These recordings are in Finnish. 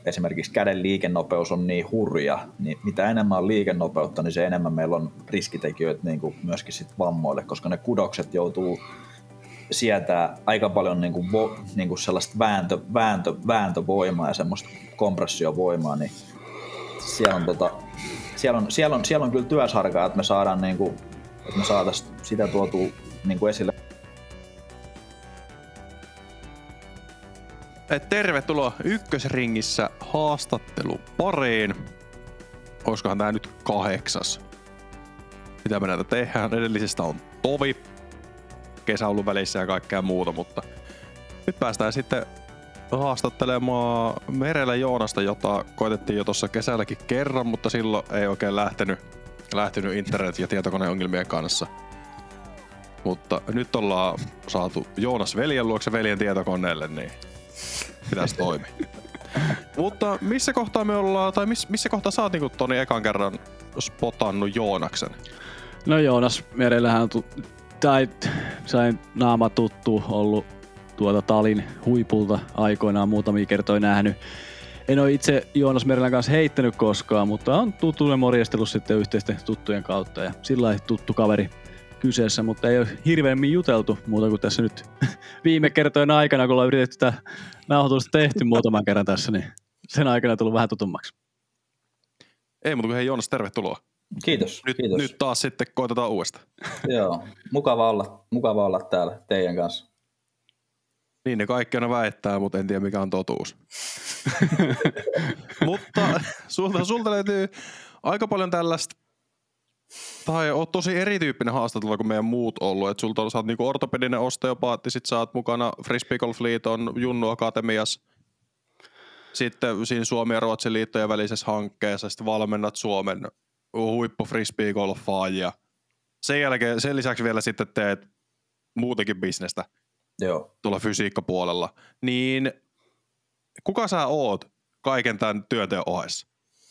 esimerkiksi käden liikennopeus on niin hurja, niin mitä enemmän on liikennopeutta, niin se enemmän meillä on riskitekijöitä niin kuin myöskin sit vammoille, koska ne kudokset joutuu sietää aika paljon niin kuin sellaista vääntövoimaa ja semmoista kompressiovoimaa, niin siellä on kyllä työsarkaa, että me saadaan että me saataisiin sitä tuotua esille. Tervetuloa Ykkösringissä haastattelun pariin. Olisikohan tää nyt 8. Mitä me näitä tehdään? Edellisestä on tovi. Kesä ollut välissä ja kaikkea muuta, mutta nyt päästään sitten haastattelemaan Merellä Joonasta, jota koitettiin jo tuossa kesälläkin kerran, mutta silloin ei oikein lähtenyt internet- ja tietokoneongelmien kanssa. Mutta nyt ollaan saatu Joonas veljen luokse veljen tietokoneelle, niin pitäisi toimia. Mutta missä kohtaa me ollaan, tai missä kohtaa sä oot niinku Toni ekan kerran spotannut Joonaksen? No Joonas Merellähän on sain naama tuttu, ollut Talin huipulta aikoinaan muutamia kertoja nähnyt. En ole itse Joonas Merelän kanssa heittänyt koskaan, mutta on tuttuinen morjestellut sitten yhteisten tuttujen kautta ja sillä lailla tuttu kaveri kyseessä, mutta ei ole hirveämmin juteltu muuta kuin tässä nyt viime kertojen aikana, kun ollaan yritetty tätä nauhoitusta tehty muutaman kerran tässä, niin sen aikana tullut vähän tutummaksi. Ei muuta kuin hei Joonas, tervetuloa. Kiitos. Nyt taas sitten koitetaan uudestaan. Joo, mukava olla täällä teidän kanssa. Niin ne kaikki aina väittää, mutta en tiedä mikä on totuus. Mutta sulta löytyy aika paljon tällaista, tai oot tosi erityyppinen haastattelu kuin meidän muut ollut. Et sä oot niinku ortopedinen osteopaatti, sit sä oot mukana Frisbee Golf Liiton Junnu Akatemiassa. Sitten siinä Suomen ja Ruotsin liittojen välisessä hankkeessa sitten valmennat Suomen huippu frisbee golfaajia. Sen lisäksi vielä sitten teet muutenkin bisnestä. Joo. Tuolla fysiikkapuolella. Niin kuka sä oot kaiken tämän työnteon ohessa?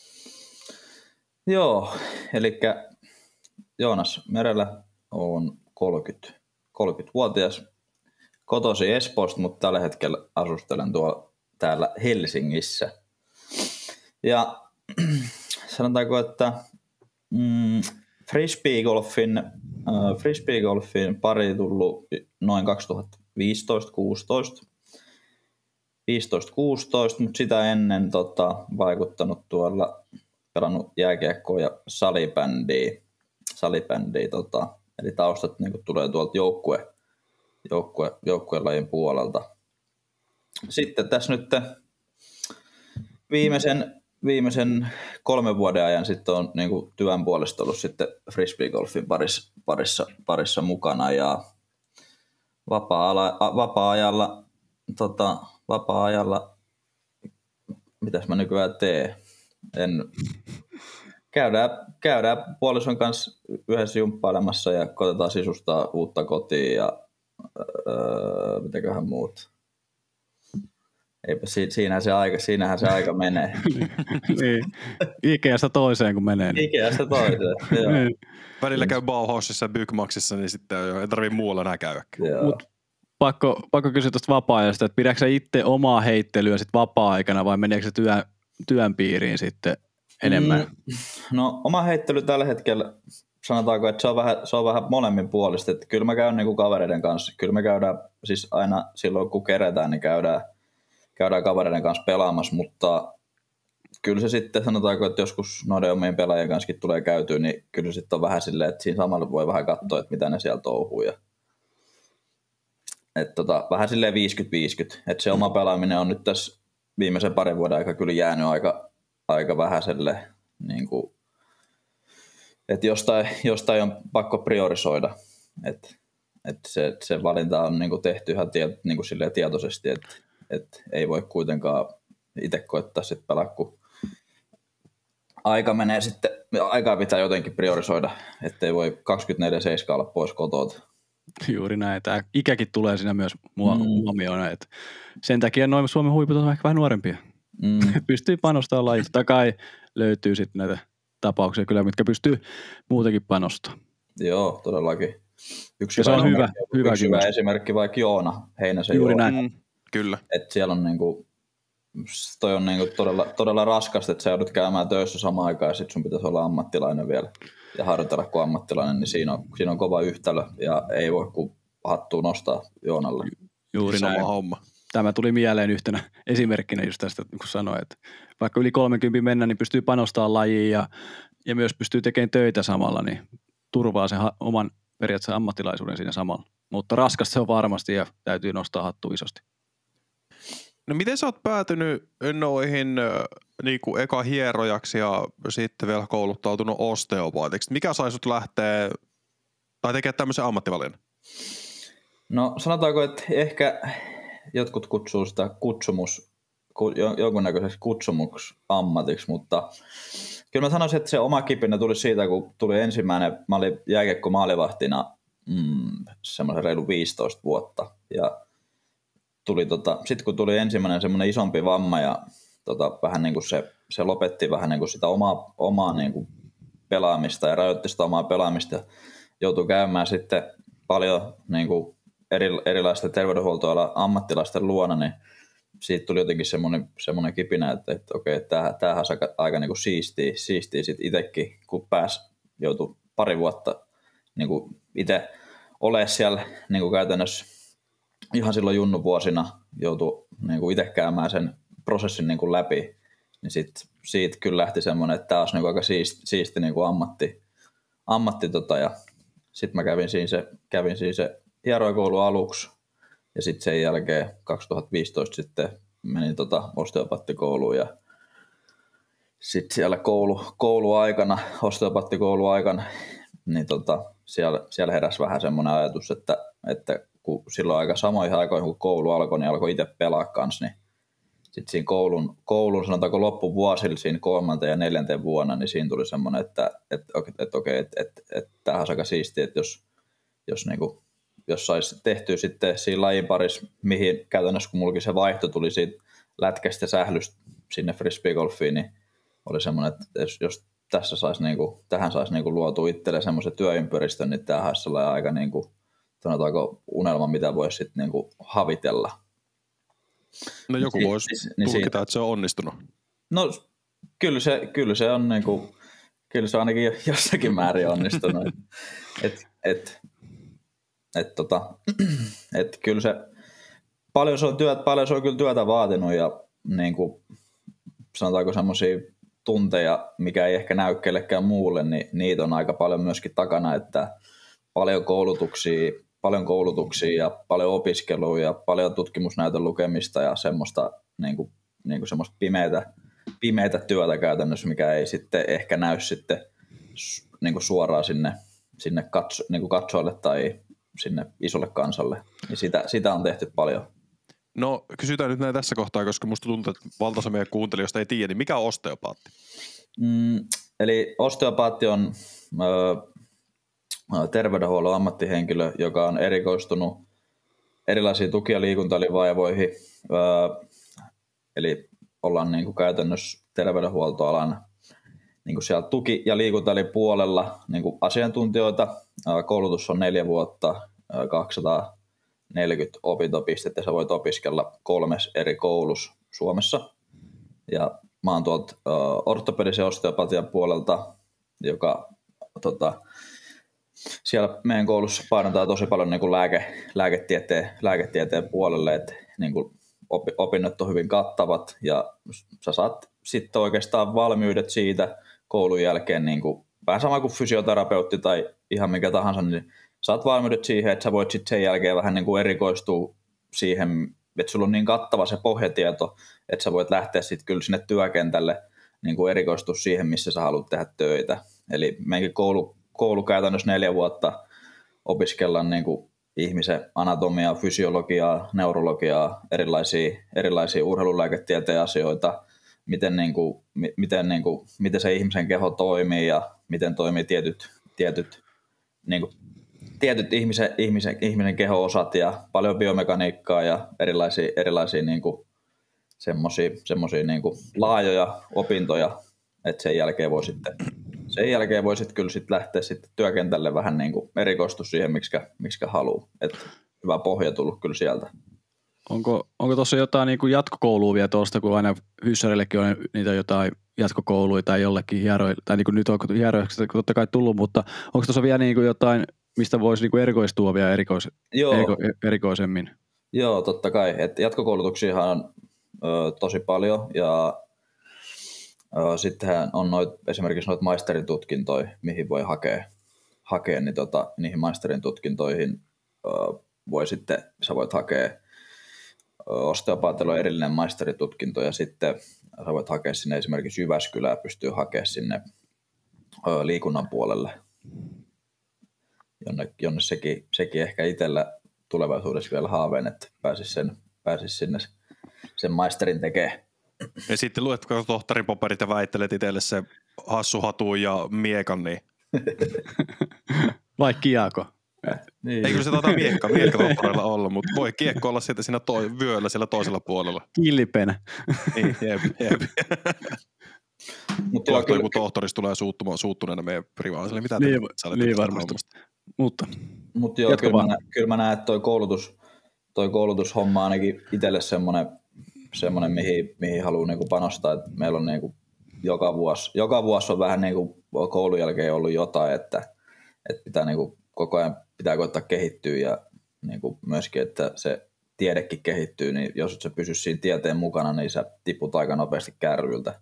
Joo, eli Joonas Merellä on 30-vuotias, kotoisin Espoosta, mutta tällä hetkellä asustelen täällä Helsingissä. Ja sanotaanko, että frisbee-golfin pari tullut noin 2015-16, mutta sitä ennen vaikuttanut tuolla, pelannut jääkiekkoa ja salibändiä, eli taustat niin tulee tuolta joukkuelajin puolelta. Sitten tässä nyt viimeisen 3 vuoden ajan sitten on niin kuin työn puolesta ollut sitten frisbee-golfin parissa mukana ja vapaa-ajalla mitäs mä nykyään teen? Käydään puolison kanssa yhdessä jumppailemassa ja koitetaan sisustaa uutta kotiin ja mitäköhän muut. Eipä siinähän se aika menee. Niin. Ikeasta toiseen kun menee. Niin. Ikeasta toiseen, joo. Välillä käy Bauhausissa ja Bygmaxissa, niin sitten ei tarvitse muualla enää käydäkään. Mut pakko kysyä tuosta vapaa-ajasta, että pidätkö sä itse omaa heittelyä sit vapaa-aikana vai meneekö se työn piiriin sitten enemmän? No oma heittely tällä hetkellä, sanotaanko, että se on vähän molemmin puolista. Että kyllä mä käyn niinku kavereiden kanssa. Kyllä me käydään siis aina silloin kun keretään, niin käydään kavereiden kanssa pelaamassa, mutta kyllä se sitten sanotaanko, että joskus noiden omien pelaajien kanssa tulee käytyä, niin kyllä se sitten on vähän silleen, että siinä samalla voi vähän katsoa, että mitä ne siellä touhuu. Vähän silleen 50-50, että se oma pelaaminen on nyt tässä viimeisen 2 vuoden aika kyllä jäänyt aika vähäiselle, niin kuin, että jostain on pakko priorisoida, että se valinta on niin kuin tehty ihan niin kuin silleen tietoisesti, että ei voi kuitenkaan itse koittaa sitten pelaa, kun aika menee sitten, aikaa pitää jotenkin priorisoida, ettei voi 24/7 olla pois kotota. Juuri näin. Tämä ikäkin tulee siinä myös huomioon. Että sen takia noin Suomen huiput on ehkä vähän nuorempia. Pystyy panostamaan lajista. Totta kai löytyy sitten näitä tapauksia kyllä, mitkä pystyy muutenkin panostamaan. Joo, todellakin. Yksi hyvä esimerkki vaikka Joona Heinäsen. Juuri näin. Kyllä. Että siellä on niinku, toi on niinku todella raskasta, että sä joudut käymään töissä samaan aikaan ja sit sun pitäisi olla ammattilainen vielä ja harjoitella kuin ammattilainen, niin siinä on kova yhtälö ja ei voi kuin hattua nostaa Joonalle. Juuri sama näin. homma. Tämä tuli mieleen yhtenä esimerkkinä just tästä, kun sanoin, että vaikka yli 30 mennä, niin pystyy panostamaan lajiin ja myös pystyy tekemään töitä samalla, niin turvaa sen oman periaatteessa ammattilaisuuden siinä samalla. Mutta raskasta se on varmasti ja täytyy nostaa hattua isosti. No miten sä oot päätynyt noihin niinku eka hierojaksi ja sitten vielä kouluttautunut osteopaatiksi? Mikä sai sut lähteä tai tekee tämmöisen ammattivalinnan? No sanotaanko, että ehkä jotkut kutsuu sitä jonkunnäköiseksi kutsumuksammatiksi, mutta kyllä mä sanoisin, että se oma kipinä tuli siitä, kun tuli ensimmäinen, mä olin jääkiekko maalivahtina semmoisen reilu 15 vuotta ja sitten kun tuli ensimmäinen semmoinen isompi vamma ja vähän niin kuin se lopetti vähän niin kuin sitä omaa niin kuin pelaamista ja rajoitti sitä omaa pelaamista. Joutui käymään sitten paljon niin kuin erilaisten terveydenhuoltoalan ammattilaisten luona, niin siitä tuli jotenkin semmoinen kipinä, että okei, tämähän on aika niin kuin siistiä sit itsekin, kun joutui pari vuotta niin kuin itse olemaan siellä niin kuin käytännössä ihan silloin junnuvuosina joutui niin kuin itse käymään sen prosessin niin kuin läpi, niin siitä kyllä lähti semmoinen, että tämä olisi niin kuin aika siisti niin kuin ammatti ja sitten mä kävin siinä se hierojakoulu aluksi ja sitten sen jälkeen 2015 sitten menin osteopaattikouluun ja sitten siellä kouluaikana, osteopaattikouluaikana, niin siellä heräsi vähän semmoinen ajatus, että kun silloin aika samoihin aikoihin, kun koulu alkoi, niin alkoi itse pelaa kanssa, niin sitten siinä koulun sanotaanko loppuvuosilla siinä 3. ja 4. vuonna, niin siinä tuli semmoinen, että tämähän on aika siistiä, että jos saisi tehtyä sitten siinä lajin parissa, mihin käytännössä kun mullakin se vaihto tuli siitä lätkästä ja sählystä sinne frisbeegolfiin, niin oli semmoinen, että jos tähän saisi luotua itselleen semmoisen työympäristön, niin tämähän olisi sellainen aika sanotaanko unelma, mitä voisi sitten niinku havitella. No joku voisi tulkita, että se on onnistunut. No kyllä se on niinku, kyllä se on ainakin jossakin määrin onnistunut. Kyllä se paljon se on kyllä työtä vaatinut ja niinku, sanotaanko semmoisia tunteja, mikä ei ehkä näy kellekään muulle, niin niitä on aika paljon myöskin takana, että paljon koulutuksia ja paljon opiskelua ja paljon tutkimusnäytön lukemista ja semmoista, semmoista pimeätä työtä käytännössä, mikä ei sitten ehkä näy sitten suoraan sinne katsoille tai sinne isolle kansalle. Ja sitä on tehty paljon. No kysytään nyt näin tässä kohtaa, koska musta tuntuu, että valtaosa meidän kuuntelijoista ei tiedä, niin mikä on osteopaatti? Eli osteopaatti on terveydenhuollon ammattihenkilö, joka on erikoistunut erilaisiin tuki- ja liikuntalivaivoihin. Eli ollaan niin kuin käytännössä terveydenhuoltoalan niin kuin siellä tuki- ja liikuntalipuolella niin kuin asiantuntijoita. Koulutus on 4 vuotta, 240 opintopistettä. Sä voit opiskella 3 eri koulussa Suomessa. Ja mä oon tuolta ortopedisen osteopatian puolelta, joka siellä meidän koulussa painotaan tosi paljon niin kuin lääketieteen puolelle, että niin kuin opinnot on hyvin kattavat ja sä saat sitten oikeastaan valmiudet siitä koulun jälkeen, niin kuin, vähän sama kuin fysioterapeutti tai ihan mikä tahansa, niin saat valmiudet siihen, että sä voit sitten sen jälkeen vähän niin kuin erikoistua siihen, että sulla on niin kattava se pohjatieto, että sä voit lähteä sitten kyllä sinne työkentälle niin kuin erikoistua siihen, missä sä haluat tehdä töitä. Eli meidänkin koulu käytännössä 4 vuotta opiskellaan niin kuin ihmisen anatomiaa, fysiologiaa, neurologiaa, erilaisia urheilulääketieteen asioita, miten se ihmisen keho toimii ja miten toimii tietyt ihmisen keho-osat ja paljon biomekaniikkaa ja erilaisia niin kuin semmoisia niin kuin laajoja opintoja, että sen jälkeen voi sitten kyllä sit lähteä sitten työkentälle vähän niin kuin erikoistua siihen, miksi haluaa. Että hyvä pohja tullut kyllä sieltä. onko tuossa jotain niin kuin jatkokoulua vielä tuosta, kun aina hyssärillekin on niitä jotain jatkokouluja tai jollekin hieroille, tai niin kuin nyt on hieroiksi totta kai tullut, mutta onko tuossa vielä niin kuin jotain, mistä voisi niin kuin erikoistua vielä erikoisemmin? Joo, totta kai. Et jatkokoulutuksiahan on tosi paljon ja sittenhän on esimerkiksi noita maisterin tutkintoja, mihin voi hakea niin niihin maisterin tutkintoihin sä voit hakea osteopaatilla on erillinen maisteritutkinto ja sitten sä voit hakea sinne esimerkiksi Jyväskylään, pystyy hakemaan sinne liikunnan puolelle, jonne sekin ehkä itsellä tulevaisuudessa vielä haaveen, että pääsisi sinne sen maisterin tekemään. Ja sitten luetko tohtarin paperit ja väittelet itselle se hassu hatu ja miekan, niin... Vai kiako? Niin. Ei kyllä se miekka tohtorilla olla, mutta voi kiekko olla sieltä siinä vyöllä siellä toisella puolella. Kilpenä. Niin, jep. Mutta joku tohtorista tulee suuttuneena meidän privaaniselle. Mitä niin varmasti. Mutta joo, kyllä mä näen, että toi koulutushomma ainakin itselle semmoinen mihin haluaa niinku panostaa. Että meillä on niinku joka vuosi on vähän niinku koulun jälkeen ollut jotain, että pitää niinku koko ajan pitää koittaa kehittyä ja niinku myöskin, että se tiedekin kehittyy, niin jos et sä pysy siinä tieteen mukana, niin sä tiput aika nopeasti kärryiltä.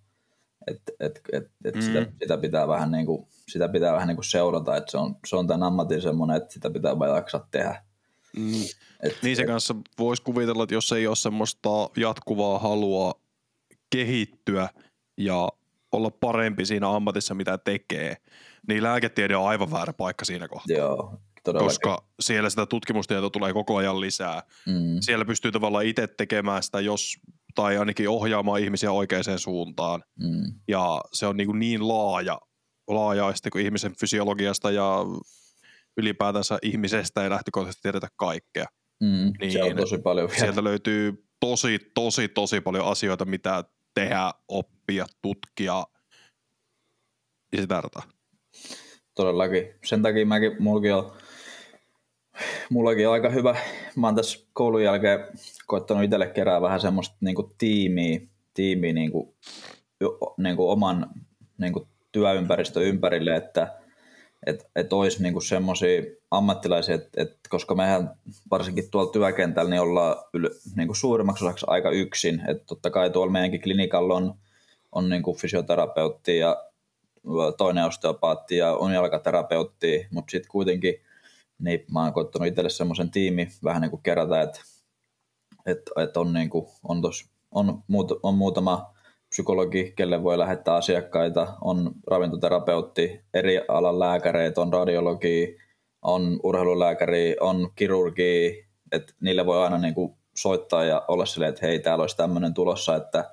Sitä pitää vähän niinku seurata, että se on tämän ammatin semmoinen, että sitä pitää vaan jaksaa tehdä. Niin se kanssa voisi kuvitella, että jos ei ole semmoista jatkuvaa halua kehittyä ja olla parempi siinä ammatissa, mitä tekee, niin lääketiede on aivan väärä paikka siinä kohtaa. Joo, todellakin. Koska siellä sitä tutkimustietoa tulee koko ajan lisää. Siellä pystyy tavallaan itse tekemään sitä, tai ainakin ohjaamaan ihmisiä oikeaan suuntaan. Ja se on niin laaja kuin ihmisen fysiologiasta ja ylipäätänsä ihmisestä ei lähtökohtaisesti tiedetä kaikkea. Niin se on tosi paljon vielä. Sieltä löytyy tosi paljon asioita, mitä tehdä, oppia, tutkia ja sitä rataa. Todellakin. Sen takia mullakin on aika hyvä. Mä oon tässä koulun jälkeen koittanut itselle kerää vähän semmoista niinku tiimiä niinku oman niinku työympäristön ympärille, että olisi niinku semmoisia ammattilaisia, koska mehän varsinkin tuolla työkentällä niin ollaan niinku suurimmaksi osaksi aika yksin. Että totta kai tuolla meidänkin klinikalla on niinku fysioterapeutti ja toinen osteopaatti ja on jalkaterapeutti, mutta sitten kuitenkin niin mä oon koittanut itselle semmoisen tiimin vähän niin kuin kerätä, että on muutama psykologi, kelle voi lähettää asiakkaita, on ravintoterapeutti, eri alan lääkäreitä, on radiologi, on urheilulääkäri, on kirurgi, että niille voi aina niin kuin soittaa ja olla silleen, että hei, täällä olisi tämmöinen tulossa, että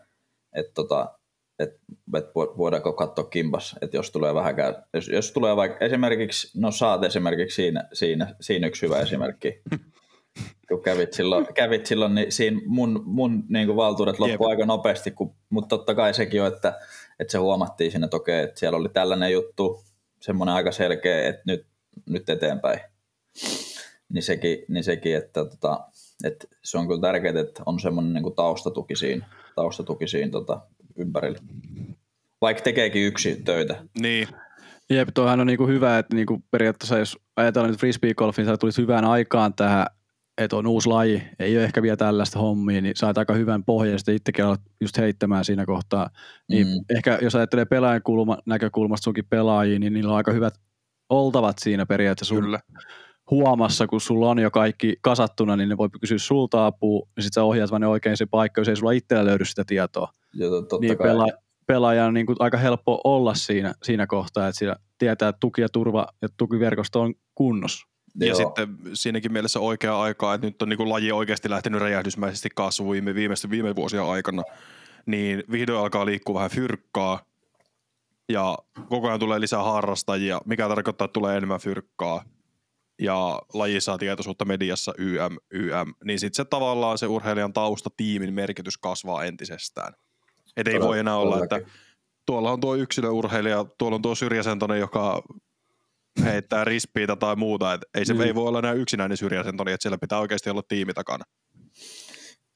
voidaanko katsoa kimpas, että jos tulee jos tulee vaikka esimerkiksi, no saat esimerkiksi siinä yksi hyvä esimerkki, kun kävit silloin niin siinä mun niin kuin valtuudet loppui aika nopeasti, mutta totta kai sekin on, että se huomattiin siinä, että okei, että siellä oli tällainen juttu, semmoinen aika selkeä, että nyt eteenpäin, niin sekin että se on kyllä tärkeää, että on semmoinen niin kuin taustatuki siinä ympärillä. Vaikka tekeekin yksin töitä. Niin. Jep, toihan on niinku hyvä, että niinku periaatteessa jos ajatellaan nyt frisbeegolfin, niin sä tulisi hyvään aikaan tähän, että on uusi laji, ei ole ehkä vielä tällaista hommia, niin saat aika hyvän pohjan ja sitten itsekin alat just heittämään siinä kohtaa. Niin ehkä jos ajattelee pelaajan näkökulmasta sunkin pelaajiin, niin niillä on aika hyvät oltavat siinä periaatteessa sun huomassa, kun sulla on jo kaikki kasattuna, niin ne voi kysyä sulta apua, ja sitten sä ohjaat vaan ne oikein se paikka, jos ei sulla itsellä löydy sitä tietoa. Niin pelaajan on niin kuin aika helppo olla siinä kohtaa, että siinä tietää, että tuki ja turva ja tukiverkosto on kunnossa. Ja sitten siinäkin mielessä oikea aikaa, että nyt on niin kuin laji oikeasti lähtenyt räjähdysmäisesti kasvuun viime vuosien aikana, niin vihdoin alkaa liikkua vähän fyrkkaa ja koko ajan tulee lisää harrastajia, mikä tarkoittaa, että tulee enemmän fyrkkaa ja laji saa tietoisuutta mediassa YM, niin sitten se tavallaan se urheilijan taustatiimin merkitys kasvaa entisestään. Et ei voi enää olla, että tuolla on tuo yksilöurheilija, tuolla on tuo syrjäsentonen, joka heittää rispiitä tai muuta. Et ei se ei voi olla enää yksinäinen syrjäsentoni, että siellä pitää oikeasti olla tiimi takana.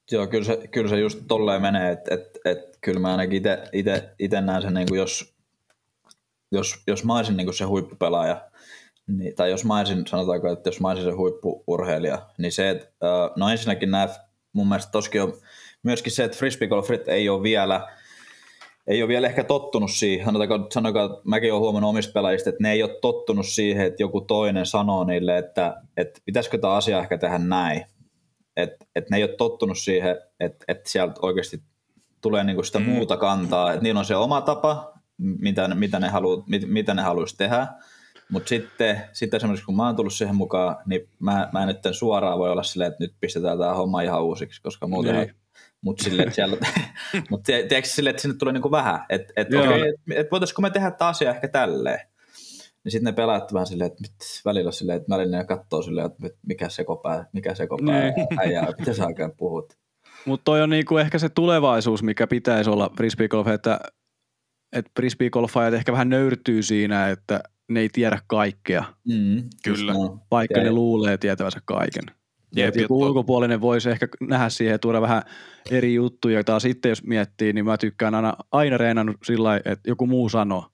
Joo, kyllä se just tolleen menee, että kyllä mä ainakin itse näen sen, niin kuin jos mä olisin niin kuin se huippupelaaja, niin, tai jos mä olisin, sanotaanko, että jos mä olisin se huippu-urheilija, niin se, että no ensinnäkin mun mielestä toskin on myöskin se, että frisbeegolfit ei ole vielä ehkä tottunut siihen, sanotaan, että mäkin olen huomannut omista pelaajista, että ne ei ole tottunut siihen, että joku toinen sanoo niille, että pitäisikö tämä asia ehkä tehdä näin. Että ne ei ole tottunut siihen, että sieltä oikeasti tulee niinku sitä muuta kantaa, että niillä on se oma tapa, mitä ne haluaisi tehdä, mutta sitten esimerkiksi kun mä oon tullut siihen mukaan, niin mä en nyt suoraan voi olla silleen, että nyt pistetään tämä homma ihan uusiksi, koska muuten mutta silleen, että siellä, mutta tiedätkö silleen, että sinne tulee niinku vähän, että voitaisiko me tehdä tämä asia ehkä tälleen. Niin sitten ne pelaat vähän silleen, että välillä on silleen, että välillä katsoo silleen, että mikä sekopää äijää, mitä sä oikein puhut. Mutta toi on niinku ehkä se tulevaisuus, mikä pitäisi olla frisbeegolf, että frisbeegolfajat ehkä vähän nöyrtyy siinä, että ne ei tiedä kaikkea. Kyllä. Vaikka ne luulee tietävänsä kaiken. Joku ulkopuolinen voisi ehkä nähdä siihen ja tuoda vähän eri juttuja. Taas sitten jos miettii, niin mä tykkään aina reenannut sillä lailla, että joku muu sanoo.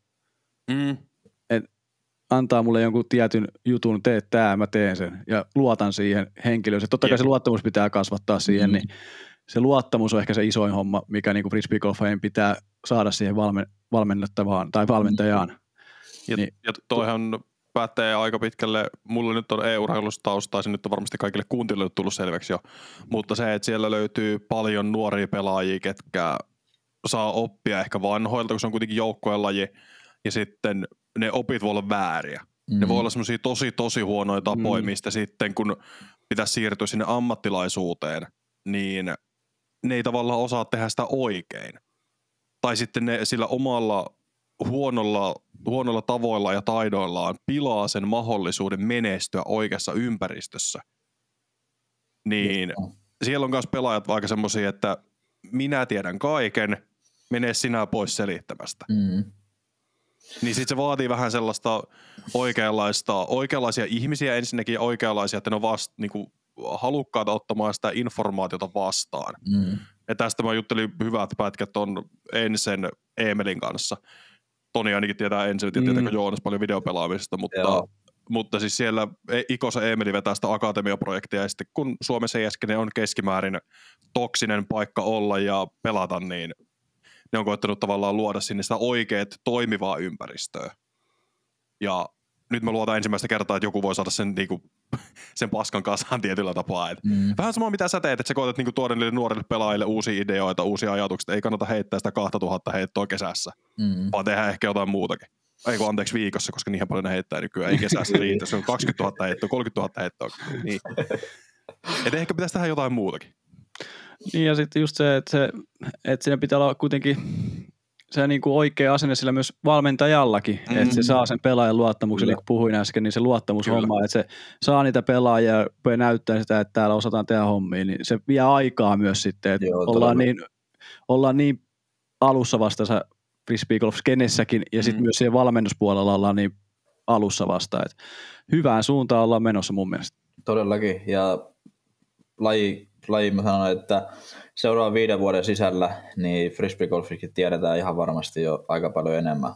Antaa mulle jonkun tietyn jutun, tee tää, mä teen sen. Ja luotan siihen henkilöön. Totta kai se luottamus pitää kasvattaa siihen, niin se luottamus on ehkä se isoin homma, mikä niinku frisbeegolfajien pitää saada siihen valmennettavaan tai valmentajaan. Ja toihan pätee aika pitkälle, mulla nyt on e-urheilusta taustaa, se nyt on varmasti kaikille kuuntelijoille tullut selväksi jo, mutta se, että siellä löytyy paljon nuoria pelaajia, ketkä saa oppia ehkä vanhoilta, kun se on kuitenkin joukkueen laji, ja sitten ne opit voi olla vääriä. Ne voi olla semmoisia tosi huonoja tapoja, mistä sitten kun pitäisi siirtyä sinne ammattilaisuuteen, niin ne ei tavallaan osaa tehdä sitä oikein. Tai sitten ne sillä omalla huonolla tavoilla ja taidoillaan pilaa sen mahdollisuuden menestyä oikeassa ympäristössä. Niin siellä on myös pelaajat aika semmoisia, että minä tiedän kaiken, mene sinä pois selittämästä. Niin sitten se vaatii vähän sellaista oikeanlaisia ihmisiä ensinnäkin ja oikeanlaisia, että ne on niinku halukkaita ottamaan sitä informaatiota vastaan. Ja tästä mä juttelin hyvät pätkät on Ensen Eemelin kanssa. Toni ainakin tietää Ensen, tietääkö Joonas paljon videopelaamisesta, mutta siis siellä Ikosen Eemeli vetää sitä akatemiaprojektia ja sitten kun Suomessa ESKN on keskimäärin toksinen paikka olla ja pelata, niin ne on koettanut tavallaan luoda sinne sitä oikeat toimivaa ympäristöä. Ja nyt me luotaan ensimmäistä kertaa, että joku voi saada sen, niinku, sen paskan kasaan tietyllä tapaa. Vähän sama mitä sä teet, että sä koetat niinku, tuoda niille nuorille pelaajille uusia ideoita, uusia ajatuksia. Ei kannata heittää sitä 2000 heittoa kesässä, vaan tehdä ehkä jotain muutakin. Anteeksi viikossa, koska niinhän paljon ne heittää nykyään. Ei kesässä riitä, se on 20 000 heittoa, 30 000 heittoa. Niin. Et ehkä pitäisi tehdä jotain muutakin. Niin ja sitten just se, että siinä pitää olla kuitenkin se niinku oikea asenne sillä myös valmentajallakin, että se saa sen pelaajan luottamuksen, niin kuin puhuin äsken, niin se luottamushomma, että se saa niitä pelaajia ja näyttää sitä, että täällä osataan tehdä hommia, niin se vie aikaa myös sitten, että ollaan niin alussa vasta frisbeegolf-skenessäkin ja sitten myös siellä valmennuspuolella ollaan niin alussa vasta, että hyvään suuntaan ollaan menossa mun mielestä. Todellakin, ja laji mä sanon, että seuraavan 5 vuoden sisällä niin frisbeegolfikin tiedetään ihan varmasti jo aika paljon enemmän.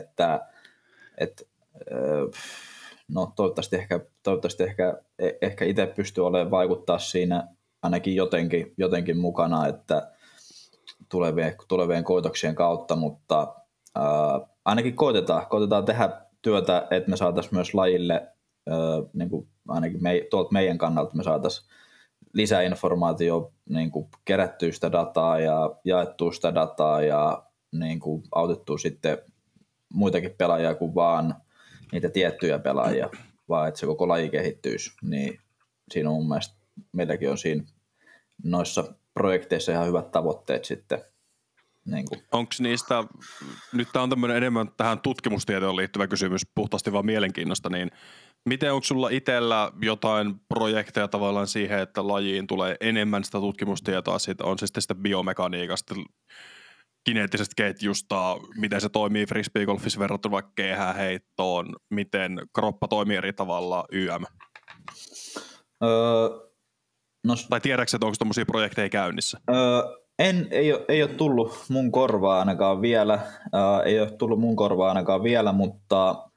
No toivottavasti ehkä itse pystyy olemaan vaikuttaa siinä ainakin jotenkin mukana, että tulevien koitoksien kautta, mutta ainakin koitetaan tehdä työtä, että me saataisiin myös lajille, niin kuin ainakin tuolta meidän kannalta me saataisiin lisäinformaatio, niin kuin kerättyä sitä dataa ja jaettua sitä dataa ja niin kuin autettua sitten muitakin pelaajia kuin vaan niitä tiettyjä pelaajia, vaan että se koko laji kehittyisi. Niin siinä on mun mielestä, meilläkin on siinä noissa projekteissa ihan hyvät tavoitteet sitten. Niin onko niistä, nyt tämä on tämmöinen enemmän tähän tutkimustietoon liittyvä kysymys, puhtaasti vaan mielenkiinnosta, niin miten onko sulla itsellä jotain projekteja tavallaan siihen, että lajiin tulee enemmän sitä tutkimustietoa, siitä on se sitten sitä biomekaniikasta, kineettisestä ketjusta, miten se toimii frisbeegolfissa verrattuna vaikka keihääheittoon, miten kroppa toimii eri tavalla, YM? No, Tai tiedätkö, että onko tommosia projekteja käynnissä? ei ole tullut mun korvaa ainakaan vielä. Ei ole tullut mun korvaa ainakaan vielä, mutta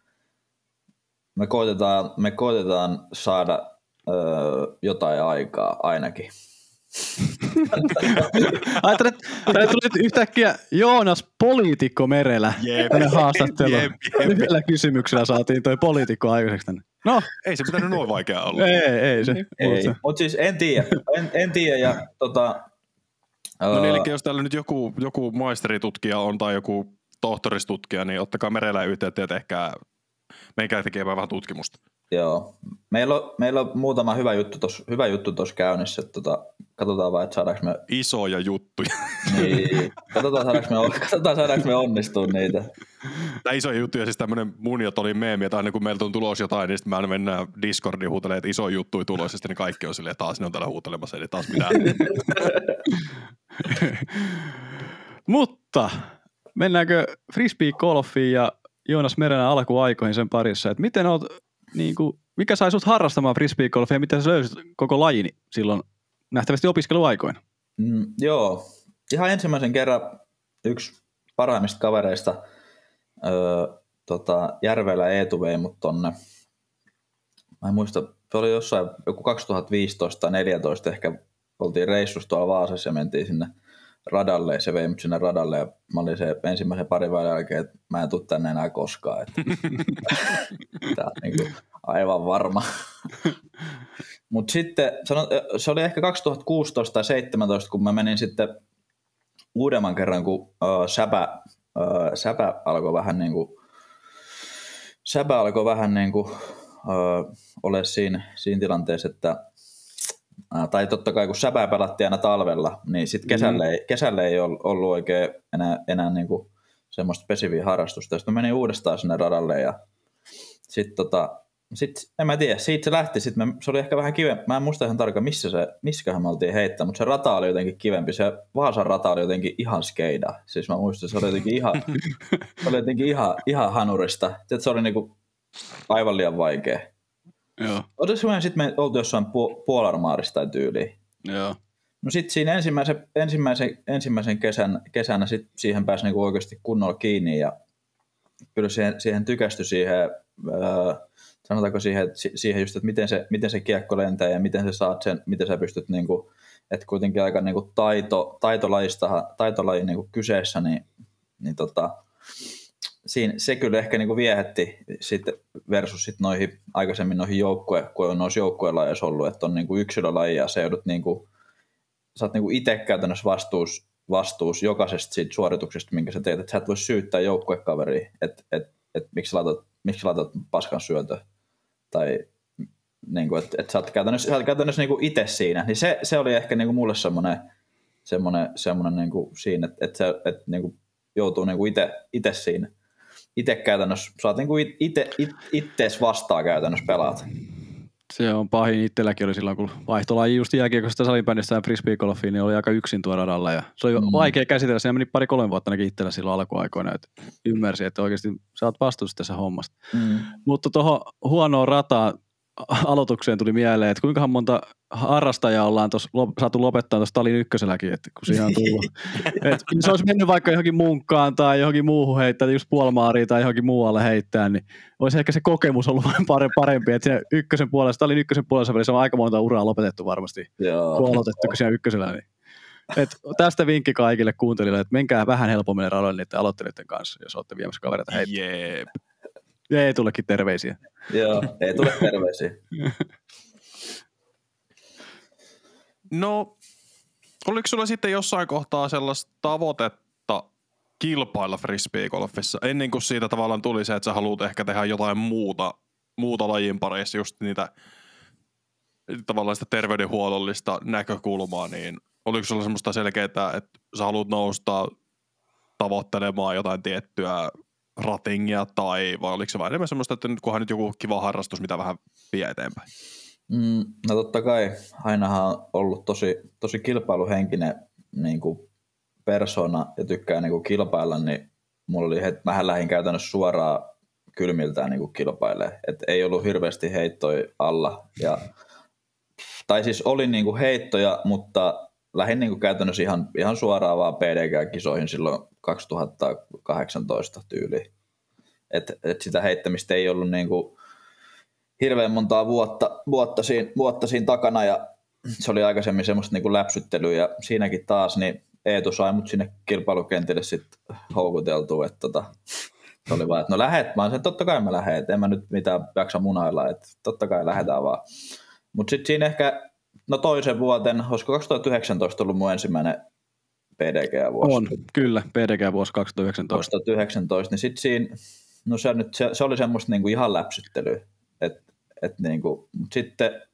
me koitetaan saada jotain aikaa ainakin. Ajattelin, että tuli nyt yhtäkkiä Joonas Poliitikko Merelä tänne haastatteluun. Yhdellä kysymyksellä saatiin toi poliitikko aikaiseksi tänne. No, ei se pitänyt noin vaikea olla. Ei se. Ei, mutta siis en tiedä ja No niin, eli jos täällä nyt joku maisteritutkija on tai joku tohtoristutkija, niin ottakaa Merellä yhteyttä ja tehkää menkää tekemään vähän tutkimusta. Joo. Meillä on muutama hyvä juttu tuossa käynnissä. Katsotaan vaan, että saadaanko me... Isoja juttuja. Niin. Katsotaan, saadaanko me onnistua niitä. Tämä isoja juttuja, siis tämmöinen mun ja Tolin meemi, että aina kun meiltä on tulos jotain, niin sitten me aina mennään Discordiin huutelemaan, että isoja juttuja tulos, ja sitten kaikki on silleen, taas ne on täällä huutelemassa, eli taas mitään. Mutta mennäänkö frisbee-golfiin ja Joonas Merelän alkuaikoihin sen parissa, että miten oot, niin kuin, mikä sai sut harrastamaan frisbee-golfia ja miten sä löysit koko lajin silloin nähtävästi opiskeluaikoina? Joo, ihan ensimmäisen kerran yksi parhaimmista kavereista Järveellä Eetu vei mut tonne. Mä en muista, se oli jossain joku 2015 tai 2014 ehkä oltiin reissussa tuolla Vaasassa ja mentiin sinne radalle ja se vei mut sinne radalle ja mä olin se ensimmäisen parin vuoden jälkeen, että mä en tuu tänne enää koskaan. Tää on niin kuin aivan varma. Mutta sitten se oli ehkä 2016 tai 2017, kun mä menin sitten uudemman kerran, kun Säpä alkoi vähän niin kuin ole siinä tilanteessa, että tai totta kai kun Säpää pelattiin aina talvella, niin sitten kesällä ei ollut oikein enää niin kuin semmoista pesiviä harrastusta. Sitten menin uudestaan sinne radalle ja sitten en mä tiedä, siitä se lähti. Se oli ehkä vähän kivempi. Mä en muista ihan tarkkaan, missäköhän me oltiin heittänyt, mutta se rata oli jotenkin kivempi. Se Vaasan rata oli jotenkin ihan skeida. Siis mä muistan, se oli jotenkin ihan hanurista. Se oli niinku aivan liian vaikea. Joo. Sitten me oltiin jossain Puolarmaarissa tai tyyliin. Joo. No sitten siinä ensimmäisen kesänä sit siihen pääsi niinku oikeasti kunnolla kiinni ja kyllä siihen tykästyi siihen, sanotaanko siihen just, että miten se kiekko lentää ja miten sä saat sen, miten sä pystyt niinku, että kuitenkin aika niinku taitolaji niinku kyseessä, niin siinä se kyllä ehkä niinku viehätti sitten versus sit aikaisemmin noihin kun on noissa joukkuelajeissa ollut, että on niinku yksilölaji ja se joudut niinku, sä oot niinku itse käytännössä vastuus jokaisesta siitä suorituksesta, minkä sä teet, että sä et voi syyttää joukkuekaveria, että miksi sä laitat paskan syötö, tai niinku, että sä oot käytännössä niinku itse siinä, niin se oli ehkä niinku mulle semmoinen niinku siinä, että niinku joutuu niinku itse siinä, itse käytännössä, sä oot niinku ittees vastaan käytännössä pelaat. Se on pahin. Itselläkin oli silloin, kun vaihtolaji just jääkiekosta salibändistä ja frisbee-golfiin, niin oli aika yksin tuolla radalla. Ja se oli vaikea käsitellä. Se meni 2-3 vuotta ainakin itsellä silloin alkuaikoina, että ymmärsi, että oikeasti sä oot vastuussa tässä hommasta. Mutta tuohon huonoon rataan aloitukseen tuli mieleen, että kuinkahan monta harrastajaa ollaan saatu lopettaa tuossa Talin ykköselläkin, että kun siihen on tullut. Se olisi mennyt vaikka johonkin munkkaan tai johonkin muuhun heittää, just puolimaariin tai johonkin muualle heittää, niin olisi ehkä se kokemus ollut parempi, että siinä Talin ykkösen puolessa välissä on aika monta uraa lopetettu varmasti, kun aloitettu siinä ykkösellä. Niin. Tästä vinkki kaikille kuuntelijoille, että menkää vähän helpommille radoille niiden aloittelijoiden kanssa, jos olette viemässä kavereita heittää. Jep. Ja ei tulekin terveisiä. Joo, ei tule terveisiä. No, oliko sulla sitten jossain kohtaa sellaista tavoitetta kilpailla frisbeegolfissa, ennen kuin siitä tavallaan tuli se, että sä haluat ehkä tehdä jotain muuta lajin parissa, just niitä tavallaan sitä terveydenhuollollista näkökulmaa, niin oliko sulla semmoista selkeää, että sä haluat nousta tavoittelemaan jotain tiettyä ratingia vai oliko se vain enemmän semmoista, että nyt kunhan nyt joku kiva harrastus, mitä vähän vie eteenpäin? No totta kai, ainahan on ollut tosi kilpailuhenkinen niin kuin persona ja tykkää niin kuin kilpailla, niin mulla oli mähän lähdin käytännössä suoraan kylmiltään niin kuin kilpailemaan. Et ei ollut hirveästi heittoja alla ja tai siis oli niin kuin heittoja, mutta lähdin niin kuin käytännössä ihan suoraan vaan PDG-kisoihin silloin 2018 tyyliin. Et sitä heittämistä ei ollut niin kuin hirveän montaa vuotta siinä takana, ja se oli aikaisemmin semmoista niin kuin läpsyttelyä, ja siinäkin taas niin Eetu sai mut sinne kilpailukentille sitten houkuteltua, että se oli vaan, että no lähet, mä sen totta kai mä lähden, että en mä nyt mitään jaksa munailla, että totta kai lähdetään vaan. Mutta sitten siinä ehkä, no toisen vuoten, olisiko 2019 ollut mun ensimmäinen PDG-vuosi? On, kyllä, PDG-vuosi 2019. 2019, niin sitten siinä, no se oli semmoista niinku ihan läpsyttelyä, että niinku, mutta sitten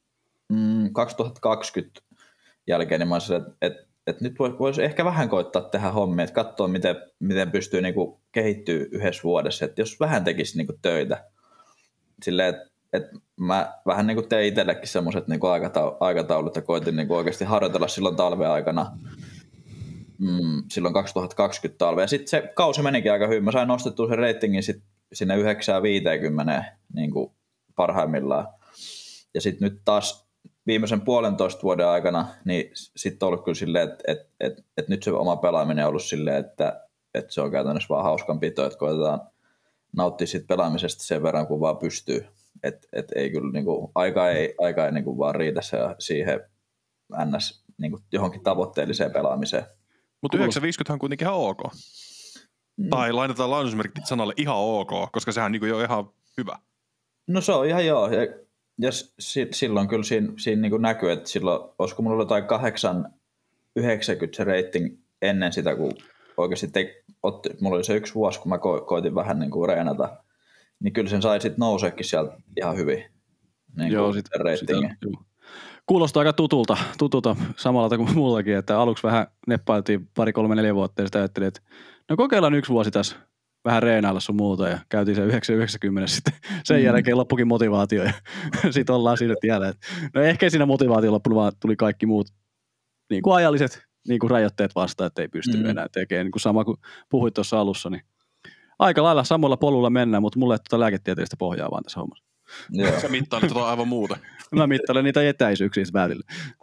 2020 jälkeen niin mä olisin, että nyt voisi ehkä vähän koittaa tehdä hommia, että katsoa miten pystyy niinku kehittyä yhdessä vuodessa, että jos vähän tekisi niinku töitä, silleen, että mä vähän niinku tein itsellekin semmoiset niinku aikataulut ja koitin niinku oikeasti harjoitella silloin talven aikana, silloin 2020 talve, ja sitten se kausi menikin aika hyvin, mä sain nostettua sen reitingin sinne 9-50 niinku parhaimmillaan, ja sitten nyt taas viimeisen 1,5 vuoden aikana, niin sitten on ollut kyllä silleen, että nyt se oma pelaaminen on ollut silleen, että se on käytännössä vaan hauskanpito, että koetetaan nauttia siitä pelaamisesta sen verran, kun vaan pystyy. Että ei kyllä, niinku, aika ei niinku vaan riitä siihen ns. Niinku, johonkin tavoitteelliseen pelaamiseen. Mutta 950 on kuitenkin ihan ok. Tai lainataan lainausmerkit sanalle ihan ok, koska sehän niinku jo ihan hyvä. No se on ihan joo. Ja silloin kyllä siinä niin kuin näkyy, että silloin, olisiko mulla jotain 8,90 se rating ennen sitä, kun oikeasti mulla oli se yksi vuosi, kun mä koitin vähän niin kuin reenata, niin kyllä sen sai sitten nouseekin sieltä ihan hyvin. Niin joo, sitä kuulostaa aika tutulta samalla kuin mullakin, että aluksi vähän neppailtiin 2, 3, 4 vuotta ja sitten ajattelin, että no kokeillaan 1 vuosi tässä vähän reenailla sun muuta ja käytiin se 9,90 sitten sen jälkeen loppukin motivaatio ja sitten ollaan siinä tiellä. No ehkä siinä motivaatio loppunut, vaan tuli kaikki muut niin kuin ajalliset niin kuin rajoitteet vastaan, että ei pysty enää tekemään. Niin kuin sama kuin puhuit tuossa alussa, niin aika lailla samalla polulla mennään, mutta mulle ei tuota lääketieteellistä pohjaa vaan tässä hommassa. Joo. Sä mittailet tuota aivan muuta. Mä mittailen niitä etäisyyksiä välillä.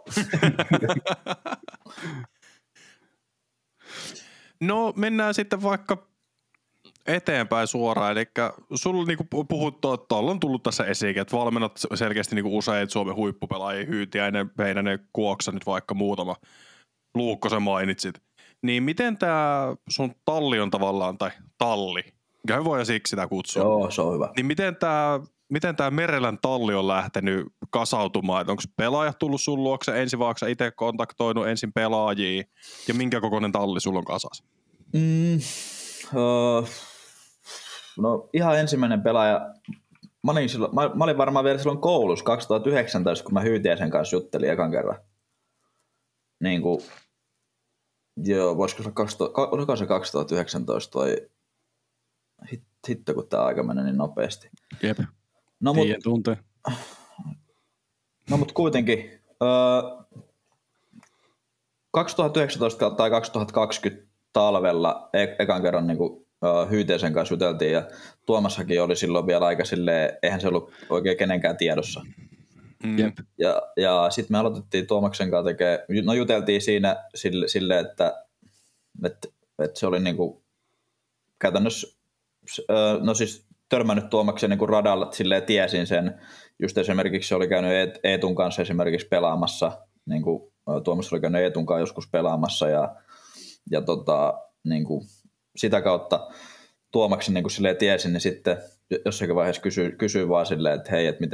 No mennään sitten vaikka eteenpäin suoraan, eli sulla niinku puhut, tuolla on tullut tässä esiin, että valmennat selkeästi niinku usein Suomen huippupelaajia, Hyytiäinen, Väinänen, Kuoksa, nyt vaikka muutama, Luukkosen mainitsit. Niin miten tää sun talli on tavallaan, tai talli, mikä voi siksi sitä kutsua. Joo, se on hyvä. Niin miten tää Merelän talli on lähtenyt kasautumaan, onko pelaajat tullut sun luokse ensin, vaikka sä itse kontaktoinut ensin pelaajia, ja minkä kokoinen talli sulla on kasas? No ihan ensimmäinen pelaaja, mä olin varmaan vielä silloin koulussa 2019, kun mä Hyytiäisen kanssa juttelin ekan kerran. Niin kuin, joo, voisiko se oliko se 2019 vai hitto, kun tää aika menee niin nopeasti. Jep, mut kuitenkin 2019 tai 2020 talvella ekan kerran niin kuin Hyytiäisen kanssa juteltiin, ja Tuomassakin oli silloin vielä aika silleen, eihän se ollut oikein kenenkään tiedossa. Ja sitten me aloitettiin Tuomaksen kanssa juteltiin siinä silleen, että se oli niinku käytännössä, no siis törmännyt Tuomaksen niinku radalla, silleen tiesin sen, just esimerkiksi se oli käynyt Eetun kanssa esimerkiksi pelaamassa, niinku Tuomas oli käynyt Eetun kanssa joskus pelaamassa, ja niinku sitä kautta Tuomaksen niin silleen tiesin, niin sitten jossakin vaiheessa kysyin vaan silleen, että hei, että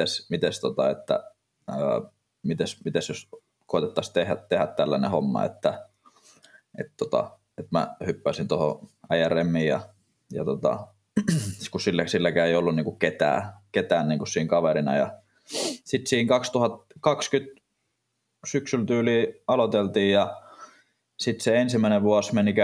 mites jos koetettaisiin tehdä tällainen homma, että mä hyppäisin tuohon IRMiin ja kun silläkään ei ollut niin kuin ketään niin kuin siinä kaverina, ja sitten siinä 2020 syksyllä tyyliin aloiteltiin, ja sitten se ensimmäinen vuosi meni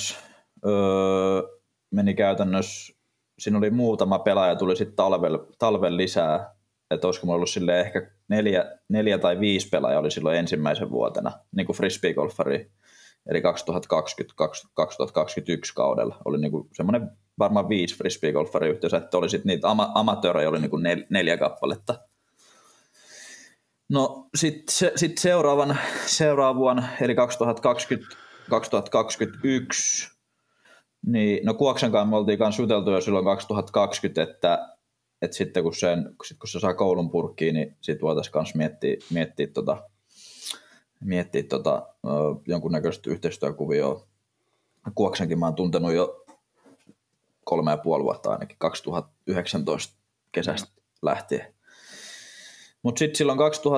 käytännössä, siinä oli muutama pelaaja, tuli sitten talven lisää, että olisiko mulla ollut silleen ehkä 4 tai 5 pelaaja oli silloin ensimmäisen vuotena, niin kuin frisbeegolfari, eli 2020-2021 kaudella oli niin kuin semmoinen varmaan 5 frisbeegolfari yhteensä, että oli sitten niitä amatöörejä oli niin kuin 4 kappaletta. No sitten seuraavan vuonna, eli 2021, niin no Kuoksen kanssa me oltiin kanssa juteltu jo silloin 2020, että sitten kun se saa koulun purkkiin, niin sitten voitaisiin kanssa miettiä jonkunnäköistä yhteistyökuvioa. Kuoksenkin mä oon tuntenut jo 3,5 vuotta ainakin, 2019 kesästä lähtien. Mutta sitten silloin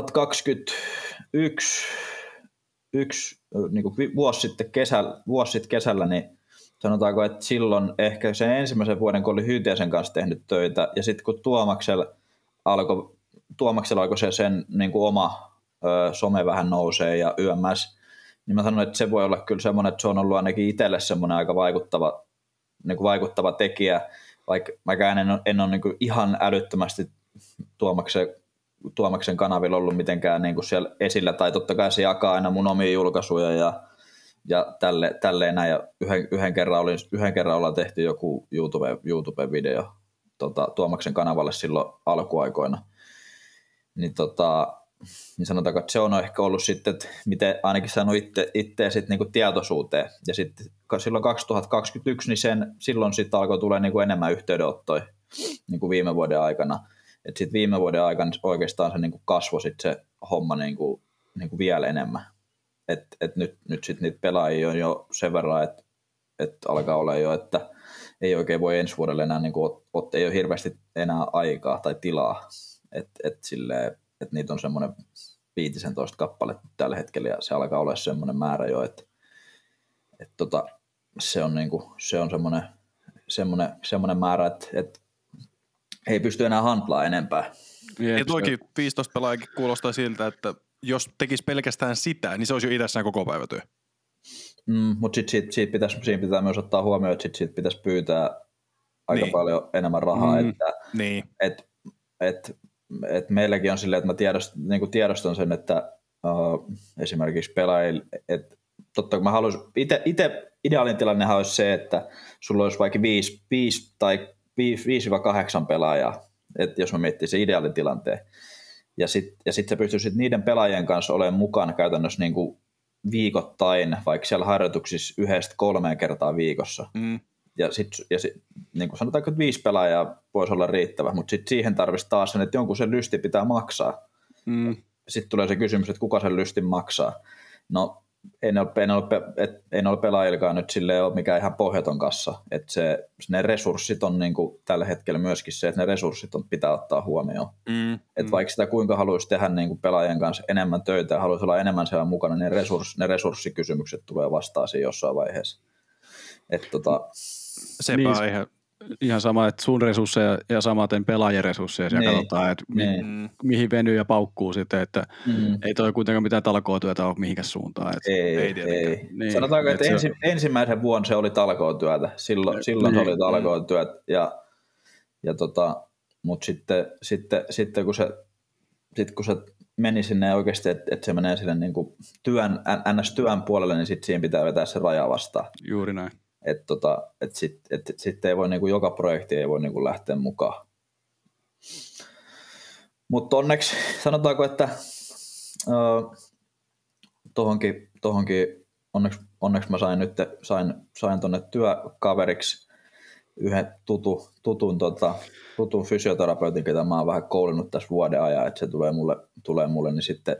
2021, niin kuin vuosi sitten kesällä, niin sanotaanko, että silloin ehkä sen ensimmäisen vuoden, kun oli Hyytiäisen kanssa tehnyt töitä, ja sitten kun Tuomaksella alkoi se sen niin kuin oma some vähän nousee ja YMS, niin mä sanon, että se voi olla kyllä semmoinen, että se on ollut ainakin itselle semmoinen aika vaikuttava tekijä, vaikka en ole niin kuin ihan älyttömästi Tuomaksen kanavilla ollut mitenkään niin kuin siellä esillä, tai totta kai se jakaa aina mun omia julkaisuja ja tälleen näin, ja yhden kerran ollaan tehty joku YouTube-video Tuomaksen kanavalle silloin alkuaikoina, niin sanotaanko, että se on ehkä ollut sitten, että miten ainakin saanut itseä sitten niinku tietoisuuteen, ja sitten silloin 2021, niin silloin sitten alkoi tulla niinku enemmän yhteydenottoja niinku viime vuoden aikana, että sitten viime vuoden aikana oikeastaan se niinku kasvoi sitten se homma niinku vielä enemmän. Et nyt sitten niitä pelaajia on jo sen verran, että alkaa olla jo, että ei oikein voi ensi vuodelle enää, ei ole hirveästi enää aikaa tai tilaa. Että niitä on semmoinen 15 kappaletta tällä hetkellä, ja se alkaa olla semmoinen määrä jo, että se on semmoinen määrä, että ei pysty enää handlaa enempää. Ja toikin 15 pelaajakin kuulostaa siltä, että jos tekisi pelkästään sitä, niin se olisi jo itsessään koko päivätyö. Mutta siitä pitää myös ottaa huomioon, että siitä pitäisi pyytää aika paljon enemmän rahaa. Että meilläkin on silleen, että mä tiedostan sen, että esimerkiksi pelaajille, että totta kun mä haluaisin, itse ideaalin tilannehan olisi se, että sulla olisi vaikka 5 tai 5-8 pelaajaa, että jos mä miettii se ideaalitilanteen. Ja sitten sä pystyisit niiden pelaajien kanssa olemaan mukana käytännössä niin kuin viikoittain, vaikka siellä harjoituksissa 1-3 kertaa viikossa. Ja niin kuin sanotaanko, että 5 pelaajaa voisi olla riittävä, mutta sitten siihen tarvitsisi taas sen, että jonkun sen lysti pitää maksaa. Sitten tulee se kysymys, että kuka sen lystin maksaa. No, ei ole pelaajilkaan nyt silleen ole mikään ihan pohjaton kassa. Että ne resurssit on niin kuin tällä hetkellä myöskin se, että ne resurssit pitää ottaa huomioon. Että vaikka sitä kuinka haluaisi tehdä niin kuin pelaajien kanssa enemmän töitä ja haluaisi olla enemmän siellä mukana, niin ne resurssikysymykset tulee vastaan siinä jossain vaiheessa. Sepä ihan sama, että sun resursseja ja samaten pelaajien resursseja siellä katsotaan, että mihin venyy ja paukkuu sitten, että ei toi kuitenkaan mitään talkootyötä ole mihinkään suuntaan. Ei tietenkään. Niin, sanotaanko, että ensimmäisen vuonna se oli talkootyötä, silloin se oli talkootyötä, mutta sitten kun se meni sinne oikeasti, että se menee sinne niin kuin työn puolelle, niin sitten siihen pitää vetää se raja vastaan. Juuri näin. Että sitten ei voi niinku, joka projekti ei voi niinku lähteä mukaan. Mutta onneksi sanotaanko, että tohonkin onneksi mä sain tonne työkaveriksi yhden tutun fysioterapeutin, ketä mä oon vähän koulinut tässä vuoden ajan, että se tulee mulle niin sitten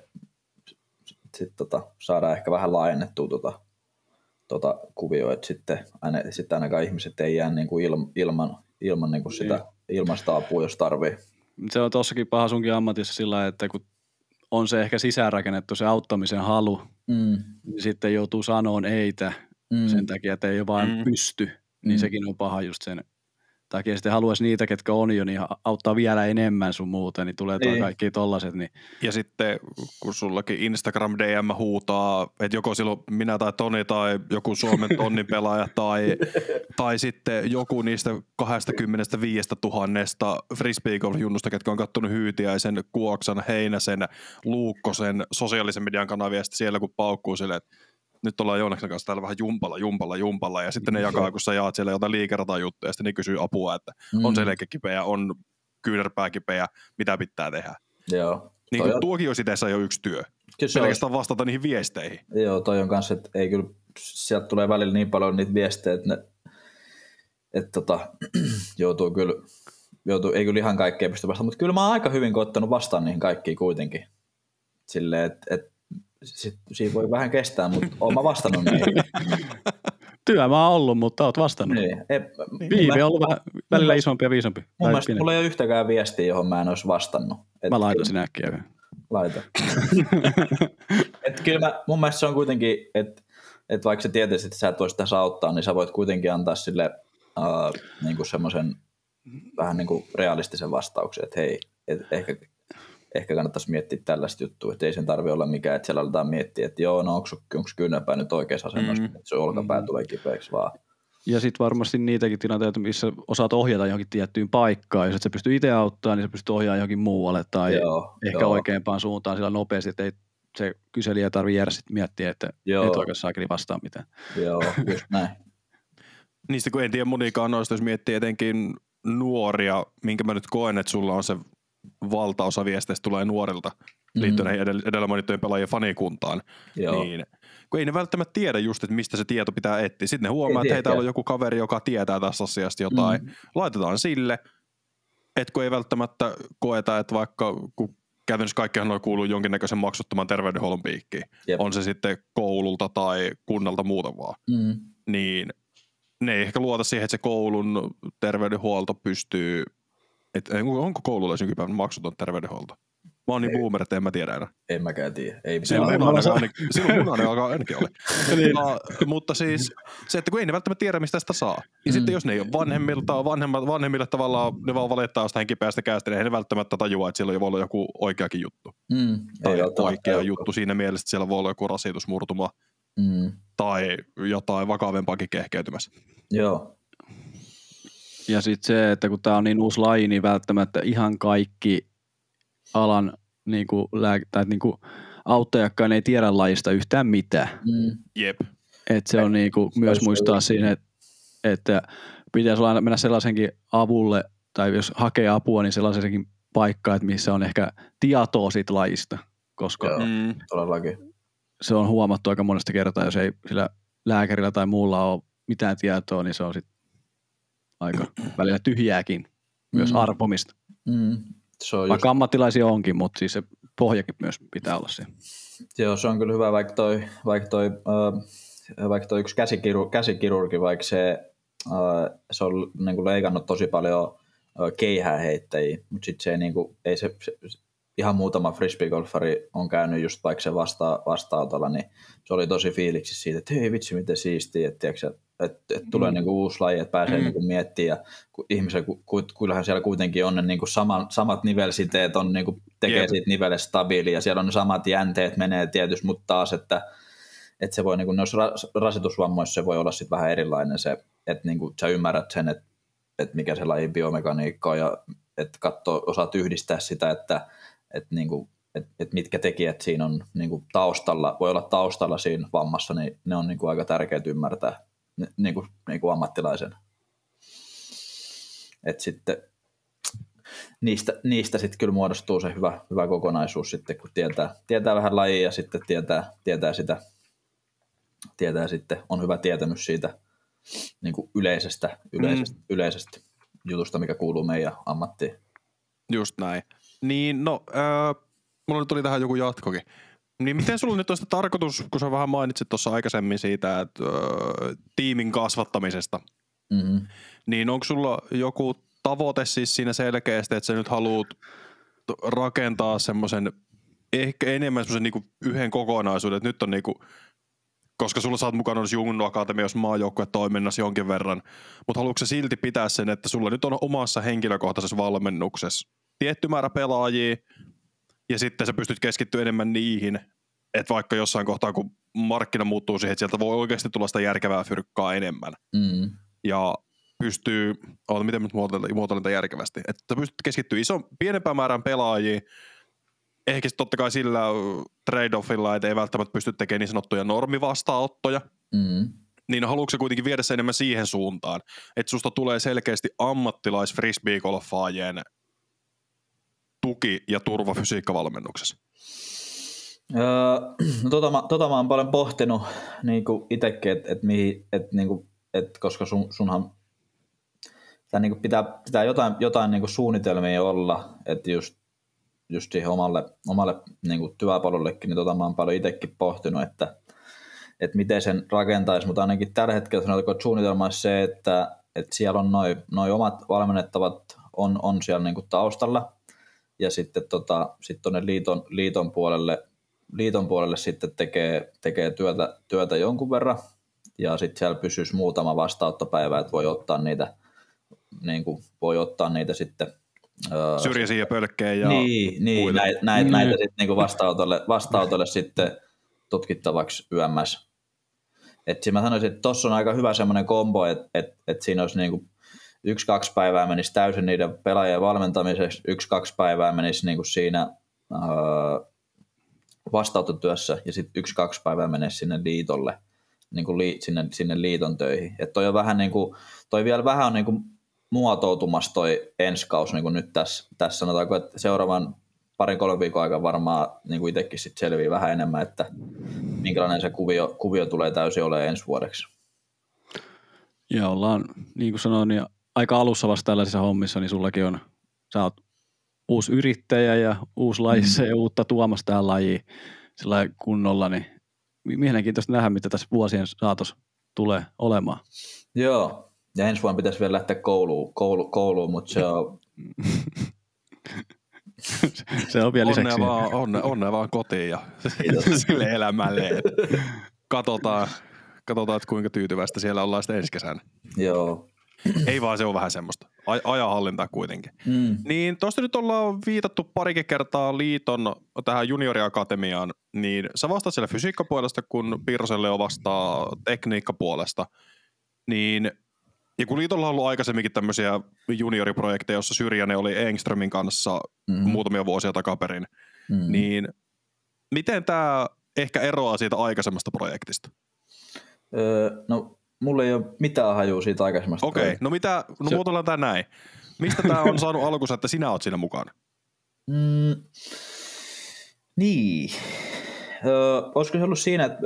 saadaan ehkä vähän laajennettua kuvioa, että sitten ainakaan ihmiset ei jää niin kuin ilman niin kuin sitä ilmasta apua, jos tarvii. Se on tossakin paha sunkin ammatissa sillä lailla, että kun on se ehkä sisäänrakennettu se auttamisen halu, niin sitten joutuu sanoon eitä sen takia, että ei vaan pysty, niin sekin on paha just sen takia. Sitten haluaisi niitä, ketkä on jo, niin auttaa vielä enemmän sun muuta, niin tulee toi kaikki tollaset. Niin. Ja sitten kun sullakin Instagram DM huutaa, että joko silloin minä tai Toni tai joku Suomen tonnin pelaaja tai sitten joku niistä 25 000 frisbeegolf-junnusta, ketkä on kattonut Hyytiäisen, Kuoksan, Heinäsen, Luukkosen sosiaalisen median kanavia, ja sitten siellä kun paukkuu silleen, että nyt ollaan Joonaksen kanssa täällä vähän jumpalla, ja sitten ne jakaa, kun sä jaat siellä jotain liikeratajuttuja, ja sitten ne kysyy apua, että on selkä kipeä, on kyynärpää kipeä, mitä pitää tehdä. Joo. Niin kuin tuokin olisi itse jo yksi työ. Pelkästään vastata niihin viesteihin. Joo, toi on kanssa, että ei kyllä, sieltä tulee välillä niin paljon niitä viestejä, että ei kyllä ihan kaikkea pysty vastaamaan, mutta kyllä mä oon aika hyvin ottanut vastaan niihin kaikkiin kuitenkin. Silleen, että siinä voi vähän kestää, mutta oon mä vastannut niihin. Työ mä oon ollut, mutta oot vastannut. Niin. Viive on ollut vähän välillä isompi ja viisompi. Mun mielestä mulla ei ole yhtäkään viestiä, johon mä en olisi vastannut. Mä laitan sinä äkkiä. Laita. Kyllä mun mielestä se on kuitenkin, että vaikka sä tietäisit, että sä et voisi tässä auttaa, niin sä voit kuitenkin antaa sille niinku semmoisen vähän niinku realistisen vastauksen, että hei, ehkä kannattaisi miettiä tällaista juttua, että ei sen tarvitse olla mikään, että siellä aletaan miettiä, että joo, no onko kyynärpää nyt oikeassa asennossa, että se olkapää tulee kipeäksi vaan. Ja sitten varmasti niitäkin tilanteita, missä osaat ohjata johonkin tiettyyn paikkaan. Jos et sä pysty itse auttamaan, niin sä pystyt ohjaamaan johonkin muualle tai ehkä oikeampaan suuntaan sillä nopeasti, että ei se kyselijä tarvitse jäädä sitten miettiä, että et oikein saakeli vastaa mitään. Joo, just näin. Niistä kun en tiedä monikaan noista, jos miettii etenkin nuoria, minkä mä nyt koen, että sulla on se valtaosa viesteistä tulee nuorilta liittyen edellä mainittujen pelaajien fanikuntaan, niin kun ei ne välttämättä tiedä just, että mistä se tieto pitää etsiä. Sitten ne huomaa, että hei, täällä on joku kaveri, joka tietää tästä asiasta jotain. Laitetaan sille, että kun ei välttämättä koeta, että vaikka kun käytännössä kaikkihan noin kuuluu jonkinnäköisen maksuttoman terveydenhuollon piikkiin, on se sitten koululta tai kunnalta muuta vaan, niin ne ei ehkä luota siihen, että se koulun terveydenhuolto pystyy, että onko koululla nykypäivänä maksuton terveydenhuolto? Mä oon niin boomer, että en mä tiedä enää. En mäkään tiedä. Silloin munainen alkaa ainakin olla. Mutta siis se, että kun ei ne välttämättä tiedä, mistä sitä saa. Ja sitten jos ne ei ole vanhemmille tavallaan, ne vaan valittaa jostain kipeästä kästä, niin ei ne välttämättä tajua, että siellä voi olla joku oikeakin juttu. Tai oikea juttu siinä mielessä, että siellä voi olla joku rasitusmurtuma tai jotain vakavempaakin kehkeytymässä. Joo. Ja sitten se, että kun tää on niin uusi laji, niin välttämättä ihan kaikki alan niinku auttajakkaan ei tiedä lajista yhtään mitään. Jep. Et se on niinku myös muistaa siinä, että pitäisi mennä sellaisenkin avulle, tai jos hakee apua, niin sellaisenkin paikkaan, että missä on ehkä tietoa siitä lajista, koska se on huomattu aika monesta kertaa, jos ei sillä lääkärillä tai muulla ole mitään tietoa, niin se on sitten aika välillä tyhjääkin, myös arpomista. Vaikka ammattilaisia onkin, mutta siis se pohjakin myös pitää olla siinä. Joo, se on kyllä hyvä, vaikka toi yksi käsikirurgi, vaikka se on niin kuin leikannut tosi paljon keihääheittäjiä, mutta sitten se, niin kuin, ei se ihan muutama frisbeegolfari on käynyt just vaikka se vastaanotolla, niin se oli tosi fiiliksi siitä, että hei vitsi miten siistiä, että tulee niinku uusi laji, että pääsee niinku miettimään ja ihmisen, kyllähän siellä kuitenkin on ne niinku samat nivelsiteet, on niinku, tekee siitä nivelestä stabiilia ja siellä on ne samat jänteet menee tietysti, mutta taas, että se voi niinku, noissa rasitusvammoissa se voi olla sitten vähän erilainen se, että niinku, sä ymmärrät sen, että mikä se lajin biomekaniikka on ja että osaat yhdistää sitä, että niinku, mitkä tekijät siinä on niinku taustalla, voi olla taustalla siinä vammassa, niin ne on niinku aika tärkeät ymmärtää niinku ammattilaisen. Et sitten niistä sitten kyllä muodostuu se hyvä kokonaisuus sitten, kun tietää vähän lajia ja sitten tietää sitten, on hyvä tietämys siitä niinku yleisestä jutusta, mikä kuuluu meidän ammattiin. Just näin. Niin, no, mulla tuli tähän joku jatkokin. Niin miten sulla nyt on sitä tarkoitus, kun sä vähän mainitsit tuossa aikaisemmin siitä, että tiimin kasvattamisesta, niin onko sulla joku tavoite siis siinä selkeästi, että sä nyt haluat rakentaa semmoisen, ehkä enemmän semmoisen niinku yhden kokonaisuuden, että nyt on niinku, koska sulla saat mukana olisi Junnu Akatemiassa maajoukkuetoiminnassa jonkin verran, mutta haluatko sä silti pitää sen, että sulla nyt on omassa henkilökohtaisessa valmennuksessa tietty määrä pelaajia, ja sitten sä pystyt keskittyä enemmän niihin, että vaikka jossain kohtaa, kun markkina muuttuu siihen, että sieltä voi oikeasti tulla sitä järkevää fyrkkaa enemmän. Ja pystyy, miten muotoilen tämän järkevästi, että sä pystyt keskittyä pienempään määrään pelaajia, ehkä totta kai sillä trade-offilla, että ei välttämättä pysty tekemään niin sanottuja normivastaanottoja, niin haluatko sä kuitenkin viedä se enemmän siihen suuntaan, että susta tulee selkeästi ammattilais-frisbeegolfaajien tuki- ja turva fysiikkavalmennuksessa? No, tota mä oon paljon pohtinut niin itsekin, että koska sunhan niin pitää jotain niin suunnitelmia olla, että just siihen omalle niin työpalullekin, niin mä oon paljon itsekin pohtinut, että miten sen rakentaisi, mutta ainakin tällä hetkellä sanotaan, että suunnitelma on se, että siellä on noi omat valmennettavat on siellä niin taustalla, ja sitten tuonne liiton puolelle sitten tekee työtä jonkun verran, ja sitten siellä pysyisi muutama vastaanottopäivä, että voi ottaa niitä sitten syrjäisiä pölkkejä ja näitä sitten niin vastaanotolle sitten tutkittavaksi yömmässä. Mä sanoisin, että tuossa on aika hyvä semmoinen kombo, että siinä olisi niin 1-2 päivää menisi täysin niiden pelaajien valmentamiseksi, 1-2 päivää menisi niin siinä vastaanottotyössä ja sitten 1-2 päivää menisi sinne liitolle, niin sinne liiton töihin. Että toi on vähän niin kuin, toi vielä vähän on niin kuin muotoutumassa toi ensi kausi niin kuin nyt tässä sanotaanko, että seuraavan 2-3 viikon aikana varmaan niin kuin itsekin sit selviää vähän enemmän, että minkälainen se kuvio tulee täysin olemaan ensi vuodeksi. Ja ollaan, niin kuin sanoin, niin aika alussa vasta tällaisissa hommissa, niin sullakin on, sä oot uusi yrittäjä ja uusi lajissa ja uutta tuomassa tähän lajiin sillä kunnolla, niin mielenkiintoista nähdä, mitä tässä vuosien saatossa tulee olemaan. Joo, ja ensi vuonna pitäisi vielä lähteä kouluun mutta se on... Se on vielä lisäksi. Onnea vaan kotiin ja sille elämälle. Katsotaan, että kuinka tyytyväistä siellä ollaan sitten ensi kesänä. Joo. Ei vaan, se on vähän semmoista. Ajanhallintaa kuitenkin. Niin tuosta nyt ollaan viitattu parikin kertaa liiton tähän junioriakatemiaan, niin sä vastaat siellä fysiikkapuolesta, kun Piirroselle on vastaa tekniikkapuolesta. Niin, ja kun liitolla on ollut aikaisemminkin tämmöisiä junioriprojekteja, jossa Syrjänen oli Engströmin kanssa muutamia vuosia takaperin, niin miten tämä ehkä eroaa siitä aikaisemmasta projektista? No, mulla ei ole mitään hajua siitä aikaisemmasta. Okei, no muotoillaan tämä näin. Mistä tämä on saanut alkunsa, että sinä oot siinä mukana? Niin. Olisiko se ollut siinä, että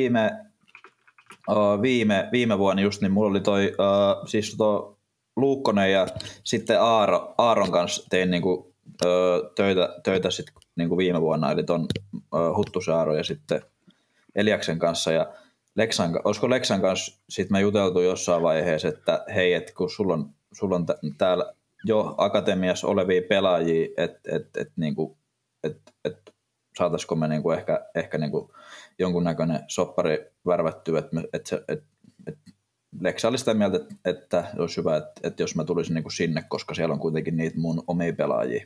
viime vuonna just, niin mulla oli siis Luukkonen ja sitten Aaron kanssa tein niinku, töitä sit, niinku viime vuonna, eli ton Huttusen Aaron ja sitten Eliaksen kanssa ja olisiko Leksan kanssa sitten me juteltu jossain vaiheessa, että hei, että kun sulla on täällä jo akatemiassa olevia pelaajia, että saataisiko me niinku ehkä niinku jonkunnäköinen soppari värvättyä, että Leksa oli sitä mieltä, että olisi hyvä, että jos mä tulisin niinku sinne, koska siellä on kuitenkin niitä mun omia pelaajia.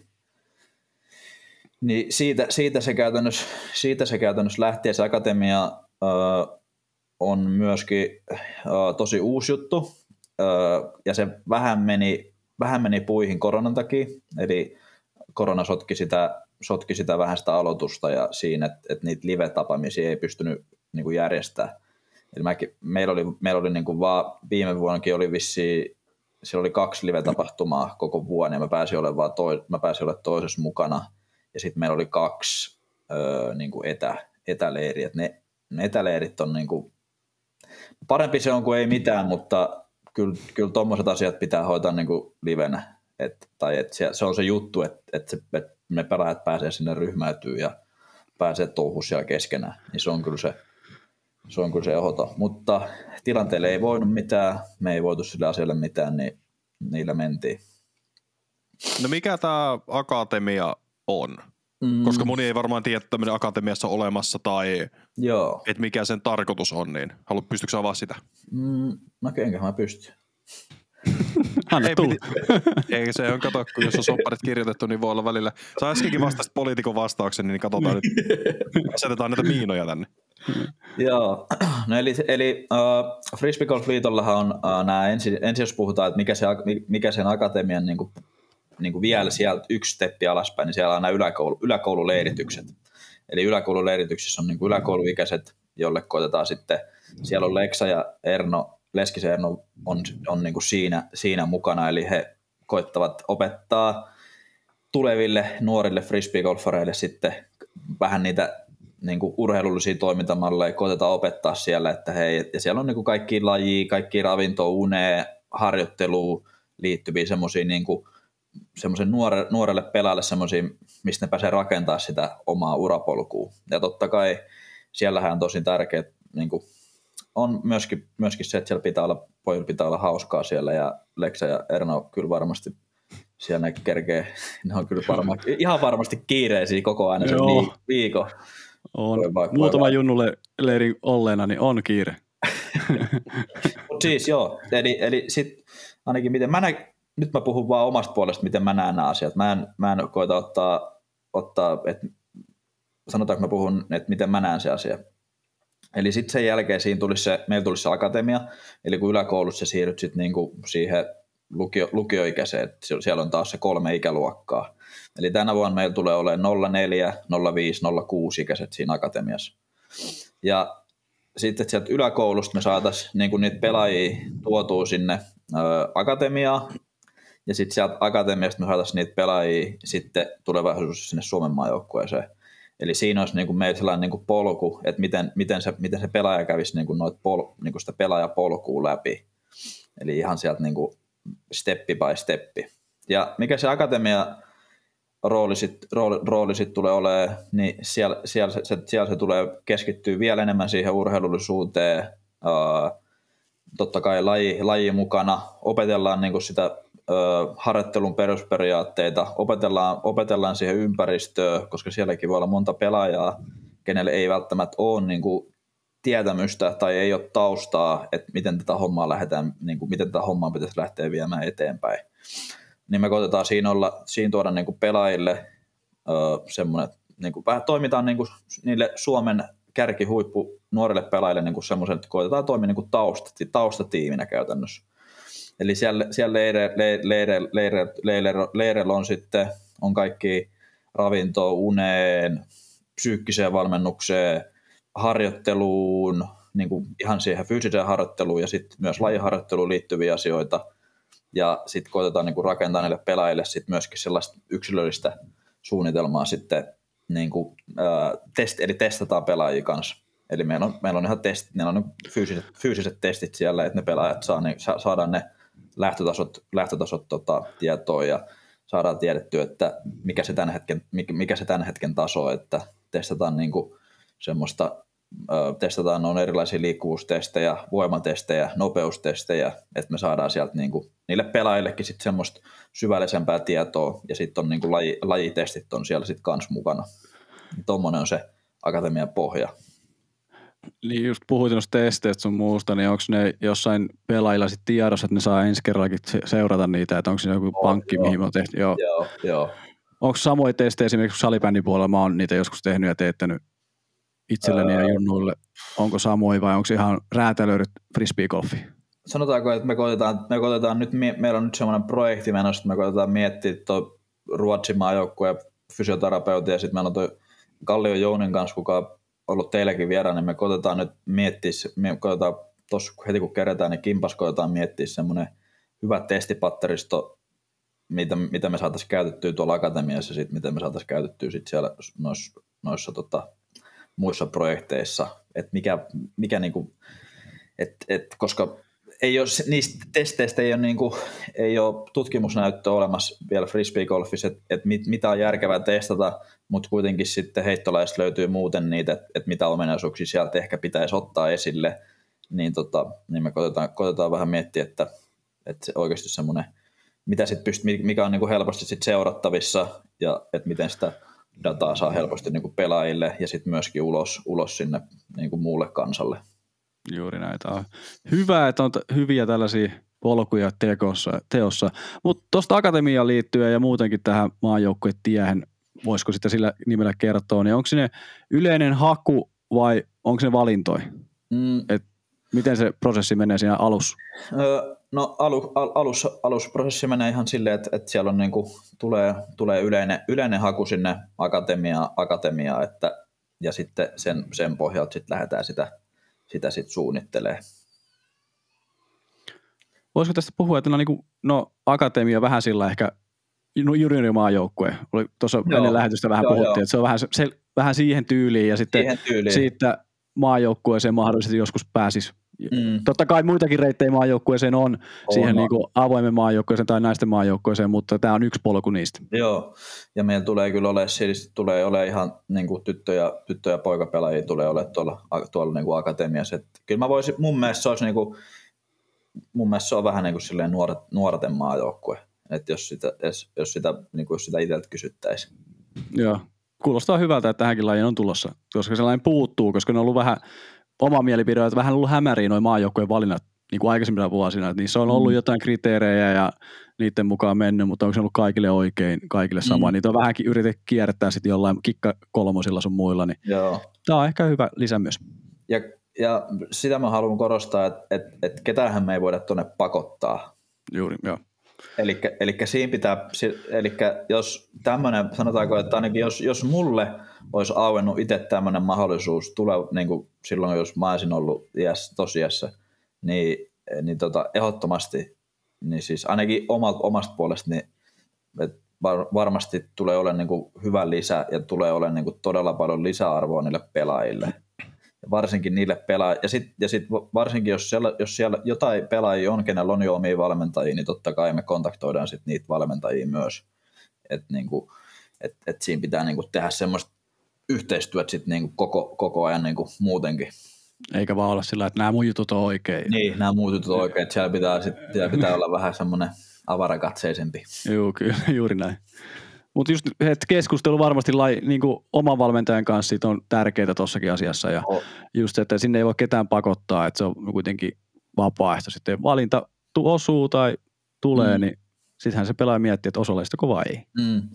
Niin siitä se käytännössä lähti, ja se akatemia on myöskin tosi uusi juttu, ja se vähän meni puihin koronan takia, eli korona sotki sitä vähän sitä aloitusta ja siinä, että niitä live-tapaamisia ei pystynyt niin kuin järjestämään. Eli meillä oli niin kuin vaan viime vuonnakin oli vissiin, siellä oli 2 live-tapahtumaa koko vuonna ja mä pääsin olemaan toisessa mukana ja sitten meillä oli 2 niin kuin etäleiriä. Ne etäleirit on niin kuin, parempi se on kuin ei mitään, mutta kyllä tommoset asiat pitää hoitaa niin kuin livenä. Se on se juttu, että me pelaajat pääsee sinne ryhmäytyyn ja pääsee touhuun siellä keskenään. Niin se on kyllä se ehdoton. Mutta tilanteelle ei voinut mitään, me ei voitu sille asialle mitään, niin niillä mentiin. No mikä tämä akatemia on? Koska moni ei varmaan tiedä, että tämmöinen akatemiassa on olemassa tai että mikä sen tarkoitus on, niin pystytkö sä avaa sitä? No enkä mä pysty. Ei se on, kato, kun jos on sopparit kirjoitettu, niin voi olla välillä. Sä äskenkin vastasit poliitikon vastauksen, niin katsotaan nyt, asetetaan näitä miinoja tänne. Joo, no eli Frisbee Golf Liitollahan on nämä, ensin jos puhutaan, että mikä sen akatemian niin kuin vielä sieltä 1 steppi alaspäin, niin siellä on nämä yläkoululeiritykset. Eli yläkoululeirityksissä on niin kuin yläkouluikäiset, jolle koitetaan sitten, siellä on Leksa ja Leskisen Erno on niin kuin siinä mukana, eli he koittavat opettaa tuleville nuorille frisbeegolfareille sitten vähän niitä niin kuin urheilullisia toimintamalleja koitetaan opettaa siellä, että hei, ja siellä on niin kuin kaikki lajia, kaikki ravintoa, unea, harjoitteluun liittyviä semmoisia niin kuin semmoisen nuorelle pelaajalle semmoisia, mistä ne pääsee rakentamaan sitä omaa urapolkua. Ja totta kai siellähän on tosi tärkeää, niin kuin on myöskin se, että siellä pojilla pitää olla hauskaa siellä, ja Leksa ja Erno kyllä varmasti siellä ne kerkee, ne on kyllä ihan varmasti kiireisiä koko ajan sen viikon. On. Muutama junnulle leirin olleena, niin on kiire. Mut siis joo, eli sit ainakin miten nyt mä puhun vaan omasta puolesta, miten mä näen nämä asiat. Mä en koeta ottaa että sanotaanko mä puhun, että miten mä näen se asia. Eli sitten sen jälkeen meillä tulisi se akatemia, eli kun yläkoulussa siirryt sitten niinku siihen lukioikäiseen, siellä on taas se 3 ikäluokkaa. Eli tänä vuonna meillä tulee olemaan 04, 05, 06 ikäiset siinä akatemiassa. Ja sitten sieltä yläkoulusta me saataisiin niinku niitä pelaajia tuotua sinne akatemiaan, ja sitten sieltä akatemiasta me saataisiin niitä pelaajia sitten tulevaisuudessa sinne Suomen maajoukkueeseen. Eli siinä olisi niin kuin meillä sellainen niin kuin polku, että miten se pelaaja kävisi niin kuin niin kuin sitä pelaajapolkua läpi. Eli ihan sieltä niin kuin steppi by steppi. Ja mikä se akatemia rooli sit tulee olemaan, niin siellä se tulee keskittyä vielä enemmän siihen urheilullisuuteen. Totta kai laji mukana. Opetellaan niin kuin sitä harjoittelun perusperiaatteita, opetellaan siihen ympäristöön, koska sielläkin voi olla monta pelaajaa, kenelle ei välttämättä ole niin kuin tietämystä tai ei ole taustaa, että miten tätä hommaa miten tätä hommaa pitäisi lähteä viemään eteenpäin. Niin me koitetaan siinä tuoda niin kuin pelaajille semmoinen, niin kuin vähän toimitaan niin kuin niille Suomen kärkihuippu nuorille pelaajille niin kuin semmoisen, että koitetaan toimia niin kuin taustatiiminä käytännössä. Eli siellä leireillä on sitten on kaikki ravintoa, uneen, psyykkiseen valmennukseen, harjoitteluun, niin kuin ihan siihen fyysiseen harjoitteluun ja sitten myös lajiharjoitteluun liittyviä asioita. Ja sitten koitetaan niin kuin rakentaa niille pelaajille sitten myöskin sellaista yksilöllistä suunnitelmaa sitten, niin kuin, eli testataan pelaajia kanssa. Eli meillä on ihan testit, meillä on niin fyysiset testit siellä, että ne pelaajat saadaan ne lähtötasot tietoa ja saadaan tiedettyä, että mikä se tämän hetken taso, että testataan niinku semmoista, on erilaisia liikkuvuustestejä, voimatestejä, nopeustestejä, että me saadaan sieltä niinku, niille pelaajillekin sit semmoista syvällisempää tietoa ja sitten on niinku lajitestit on siellä sitten kans mukana. Tuommoinen on se akatemian pohja. Niin just puhuit noista testeistä sun muusta, niin onko ne jossain pelaajilla sitten tiedossa, että ne saa ensi kerrallakin seurata niitä, että onko siinä joku pankki, mihin on tehty? Joo. Onko samoja testejä esimerkiksi salibändin puolella, mä oon niitä joskus tehnyt ja teettänyt itselleni ja junnuille, onko samoja vai onko ihan räätälöidyt frisbeegolfi? Sanotaanko, että me koitetaan nyt, meillä on nyt semmoinen projekti menossa, että me koitetaan miettiä tuo Ruotsin maajoukkueen fysioterapeutti ja sitten meillä on tuo Kallio Jounin kanssa, kuka ollut teilläkin vieraan, niin me koitetaan nyt miettiä, tuossa heti kun kerätään, niin kimpas koitetaan miettiä semmoinen hyvä testipatteristo, mitä me saataisiin käytettyä tuolla akatemiassa ja sitten miten me saataisiin käytettyä sit siellä noissa muissa projekteissa, että mikä niinku, koska ei ole, niistä testeistä ei ole tutkimusnäyttöä olemassa vielä frisbeegolfissa, että mitä on järkevää testata, mutta kuitenkin sitten heittolaista löytyy muuten niitä, että mitä ominaisuuksia sieltä ehkä pitäisi ottaa esille, niin me koitetaan vähän miettiä, että se oikeasti semmoinen, mikä on niinku helposti sit seurattavissa ja että miten sitä dataa saa helposti niinku pelaajille ja sitten myöskin ulos sinne niinku muulle kansalle. Juuri näitä on. Hyvä, että on hyviä tällaisia polkuja teossa. Mutta tuosta akatemiaan liittyen ja muutenkin tähän maajoukkueen tiehen, voisiko sitä sillä nimellä kertoa, niin onko se yleinen haku vai onko se valintoi? Miten se prosessi menee siinä alussa? No alusprosessi menee ihan silleen, että siellä on niinku, tulee yleinen haku sinne akatemiaan ja sitten sen pohjalta sitten lähdetään sitä sitten suunnittelee. Voisiko tästä puhua, että akatemia vähän sillä ehkä juniorimaajoukkue. Tuossa ennen lähetystä vähän puhuttiin, että se on vähän siihen tyyliin ja sitten siitä maajoukkueeseen mahdollisesti joskus pääsisi. Totta kai muitakin reittejä maajoukkueeseen on siihen niin kuin avoimen maajoukkueeseen tai naisten maajoukkueeseen, mutta tämä on yksi polku niistä. Joo, ja meillä tulee kyllä ole ihan niin kuin tyttö- ja poikapelaajia tulee ole tuolla niin kuin akatemiassa. Että kyllä mä voisin, mun mielestä se on vähän niin kuin silleen nuorten maajoukkue, että jos sitä itseltä kysyttäisiin. Joo, kuulostaa hyvältä, että tähänkin lajiin on tulossa, koska sellainen puuttuu, koska ne on ollut vähän oma mielipide, että vähän ollut hämäriä noin maajoukkueen valinnat niin kuin aikaisemmilla vuosina, että niissä on ollut jotain kriteerejä ja niiden mukaan mennyt, mutta onko se ollut kaikille oikein, kaikille sama. Niitä on vähänkin yritetty kierrättää sitten jollain kikkakolmosilla sun muilla, niin tämä on ehkä hyvä lisä myös. Ja sitä mä haluan korostaa, että ketäänhän me ei voida tuonne pakottaa. Juuri, joo. Eli siinä pitää, jos tämmöinen, sanotaanko, että ainakin jos mulle olisi auennut itse tämmöinen mahdollisuus niin kuin silloin, jos mä olisin ollut tosiassa, niin ehdottomasti, niin siis ainakin omasta puolesta, niin varmasti tulee olemaan niin kuin hyvä lisä ja tulee olemaan niin kuin todella paljon lisäarvoa niille pelaajille. Varsinkin niille pelaajille, ja sit varsinkin jos siellä jotain pelaajia on, kenellä on jo omia valmentajia, niin totta kai me kontaktoidaan sit niitä valmentajia myös. Että niinku, et siinä pitää niinku tehdä semmoista yhteistyötä sit niinku koko ajan niinku muutenkin. Eikä vaan olla sillä, että nämä muut jutut on oikein. Niin, nämä muut jutut on oikein, että siellä pitää olla vähän semmoinen avarakatseisempi. Joo, kyllä, juuri näin. Mutta just keskustelu varmasti niin kuin oman valmentajan kanssa siitä on tärkeää tuossakin asiassa. Ja just, että sinne ei voi ketään pakottaa, että se on kuitenkin vapaaehto. Sitten valinta osuu tai tulee, niin sittenhän se pelaaja miettii, että osallistuko vai ei.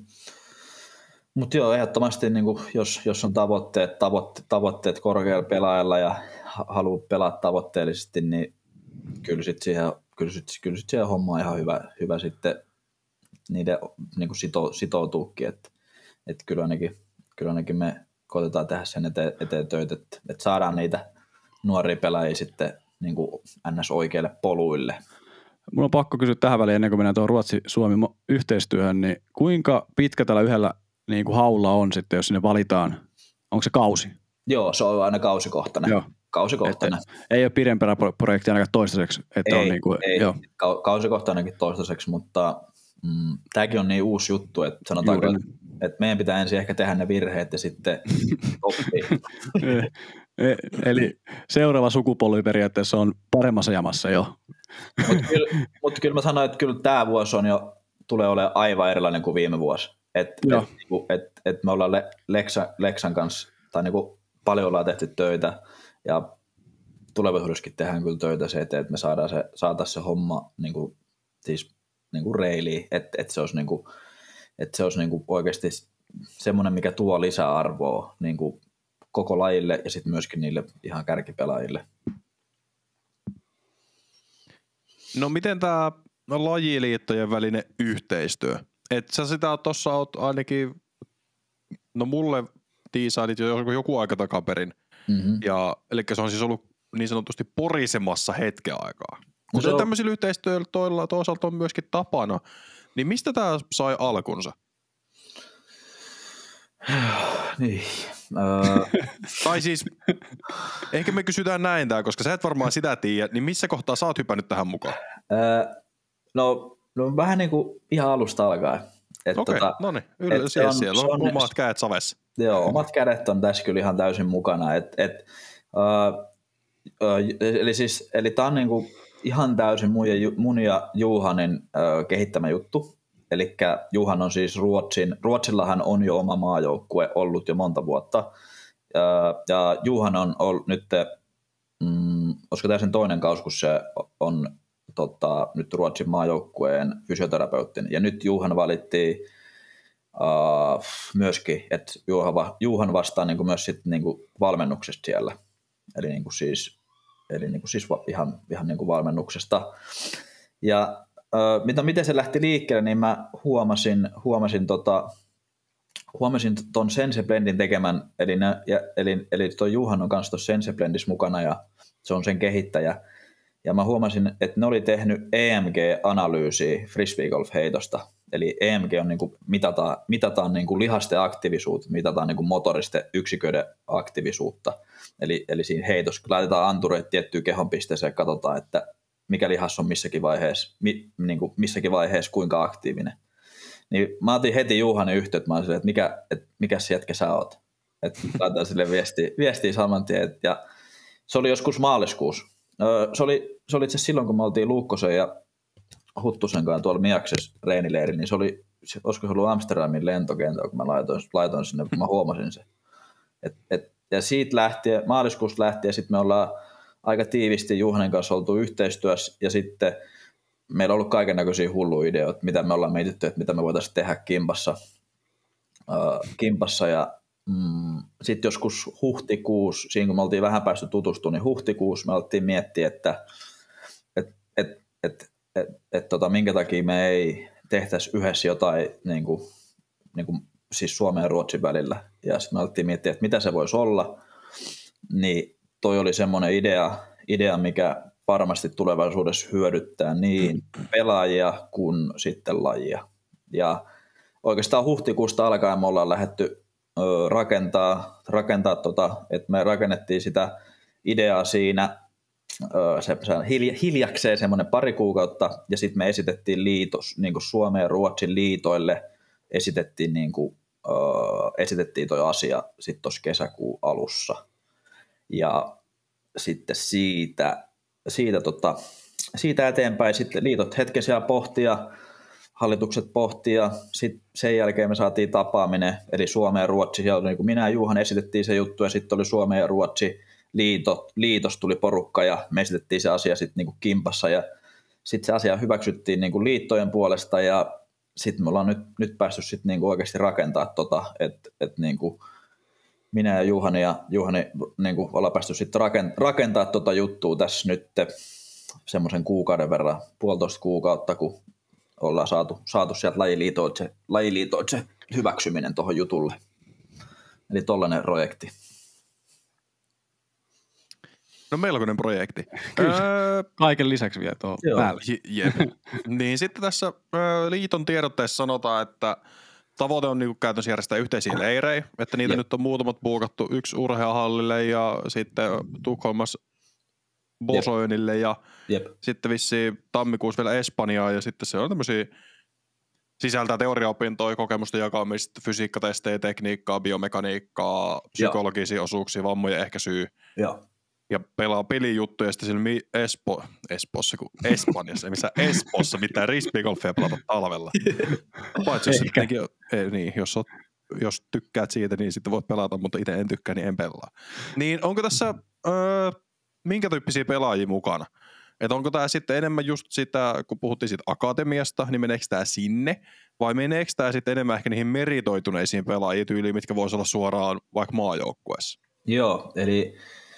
Mutta joo, ehdottomasti niin jos on tavoitteet korkealla pelaajalla ja haluaa pelaa tavoitteellisesti, niin kyllä sit siihen homma on ihan hyvä sitten niiden niin sitoutuukin, että kyllä ainakin me koitetaan tehdä sen eteen töitä, että saadaan niitä nuoria pelaajia sitten niin kuin ns. Oikeille poluille. Mulla on pakko kysyä tähän väliin, ennen kuin mennään tuohon Ruotsi-Suomi yhteistyöhön, niin kuinka pitkä tällä yhdellä niin kuin haulla on sitten, jos sinne valitaan? Onko se kausi? Joo, se on aina kausikohtainen. Joo. Kausikkohtainen. Ei ole pidempänä projekti ainakaan toistaiseksi. Että ei, on niin kuin, ei. Kausikkohtainenkin toistaiseksi, mutta tämäkin on niin uusi juttu, että sanotaanko, että meidän pitää ensin ehkä tehdä ne virheet ja sitten oppia. Eli seuraava sukupolvi periaatteessa on paremmassa jamassa jo. Mutta kyllä mä sanoin, että kyllä tämä vuosi tulee olemaan aivan erilainen kuin viime vuosi. Et me ollaan Leksan kanssa, tai niinku paljon ollaan tehty töitä, ja tulevaisuudessakin tehdään kyllä töitä se eteen, että me saataisiin se homma niinku, siis niinku reiliin, että se olisi niinku oikeasti semmoinen, mikä tuo lisäarvoa niinku koko lajille ja sitten myöskin niille ihan kärkipelaajille. No miten tämä lajiliittojen välinen yhteistyö? Että sä sitä tuossa oot ainakin, no mulle tiisailit jo joku aika takaperin. Ja, eli se on siis ollut niin sanotusti porisemassa hetken aikaa. Kun se tämmöisillä yhteistyöllä toisaalta on myöskin tapana, niin mistä tämä sai alkunsa? Niin. Tai siis, ehkä me kysytään näin tää, koska sä et varmaan sitä tiedä, niin missä kohtaa sä oot hypännyt tähän mukaan? No vähän niin kuin ihan alusta alkaen. Okei, no niin, siellä on omat kädet savessa. Joo, omat kädet on tässä kyllä ihan täysin mukana. Eli tämä on niin kuin ihan täysin mun ja Juhanin kehittämä juttu. Eli Juhan on siis Ruotsillahan on jo oma maajoukkue ollut jo monta vuotta. Ja Juhan on ollut nyt, olisiko tämä sen toinen kausi, kun se on nyt Ruotsin maajoukkueen fysioterapeutin. Ja nyt Juhan valittiin myöskin, että Juhan vastaa niin kuin myös sit niin kuin valmennuksesta siellä. Eli niin kuin siis ihan niin kuin valmennuksesta. Ja miten se lähti liikkeelle, niin mä huomasin ton Senseblendin tekemän, eli tuo Juhan on kanssa tuossa Senseblendissä mukana ja se on sen kehittäjä. Ja mä huomasin, että ne oli tehnyt EMG-analyysiä frisbeegolf-heitosta. Eli EMG on niin kuin mitataan niin kuin lihasten aktiivisuutta, mitataan niin kuin motoristen yksiköiden aktiivisuutta. Eli siinä heitossa, kun laitetaan antureet tiettyyn kehonpisteeseen, katsotaan, että mikä lihas on missäkin vaiheessa kuinka aktiivinen. Niin mä otin heti Juhanin yhteyttä, mä olin silleen, että mikä jätkä sä oot? Että laitan sille viestiä saman tien. Ja se oli joskus maaliskuussa. Se oli itse asiassa silloin, kun me oltiin Luukkosen ja Huttusen kanssa tuolla Miaksessa reenileiri, niin olisiko se ollut Amsterdamin lentokentällä, kun mä laitoin sinne, kun mä huomasin sen. Ja siitä lähtien, maaliskuusta lähtien, sitten me ollaan aika tiivisti Juhanin kanssa oltu yhteistyössä, ja sitten meillä on ollut kaikennäköisiä hulluja ideoita, mitä me ollaan mietitty, että mitä me voitaisiin tehdä kimpassa ja sitten joskus huhtikuussa, siinä kun me oltiin vähän päästy tutustumaan, niin huhtikuussa me alettiin miettiä, että minkä takia me ei tehtäisi yhdessä jotain niin kuin siis Suomen ja Ruotsin välillä. Ja sitten me alettiin miettiä, että mitä se voisi olla. Niin toi oli semmoinen idea, mikä varmasti tulevaisuudessa hyödyttää niin pelaajia kuin sitten lajia. Ja oikeastaan huhtikuusta alkaen me ollaan lähdetty rakentaa että me rakennettiin sitä ideaa siinä hiljakseen semmoinen pari kuukautta, ja sitten me esitettiin niin kuin Suomen ja Ruotsin liitoille, esitettiin toi asia sitten tuossa kesäkuun alussa. Ja sitten siitä eteenpäin sitten liitot hetken siellä pohtia, hallitukset pohtia, sitten sen jälkeen me saatiin tapaaminen, eli Suomen ja Ruotsi, siellä niin kuin minä ja Juhan esitettiin se juttu, ja sitten oli Suomen ja Ruotsi liitos tuli porukka, ja me esitettiin se asia sitten niin kuin kimpassa, ja sitten se asia hyväksyttiin niin kuin liittojen puolesta, ja sitten me ollaan nyt päästy sitten niin kuin oikeasti rakentaa että niin kuin minä ja Juhani niin kuin ollaan päästy sitten rakentaa juttua tässä nyt semmoisen kuukauden verran, 1,5 kuukautta, kun ollaan saatu sieltä lajiliitoitse hyväksyminen tuohon jutulle. Eli tollainen projekti. No melkoinen projekti. Kaiken lisäksi vielä tuohon päälle. Niin sitten tässä liiton tiedotteessa sanotaan, että tavoite on niinku käytännössä järjestää yhteisiä leirejä, että niitä nyt on muutamat buukattu, yksi Urheahallille ja sitten Tukholmassa Bosoönille ja sitten vissiin tammikuussa vielä Espanjaa, ja sitten se on tämmöisiä sisältää teoriaopintoja, kokemusten jakamista, fysiikkatestejä, tekniikkaa, biomekaniikkaa, psykologisia osuuksia, vammojen ehkäisyä ja pelaa pelijuttuja, ja sitten siellä Espanjassa, ei missään Espoossa mitään rispigolfia pelata talvella. Paitsi jos tykkäät siitä, niin sitten voit pelata, mutta itse en tykkää, niin en pelaa. Niin onko tässä minkä tyyppisiä pelaajia mukana? Että onko tämä sitten enemmän just sitä, kun puhuttiin siitä akatemiasta, niin meneekö tämä sinne? Vai meneekö tämä sitten enemmän ehkä niihin meritoituneisiin pelaajiin tyyliin, mitkä voisi olla suoraan vaikka maajoukkueessa? Joo, eli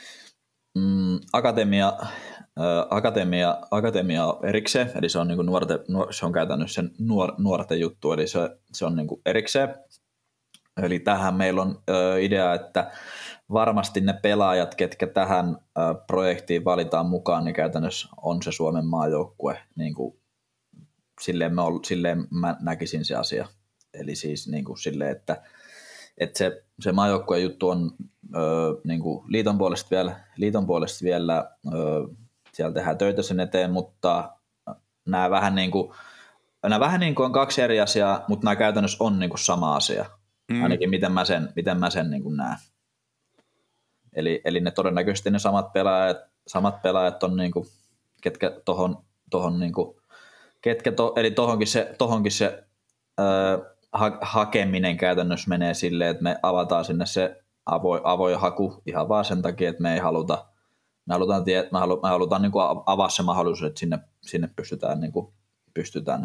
akatemia erikseen, eli se on, niin kuin se on käytännössä sen nuorten juttu, eli se on niin kuin erikseen. Eli tähän meillä on idea, että varmasti ne pelaajat, ketkä tähän projektiin valitaan mukaan, niin käytännössä on se Suomen maajoukkue. Niin kuin, silleen mä näkisin se asia. Eli siis niin kuin silleen, että se maajoukkueen juttu on niin kuin liiton puolesta vielä siellä tehdään töitä sen eteen, mutta nämä vähän niin kuin on kaksi eri asiaa, mutta nämä käytännössä on niin kuin sama asia. Ainakin miten mä sen niin kuin näen. Eli ne todennäköisesti ne samat pelaajat on niinku, ketkä tohon niinku, eli tohonkin se hakeminen käytännössä menee silleen, että me avataan sinne se avoin haku ihan vaan sen takia, että me halutaan niinku avaa se mahdollisuus, että sinne pystytään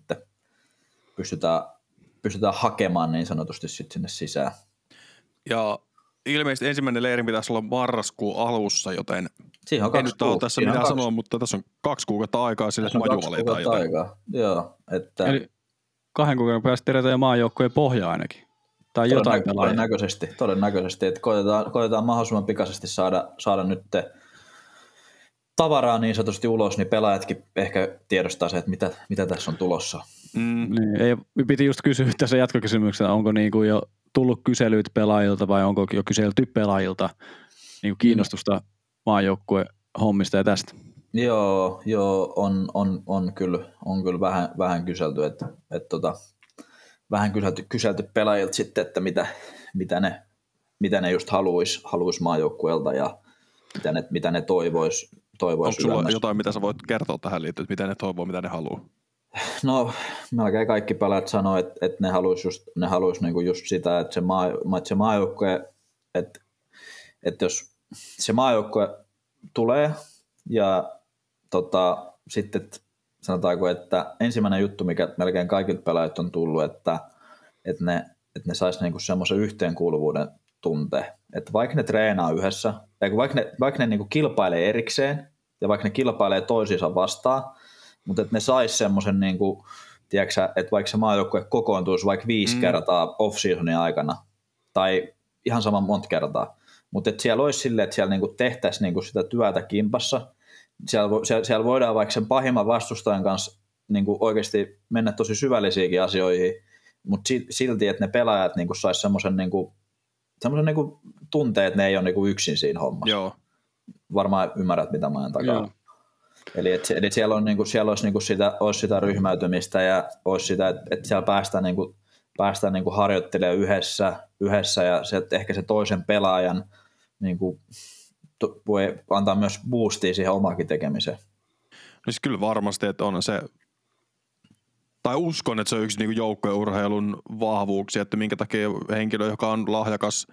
hakemaan niin sanotusti sit sinne sisään. Ja ilmeisesti ensimmäinen leiri pitäisi olla marraskuun alussa, joten siihen on en nyt ole tässä mitään sanoa, mutta tässä on 2 kuukautta aikaa sille, että Maju valitaan jotain. Joo, että eli 2 kuukauden päästä tiedetään jo maajoukkojen pohja ainakin. Tai jotain pelaajia. Todennäköisesti, että koitetaan mahdollisimman pikaisesti saada nyt tavaraa niin sanotusti ulos, niin pelaajatkin ehkä tiedostaa se, että mitä tässä on tulossa. Niin, piti just kysyä tässä jatkokysymyksessä, onko niinku jo tullut kyselyitä pelaajilta vai onko jo kyselty pelaajilta niinku kiinnostusta maajoukkueen hommista ja tästä? Joo, on kyllä vähän kyselty, että vähän kyselty pelaajilta sitten, että mitä ne just haluis maajoukkueelta ja mitä ne toivois. Onko sulla jotain, mitä sä voit kertoa tähän liittyen, että mitä ne toivoo, mitä ne haluaa? No, melkein kaikki pelaajat sanoo, että ne haluis niinku just sitä, että se maajoukkue, että jos se maajoukkue tulee ja sitten sanotaanko, että ensimmäinen juttu, mikä melkein kaikilta pelaajat on tullut, että ne sais niinku semmoisen yhteenkuuluvuuden tunteen, että vaikka ne treenaa yhdessä, vaikka ne niinku kilpailee erikseen ja vaikka ne kilpailee toisiinsa vastaan, mutta että ne sais semmoisen, niinku, tiedätkö, että vaikka se maajoukkue kokoontuisi vaikka 5 kertaa off-seasonin aikana tai ihan sama monta kertaa, mutta että siellä olisi silleen, että siellä niinku tehtäisiin niinku sitä työtä kimpassa. Siellä voidaan vaikka sen pahimman vastustajan kanssa niinku oikeasti mennä tosi syvällisiinkin asioihin, mutta silti, että ne pelaajat niinku sais semmoisen niinku tunteen, että ne ei ole niinku yksin siinä hommassa. Joo. Varmaan ymmärrät, mitä mä en takaa. Joo. Eli siellä olisi sitä ryhmäytymistä ja olisi sitä, että siellä päästään niinku harjoittelemaan yhdessä ja ehkä se toisen pelaajan niinku, voi antaa myös boostia siihen omakin tekemiseen. No siis kyllä varmasti, että on se, tai uskon, että se on yksi niinku joukkueurheilun vahvuuksia, että minkä takia henkilö, joka on lahjakas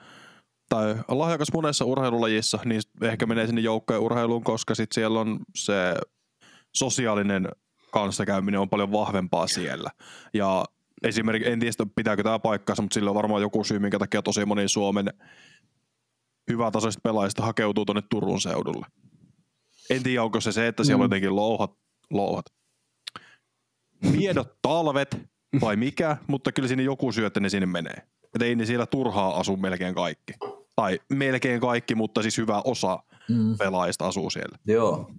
monessa urheilulajissa, niin ehkä menee sinne joukkueurheiluun, koska sitten siellä on se sosiaalinen kanssakäyminen on paljon vahvempaa siellä. Ja esimerkiksi, en tiedä, pitääkö tämä paikkaansa, mutta sillä on varmaan joku syy, minkä takia tosi moni Suomen hyvätasoisista pelaajista hakeutuu tuonne Turun seudulle. En tiedä, onko se, että siellä on jotenkin louhat. Miedot talvet vai mikä, mutta kyllä siinä joku syy, että ne sinne menee. Että ei ne siellä turhaa asu melkein kaikki. Tai melkein kaikki, mutta siis hyvä osa pelaajista asuu siellä. Joo.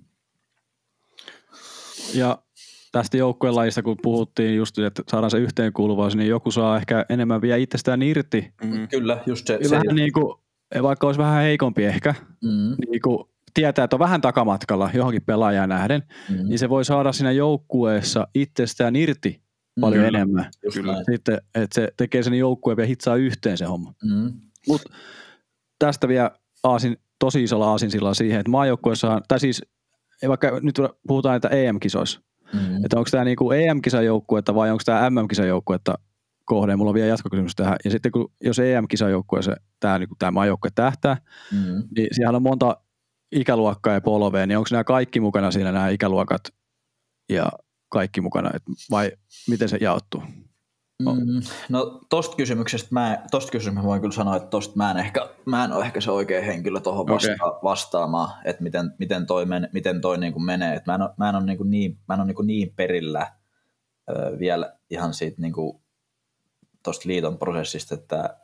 Ja tästä joukkueen lajista, kun puhuttiin just, että saadaan se yhteenkuuluvuus, niin joku saa ehkä enemmän vielä itsestään irti. Kyllä, just se. Vähän niin kuin, vaikka olisi vähän heikompi ehkä, niin kuin tietää, että on vähän takamatkalla johonkin pelaajaan nähden, niin se voi saada siinä joukkueessa itsestään irti paljon enemmän. Sitten, että se tekee sen joukkueen vielä hitsaa yhteen se homma. Mutta tästä vielä tosi isolla aasinsilla siihen, että maajoukkueessa, tai siis vaikka nyt puhutaan, että EM-kisoissa, että onko tämä niinku EM-kisajoukkuetta vai onko tämä MM-kisajoukkuetta kohde, mulla on vielä jatkokysymys tähän, ja sitten jos EM-kisajoukkueessa tämä niinku maajoukkue tähtää, niin siellä on monta ikäluokkaa ja polvea, niin onko nämä kaikki mukana siinä, nämä ikäluokat ja kaikki mukana, vai miten se jaottuu? No tosta kysymyksestä voin kyllä sanoa, että tosta mä en ole ehkä se oikea henkilö tuohon vastaamaan, että miten toi niinku menee, että mä en ole niin perillä vielä ihan siitä niinku tosta liiton prosessista, että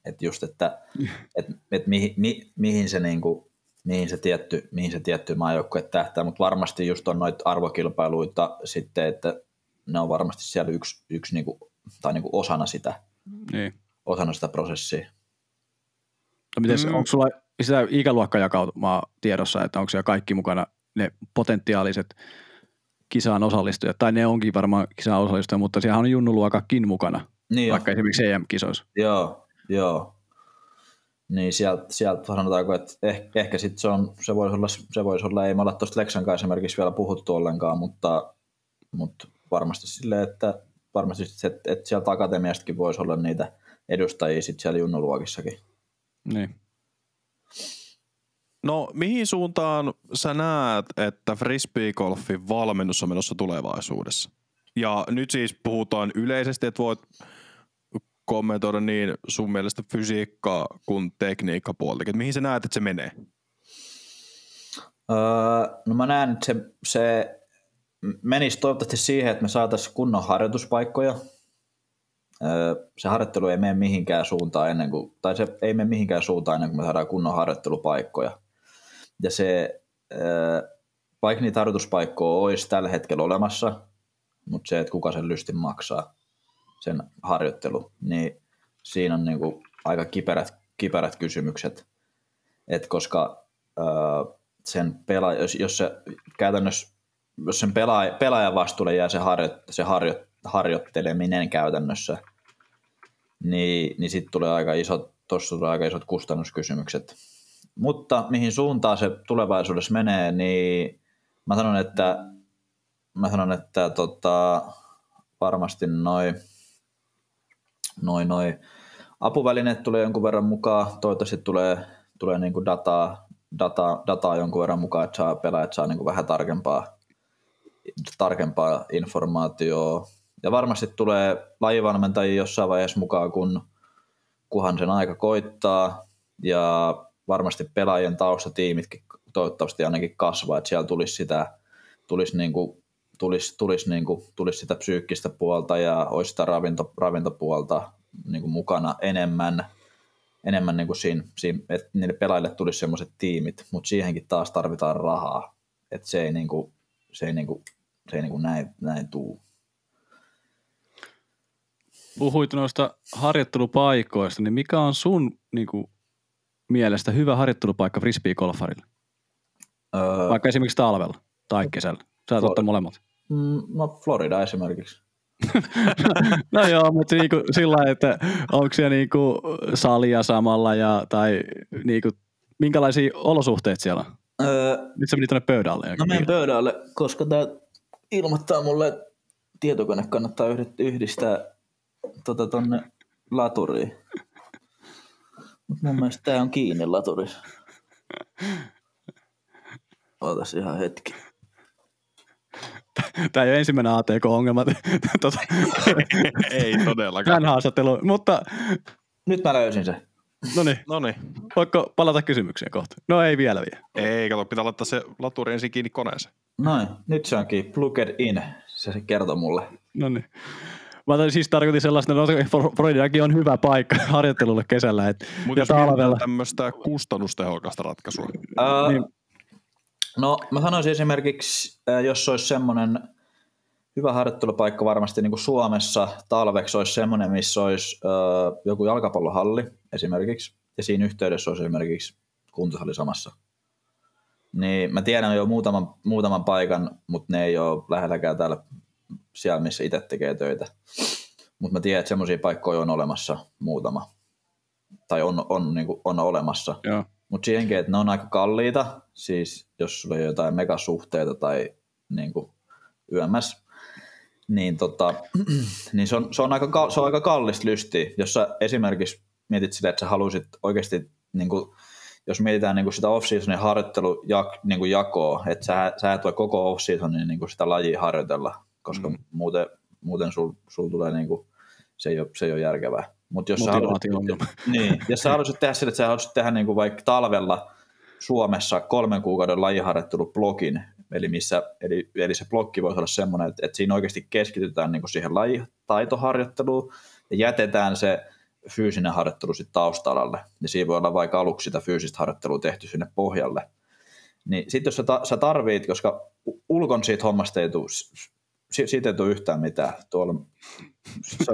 mihin se tietty maajoukkue tähtää, mutta varmasti just on noita arvokilpailuita sitten, että ne on varmasti siellä yksi niinku, tai niinku osana sitä prosessia. No mites, onko sulla sitä ikäluokkajakaumaa tiedossa, että onko siellä kaikki mukana ne potentiaaliset kisaan osallistujat, tai ne onkin varmaan kisaan osallistujat, mutta siellä on junnuluokakin mukana, niin vaikka esimerkiksi EM-kisoissa. Joo. Niin sieltä sanotaanko, että ehkä sitten se voisi olla, ei me olla tuosta Leksan kanssa esimerkiksi vielä puhuttu ollenkaan, mutta varmasti silleen, että sieltä akatemiastakin voisi olla niitä edustajia sitten siellä junnuluokissakin. Niin. No mihin suuntaan sä näet, että frisbeegolfin valmennus on menossa tulevaisuudessa? Ja nyt siis puhutaan yleisesti, että voit kommentoida niin sun mielestä fysiikkaa kuin tekniikkapuoltakin. Mihin sä näet, että se menee? No mä näen, että se menisi toivottavasti siihen, että me saataisiin kunnon harjoituspaikkoja. Se harjoittelu ei mene mihinkään suuntaan ennen kuin me saadaan kunnon harjoittelupaikkoja. Ja vaikka niitä harjoituspaikkoja olisi tällä hetkellä olemassa, mutta se, että kuka sen lystin maksaa, sen harjoittelu, niin siinä on niin kuin aika kiperät kysymykset, että koska sen jos se käytännössä, jos sen pelaajan vastuulle jää se harjoitteleminen käytännössä, niin sitten tulee aika isot kustannuskysymykset. Mutta mihin suuntaan se tulevaisuudessa menee, niin mä sanon, että varmasti noi apuvälineet tulee jonkun verran mukaan, toivottavasti tulee niin kuin dataa jonkun verran mukaan, että pelaajat saa niin kuin vähän tarkempaa informaatiota. Ja varmasti tulee lajivalmentajia jossain vaiheessa mukaan, kunhan sen aika koittaa. Ja varmasti pelaajien taustatiimitkin toivottavasti ainakin kasvaa, että siellä tulisi sitä psyykkistä puolta ja olisi sitä ravintopuolta niin kuin mukana enemmän niin kuin siinä, että niille pelaajille tulisi sellaiset tiimit, mutta siihenkin taas tarvitaan rahaa, että se ei näin tuu. Puhuit noista harjoittelupaikoista, niin mikä on sun niin kuin, mielestä hyvä harjoittelupaikka frisbee-golfarille? Vaikka esimerkiksi talvella tai kesällä. Sä oot ottaa molemmat. No Florida esimerkiksi. No joo, mutta niinku sillä lailla, että onko siellä niinku salia samalla tai niinku, minkälaisia olosuhteet siellä on? Nyt sä menit tuonne pöydälle. No menen pöydälle, koska tää ilmoittaa mulle, että tietokone kannattaa yhdistää tonne laturiin. Mut mun mielestä tää on kiinni laturissa. Ootas ihan hetki. Tämä ei ole ensimmäinen ATK-ongelma. Ei todellakaan. Tämän haastattelu, mutta... Nyt mä löysin se. Noniin. Voitko palata kysymykseen kohta? No ei vielä. Ei, kato, pitää laittaa se laturi ensin kiinni koneeseen. Noin, nyt se onkin plugged in. Se kertoo mulle. Noniin. Mä siis tarkoitin sellaista, että Freudiakin on hyvä paikka harjoittelulle kesällä. Mutta jos talvella tämmöistä kustannustehokasta ratkaisua. Niin. No mä sanoisin esimerkiksi, jos olisi semmoinen hyvä harjoittelupaikka varmasti niin kuin Suomessa talveksi olisi semmoinen, missä olisi joku jalkapallohalli esimerkiksi, ja siinä yhteydessä olisi esimerkiksi kuntosalli samassa. Niin mä tiedän jo muutaman paikan, mutta ne ei ole lähelläkään täällä siellä, missä itse tekee töitä. Mutta mä tiedän, että semmoisia paikkoja on olemassa muutama. Tai on olemassa. Mutta siihenkin, että ne on aika kalliita, siis jos sulla on jotain megasuhteita tai niin kuin yömmäs, niin, niin se on aika kallista lystiä. Jos sä esimerkiksi mietit sitä, että sä haluaisit oikeasti, niin kuin, jos mietitään niin kuin sitä off-seasonin niin kuin jakoa, että sä et voi koko off-seasonin niin kuin sitä lajia harjoitella, koska muuten sul tulee, niin kuin, se ei ole järkevää. Mutta jos sä haluaisit tehdä sille, että sä haluaisit tehdä niin kuin vaikka talvella Suomessa 3 kuukauden lajiharjoittelublogin, eli se blokki voisi olla semmoinen, että siinä oikeasti keskitytään niin kuin siihen lajitaitoharjoitteluun ja jätetään se fyysinen harjoittelu sitten tausta-alalle. Ja siinä voi olla vaikka aluksi sitä fyysistä harjoittelua tehty sinne pohjalle. Niin sitten jos sä tarvit, koska ulkon siitä hommasta ei tule, siitä ei tule yhtään mitään. Tuolla, se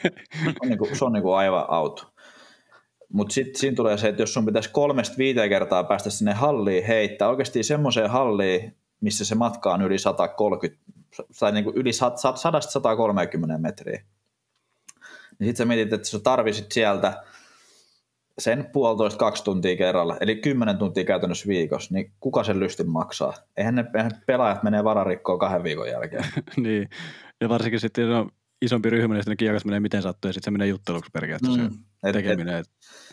on niinku aivan auto. Mutta sitten siinä tulee se, että jos sun pitäisi 3-5 kertaa päästä sinne halliin heittää, oikeasti semmoiseen halliin, missä se matka on yli 130, tai niinku yli 100-130 metriä, niin sitten sä mietit, että sä tarvisit sieltä sen 1,5-2 tuntia kerralla, eli 10 tuntia käytännössä viikossa, niin kuka sen lystin maksaa? Eihän pelaajat menee vararikkoon 2 viikon jälkeen. Niin, ja varsinkin sitten on isompi ryhmä, niin sitten kiekas menee miten sattuu, ja sitten se menee jutteluksi periaatteessa tekeminen.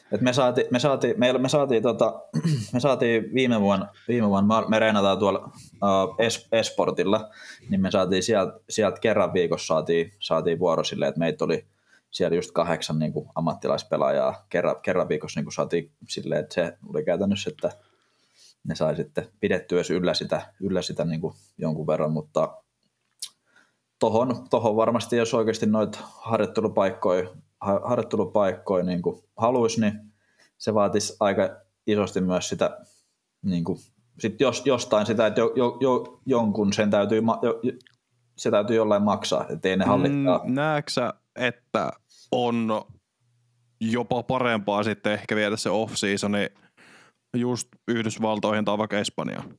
Me saatiin viime vuonna, me reenataan tuolla Esportilla, niin me saatiin sieltä kerran viikossa saatiin vuoro silleen, että meitä oli siellä just 8 niin kuin ammattilaispelaajaa kerran viikossa niin kuin saatiin silleen, että se oli käytännössä, että ne sai sitten pidettyä yllä sitä niin kuin jonkun verran, mutta tohon varmasti, jos oikeasti noita harjoittelupaikkoja niin kuin haluaisi, niin se vaatisi aika isosti myös sitä niin kuin sitten jostain sitä, että jonkun sen täytyy, se täytyy jollain maksaa, ettei ne hallittaa. Näetkö sä, että on jopa parempaa sitten ehkä viedä se off-seasoni just Yhdysvaltoihin tai vaikka Espanjaan?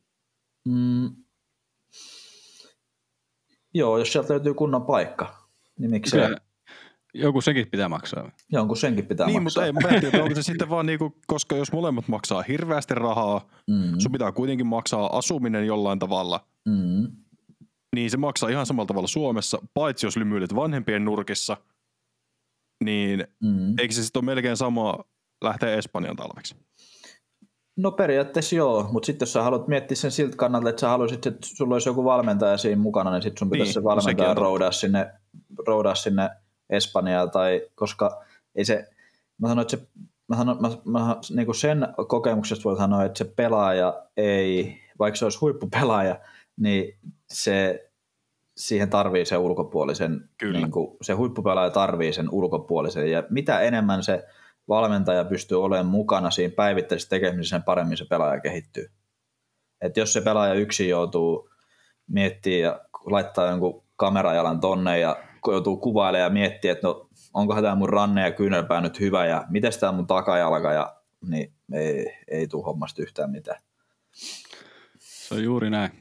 Joo, jos sieltä löytyy kunnon paikka, niin miksei? Joku senkin pitää maksaa. Jonkun senkin pitää niin, maksaa. Mutta ei, mä en tiedä, onko se sitten vaan niinku, koska jos molemmat maksaa hirveästi rahaa, sun pitää kuitenkin maksaa asuminen jollain tavalla, niin se maksaa ihan samalla tavalla Suomessa, paitsi jos lymyilet vanhempien nurkissa, niin eikö se sitten ole melkein sama lähteä Espanjan talveksi? No periaatteessa joo, mutta sitten jos sä haluat miettiä sen siltä kannalta, että sä haluaisit, että sulla olisi joku valmentaja siinä mukana, niin sitten sun pitäisi se valmentaja roudaa sinne Espanjaan, tai koska ei se, mä sanon, että niin kuin sen kokemuksesta voi sanoa, että se pelaaja ei, vaikka se olisi huippupelaaja, niin siihen tarvii se ulkopuolisen, niin kuin, se huippupelaaja tarvii sen ulkopuolisen, ja mitä enemmän se valmentaja pystyy olemaan mukana siinä päivittäisessä tekemisessä, sen paremmin se pelaaja kehittyy. Et jos se pelaaja yksin joutuu miettimään ja laittaa jonkun kamerajalan tonne ja joutuu kuvailemaan ja miettimään, että no, onkohan tämä mun ranne ja kyynärpää nyt hyvä ja miten tämä mun takajalka, niin ei tule hommasta yhtään mitään. Se on juuri näin.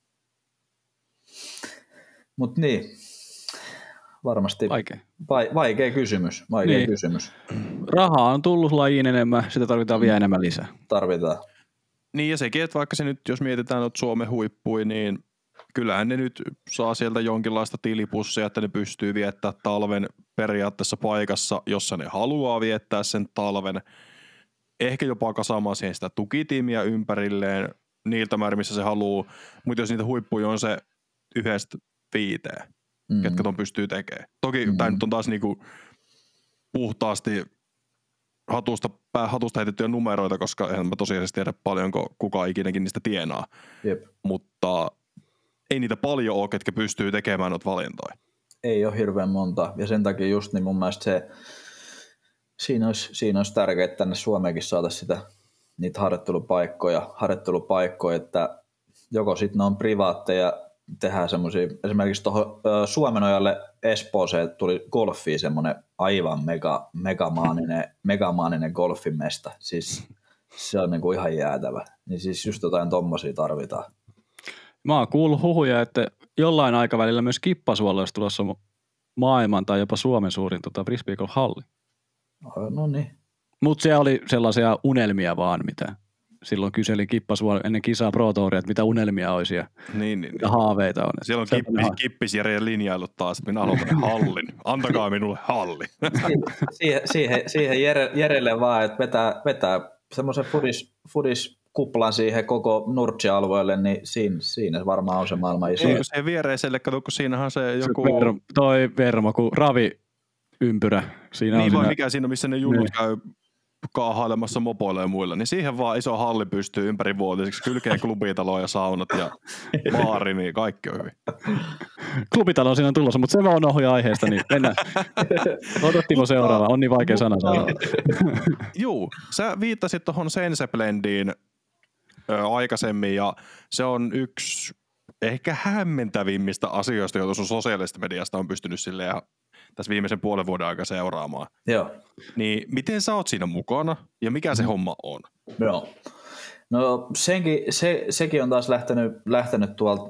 Mutta niin, varmasti vaikea kysymys. Kysymys. Rahaa on tullut lajiin enemmän, sitä tarvitaan vielä enemmän lisää. Tarvitaan. Niin ja sekin, että vaikka se nyt, jos mietitään että Suomen huippui, niin kyllähän ne nyt saa sieltä jonkinlaista tilipussia, että ne pystyy viettämään talven periaatteessa paikassa, jossa ne haluaa viettää sen talven. Ehkä jopa kasaamaan siihen sitä tukitiimiä ympärilleen niiltä määrin, missä se haluaa. Mutta jos niitä huippuja on se 1-5, ketkä ton pystyy tekemään. Toki tämä nyt on taas niinku puhtaasti hatusta heitettyjä numeroita, koska en mä tosiasiassa tiedä paljonko kukaan ikinäkin niistä tienaa. Jep. Mutta ei niitä paljon ole, ketkä pystyy tekemään noita valintoja. Ei ole hirveän monta. Ja sen takia just niin mun mielestä siinä olisi tärkeää, että tänne Suomeenkin saataisiin niitä harjoittelupaikkoja, että joko sitten ne on privaatteja, tehdään semmoisia, esimerkiksi tuohon Suomenojalle Espooseen tuli golfiin semmoinen aivan megamaaninen golfimesta. Siis se on niinku ihan jäätävä. Niin siis just jotain tommosia tarvitaan. Mä oon kuullut huhuja, että jollain aikavälillä myös Kippasuolla olisi tulossa maailman tai jopa Suomen suurin frisbeegolf-halli. No niin. Mutta se oli sellaisia unelmia vaan, mitä silloin kyselin Kippasuolla ennen kisaa Pro Touria, että mitä unelmia olisi ja mitä haaveita on. Siellä on Kippisjärjen linjailut taas, että minä haluan hallin. Antakaa minulle halli. Siihen Jerelle vaan, että vetää semmoisen fudiskuplan siihen koko Nurtsi-alueelle, niin siinä varmaan on se maailman iso. Eikö se viereiselle, kato, kun siinähän se joku... Toi Vermo, kun raviympyrä. Siinä niin on vai mikä siinä, missä ne junut käy kaahailemassa mopoilla ja muilla, niin siihen vaan iso halli pystyy ympärivuotiseksi, kylkeen klubitaloa ja saunat ja baari, niin kaikki on hyvin. Klubitalo on siinä tulossa, mutta se vaan on ohjaa aiheesta, niin mennään. Otettiinko seuraava? On niin vaikea sana sanoa. Juu, sä viittasit tuohon Senseblendiin aikaisemmin, ja se on yksi ehkä hämmentävimmistä asioista, joita sun sosiaalisesta mediasta on pystynyt silleen tässä viimeisen puolen vuoden aika seuraamaan. Joo. Niin miten sä oot siinä mukana ja mikä se homma on? Joo. No sekin on taas lähtenyt tuolta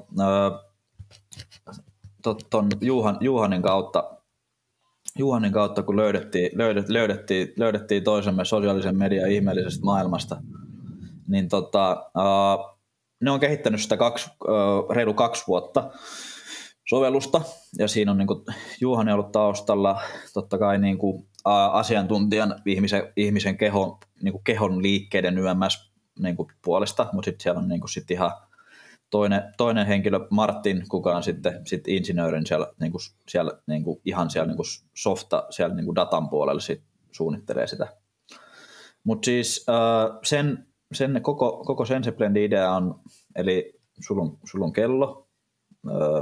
ton Juhanin kautta, kun löydettiin toisemme sosiaalisen median ihmeellisestä maailmasta, niin ne on kehittänyt sitä reilu 2 vuotta sovellusta, ja siinä on niinku Juhani ollut taustalla totta kai niinku asiantuntijan ihmisen kehon liikkeiden YMS niinku puolesta, mutta sitten siellä on niinku ihan toinen henkilö Martin, kuka on sitten insinöörin siellä ihan siellä niinku softa siellä niinku datan puolella suunnittelee sitä. Mutta siis sen koko Senseblendin idea on, eli sulla on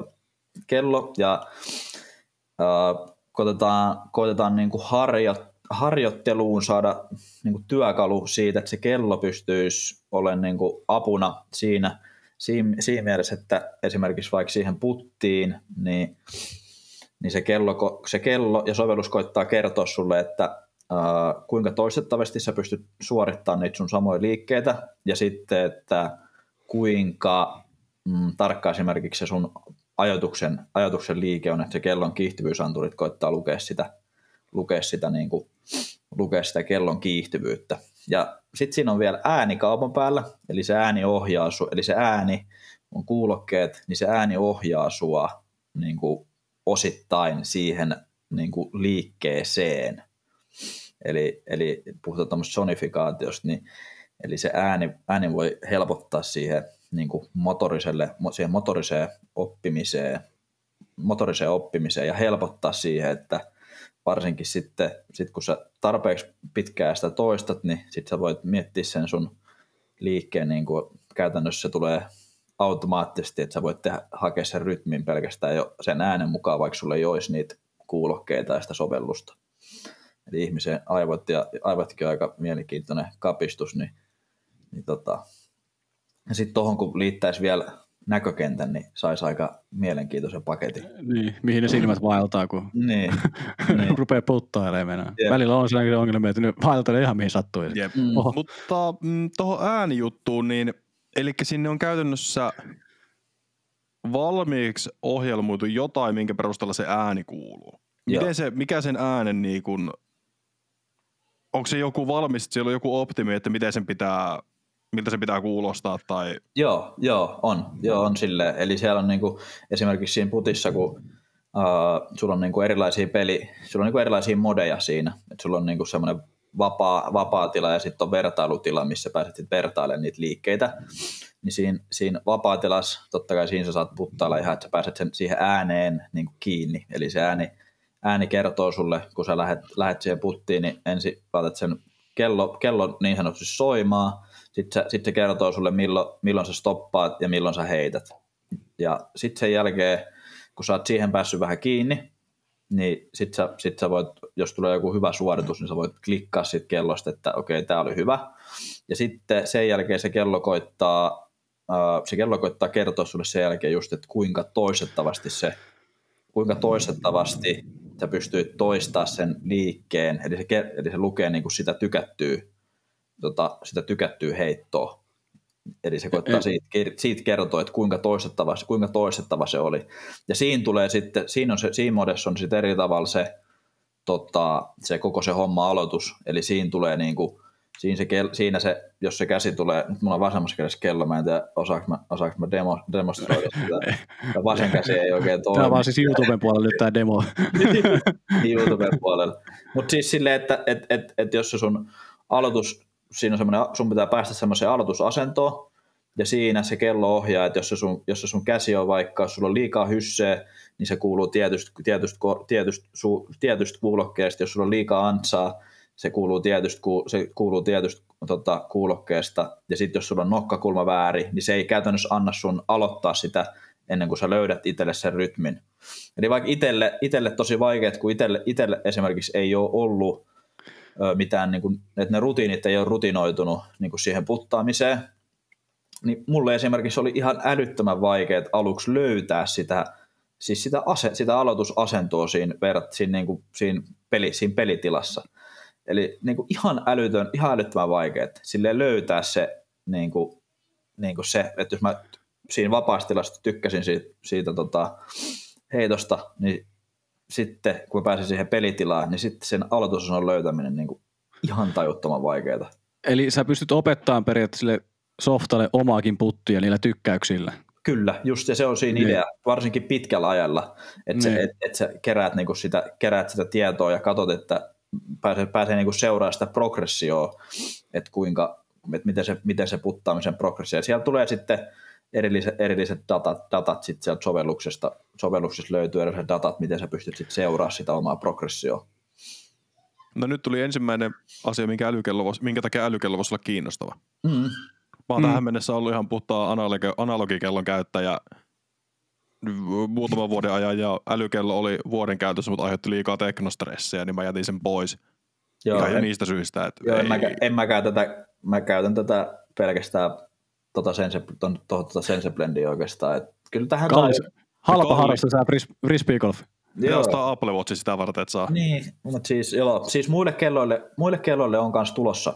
kello ja koitetaan niinku harjoitteluun saada niin kuin työkalu siitä, että se kello pystyisi olemaan niin kuin apuna siinä mielessä, että esimerkiksi vaikka siihen puttiin, niin se kello ja sovellus koittaa kertoa sulle, että kuinka toistettavasti sä pystyt suorittamaan niitä sun samoja liikkeitä, ja sitten, että kuinka tarkka esimerkiksi se sun ajoituksen liike on, että se kellon kiihtyvyysanturit koittaa lukea sitä kellon kiihtyvyyttä. Ja sitten siinä on vielä ääni kaupan päällä, eli se ääni ohjaa eli se ääni on kuulokkeet, niin se ääni ohjaa sua niin kuin osittain siihen niin kuin liikkeeseen. Eli puhutaan tämmöistä sonifikaatiosta, niin eli se ääni voi helpottaa siihen niin kuin motoriseen oppimiseen ja helpottaa siihen, että varsinkin sitten kun sä tarpeeksi pitkään sitä toistat, niin sitten sä voit miettiä sen sun liikkeen, niin kuin käytännössä se tulee automaattisesti, että sä voit hakea sen rytmin pelkästään jo sen äänen mukaan, vaikka sulla ei olisi niitä kuulokkeita ja sitä sovellusta. Eli ihmisen aivotkin on aika mielenkiintoinen kapistus, niin ja sitten tuohon kun liittäisi vielä näkökentän, niin saisi aika mielenkiintoisen paketin. Niin, mihin ne silmät vaeltaa, kun niin. rupeaa puttailemaan. Välillä on sellainen ongelma, että ne vaeltelee ihan mihin sattuu. Mutta tuohon äänijuttuun, niin eli sinne on käytännössä valmiiksi ohjelmoitu jotain, minkä perusteella se ääni kuuluu. Mikä sen äänen niin kun, onko se joku valmis, että siellä on joku optimi, että miltä se pitää kuulostaa? Tai... Joo, on silleen. Eli siellä on niinku, esimerkiksi siinä putissa, kun sulla on niinku erilaisia modeja siinä. Et sulla on niinku semmoinen vapaa tila ja sitten on vertailutila, missä pääset vertailemaan niitä liikkeitä. Niin siinä vapaa-tilassa, totta kai siinä sä saat puttailla ihan, että sä pääset siihen ääneen niinku kiinni. Eli se ääni kertoo sulle, kun sä lähet siihen puttiin, niin ensin laitat sen kello niin sanotusti soimaan. Sitten se kertoo sulle, milloin sä stoppaat ja milloin sä heität. Ja sitten sen jälkeen, kun sä oot siihen päässyt vähän kiinni, niin sit sä voit, jos tulee joku hyvä suoritus, niin sä voit klikkaa siitä kellosta, että okei, tää oli hyvä. Ja sitten sen jälkeen se kello koittaa kertoa sulle sen jälkeen just, että kuinka toistettavasti sä pystyt toistamaan sen liikkeen, eli se lukee niin kuin sitä tykättyy heittoa. Eli se koittaa siitä kertoa, että kuinka toistettava se oli. Ja siinä tulee sitten, siinä modessa on sitten eri tavalla se koko se homma aloitus. Eli siinä tulee niinku, siinä se, jos se käsi tulee, nyt mulla on vasemmassa kädessä kello, mä en tiedä, osaanko mä demonstroida sitä. Vasen käsi ei oikein toimi. Tämä on vaan siis YouTuben puolella nyt tämä demo. YouTuben puolella. Mutta siis silleen, että jos se sun aloitus, siinä on semmoinen, sun pitää päästä semmoiseen aloitusasentoon, ja siinä se kello ohjaa, että jos se sun käsi on vaikka, jos sulla on liikaa hysseä, niin se kuuluu tietystä kuulokkeesta, jos sulla on liikaa antsaa, se kuuluu tietystä kuulokkeesta, ja sitten jos sulla on nokkakulma väärin, niin se ei käytännössä anna sun aloittaa sitä ennen kuin sä löydät itselle sen rytmin. Eli vaikka itselle tosi vaikeat, kun itselle esimerkiksi ei ole ollut mitään, niin kuin, että ne rutiinit ei ole rutinoitunut niin kuin siihen puttaamiseen, niin mulle esimerkiksi oli ihan älyttömän vaikeaa aluksi löytää sitä aloitusasentoa siinä pelitilassa. Eli niin kuin ihan älyttömän vaikeaa silleen löytää se, niin kuin se, että jos mä siinä vapaassa tilassa tykkäsin siitä heitosta, niin sitten kun mä pääsin siihen pelitilaan, niin sitten sen aloitusosan löytäminen niin kuin ihan tajuttoman vaikeaa. Eli sä pystyt opettamaan periaatteessa softalle omaakin puttia niillä tykkäyksillä. Kyllä, just ja se on siinä idea, varsinkin pitkällä ajalla, että sä keräät sitä tietoa ja katsot, että pääsee niinku seuraamaan sitä progressioa, että miten se puttaamisen progressio. Ja siellä tulee sitten erilliset datat sitten sieltä sovelluksesta löytyy erilliset datat, miten sä pystyt sitten seuraamaan sitä omaa progressioa. No nyt tuli ensimmäinen asia, minkä takia älykello voisi olla kiinnostava. Mä oon tähän mennessä ollut ihan puhtaa analogikellon käyttäjä muutaman vuoden ajan, ja älykello oli vuoden käytössä, mutta aiheutti liikaa teknostressiä, niin mä jätin sen pois. Joo, Ihan jo niistä syistä, että joo, mä käytän tätä pelkästään Senseblendia oikeastaan. Et kyllä tähän halpa harrasta sä frisbeegolfi. Joo. Ostaa Apple Watchi sitä varten, että saa. Niin, mutta siis muille kelloille on kans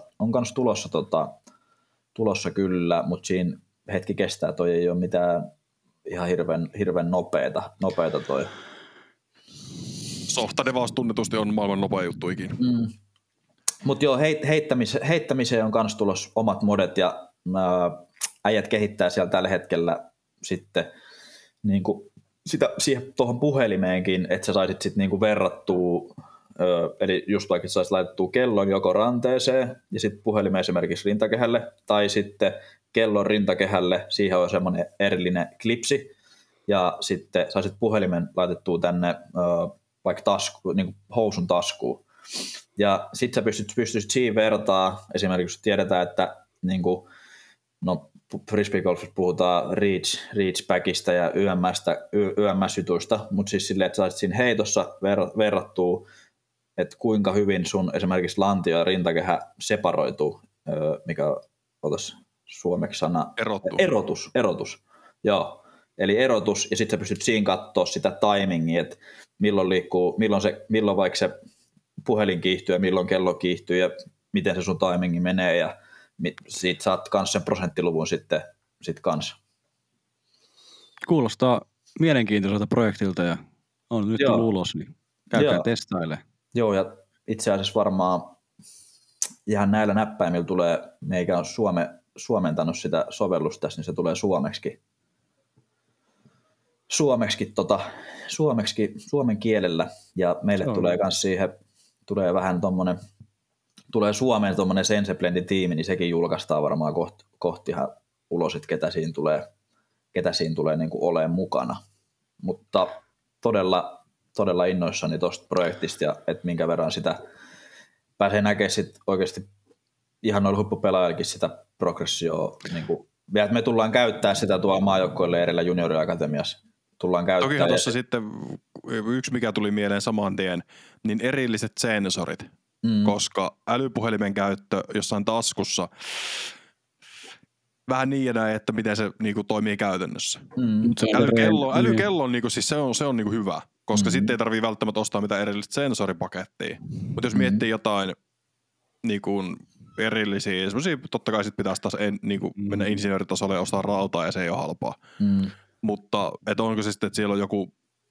tulossa kyllä, mutta siinä hetki kestää, toi ei ole mitään ihan hirveän nopeeta toi. Softadevaus tunnetusti on maailman nopein juttu ikinä. Mutta joo, heittämiseen on kans tulossa omat modet ja äijät kehittää siellä tällä hetkellä sitten niinku siihen tuohon puhelimeenkin, että sä saisit sitten niinku verrattua, eli just vaikka saisit laitettua kellon joko ranteeseen ja sitten puhelimeen esimerkiksi rintakehälle, tai sitten kellon rintakehälle, siihen on semmoinen erillinen klipsi, ja sitten saisit puhelimen laitettua tänne vaikka niinku housun taskuun. Ja sitten sä pystyisit siinä vertaa, esimerkiksi tiedetään, että niinku, no frisbeegolfissa puhutaan reach-backista ja YMS-jutuista, mutta siis silleen, että saisit siinä heitossa verrattua, että kuinka hyvin sun esimerkiksi lantio ja rintakehä separoituu, mikä otas suomeksi sana? Erotus. Joo. Eli erotus, ja sitten sä pystyt siinä katsoa sitä timingia, että milloin vaikka se puhelin kiihtyy ja milloin kello kiihtyy ja miten se sun timingi menee, ja siitä saat myös sen prosenttiluvun sitten kanssa. Kuulostaa mielenkiintoiselta projektilta ja on nyt tullut ulos, niin käykää testailemaan. Joo, ja itse asiassa varmaan ihan näillä näppäimillä tulee, meikä on suomentanut sitä sovellusta tässä, niin se tulee suomen kielellä, ja meille tulee myös siihen, tulee vähän tommonen, tulee Suomeen tuommoinen Senseblendin tiimi, niin sekin julkaistaan varmaan kohti ihan ulos, että ketä siinä tulee niin kuin olemaan mukana. Mutta todella innoissani tuosta projektista, ja että minkä verran sitä pääsee näkemään sit oikeasti ihan noilla huippupelaajillakin sitä progressioa. Niin kuin, ja että me tullaan käyttää sitä tuolla maajoukkoille erillä junioriakatemiassa. Tullaan käyttää. Tokihan tuossa sitten yksi, mikä tuli mieleen saman tien, niin erilliset sensorit. Koska älypuhelimen käyttö jossain taskussa vähän niin ja näin, että miten se niinku toimii käytännössä. Älykello on niinku, siis se on niinku hyvä, koska sitten ei tarvitse välttämättä ostaa mitään erillistä sensoripakettia. Mutta jos miettii jotain niinku erillisiä, semmoisia totta kai sitten pitäisi taas niinku mennä insinööritasolle ja ostaa rautaa, ja se ei ole halpaa. Mutta et onko se sitten, että siellä on joku,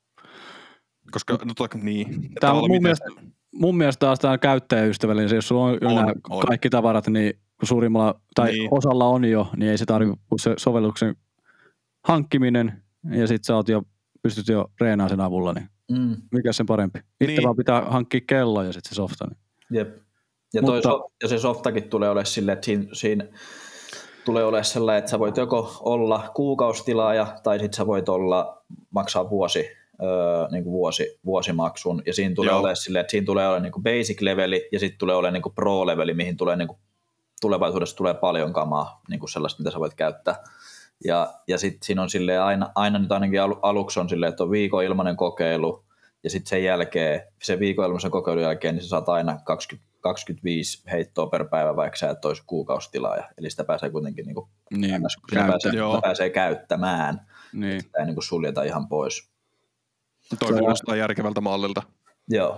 koska niin. Tämä on mun mielestä taas tämä käyttäjäystävällinen, se jos sulla on nämä kaikki tavarat, niin suurimmalla, tai osalla on jo, niin ei se tarvitse kuin se sovelluksen hankkiminen, ja sitten sä pystyt jo reenaamaan sen avulla, niin mikä sen parempi? Itse vaan pitää hankkia kello ja sitten se softa. Niin. Jep. Ja se softakin tulee olemaan silleen, että siinä tulee olemaan sellainen, että sä voit joko olla kuukausitilaaja, tai sitten sä voit maksaa niin kuin vuosimaksun, ja siinä tulee olemaan silleen, että siinä tulee olemaan niin kuin basic leveli, ja sitten tulee olemaan niin kuin pro leveli, mihin tulee niin kuin tulevaisuudessa tulee paljon kamaa, niin kuin sellaista, mitä sä voit käyttää. Ja sitten siinä on silleen aina nyt ainakin aluksi on silleen, että on viikon ilmainen kokeilu, ja sitten sen jälkeen, sen viikon ilmaisen kokeilun jälkeen, niin sä saat aina 25 heittoa per päivä, vaikka sä et olisi kuukausitilaaja. Eli sitä pääsee kuitenkin niin kuin, sitä pääsee käyttämään. Niin. Sitä ei niin kuin suljeta ihan pois. Toi kuulostaa järkevältä mallilta. Joo.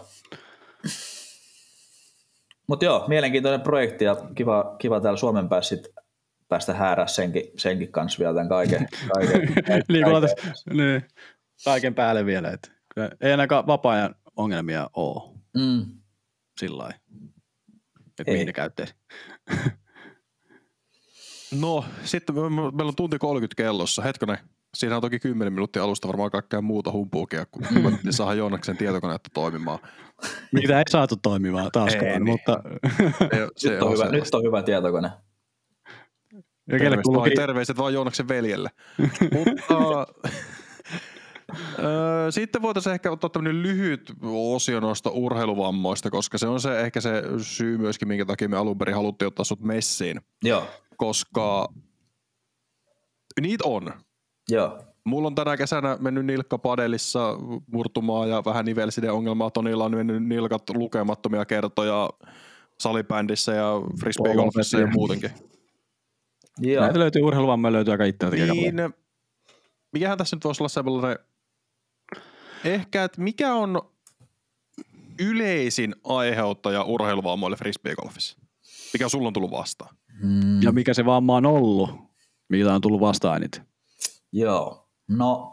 Mutta joo, mielenkiintoinen projekti, ja kiva täällä Suomen päästä häärää senkin kanssa vielä tämän kaiken kaiken päälle vielä. Että ei ainakaan vapaa-ajan ongelmia ole sillä lailla, että mihin ne käyttäisi. No, sitten meillä on tunti 30 kellossa. Hetkonen, siinä on toki 10 minuuttia alusta varmaan kaikkea muuta humpuukia, kun saadaan Joonaksen tietokoneetta toimimaan. Mitä ei saatu toimimaan taaskaan, mutta... Nyt on hyvä tietokone. Terveiset vaan Joonaksen veljelle. Mutta sitten voitaisiin ehkä ottaa tämmöinen lyhyt osio noista urheiluvammoista, koska se on ehkä se syy myöskin, minkä takia me alun perin haluttiin ottaa sut messiin. Joo. Koska niitä on. Joo. Mulla on tänä kesänä mennyt nilkka padelissa murtumaan ja vähän nivelside ongelmaa. Tonilla on mennyt nilkat lukemattomia kertoja salibändissä ja frisbeegolfissa ja muutenkin. Joo. Näitä löytyy urheiluvammoja, löytyy aika itseltäkin. Niin, mikähän tässä nyt voisi olla sellainen, ehkä, että mikä on yleisin aiheuttaja urheiluvammoille frisbeegolfissa? Mikä sulla on tullut vastaan? Ja mikä se vamma on ollut, mitä on tullut vastaan eniten? Joo, no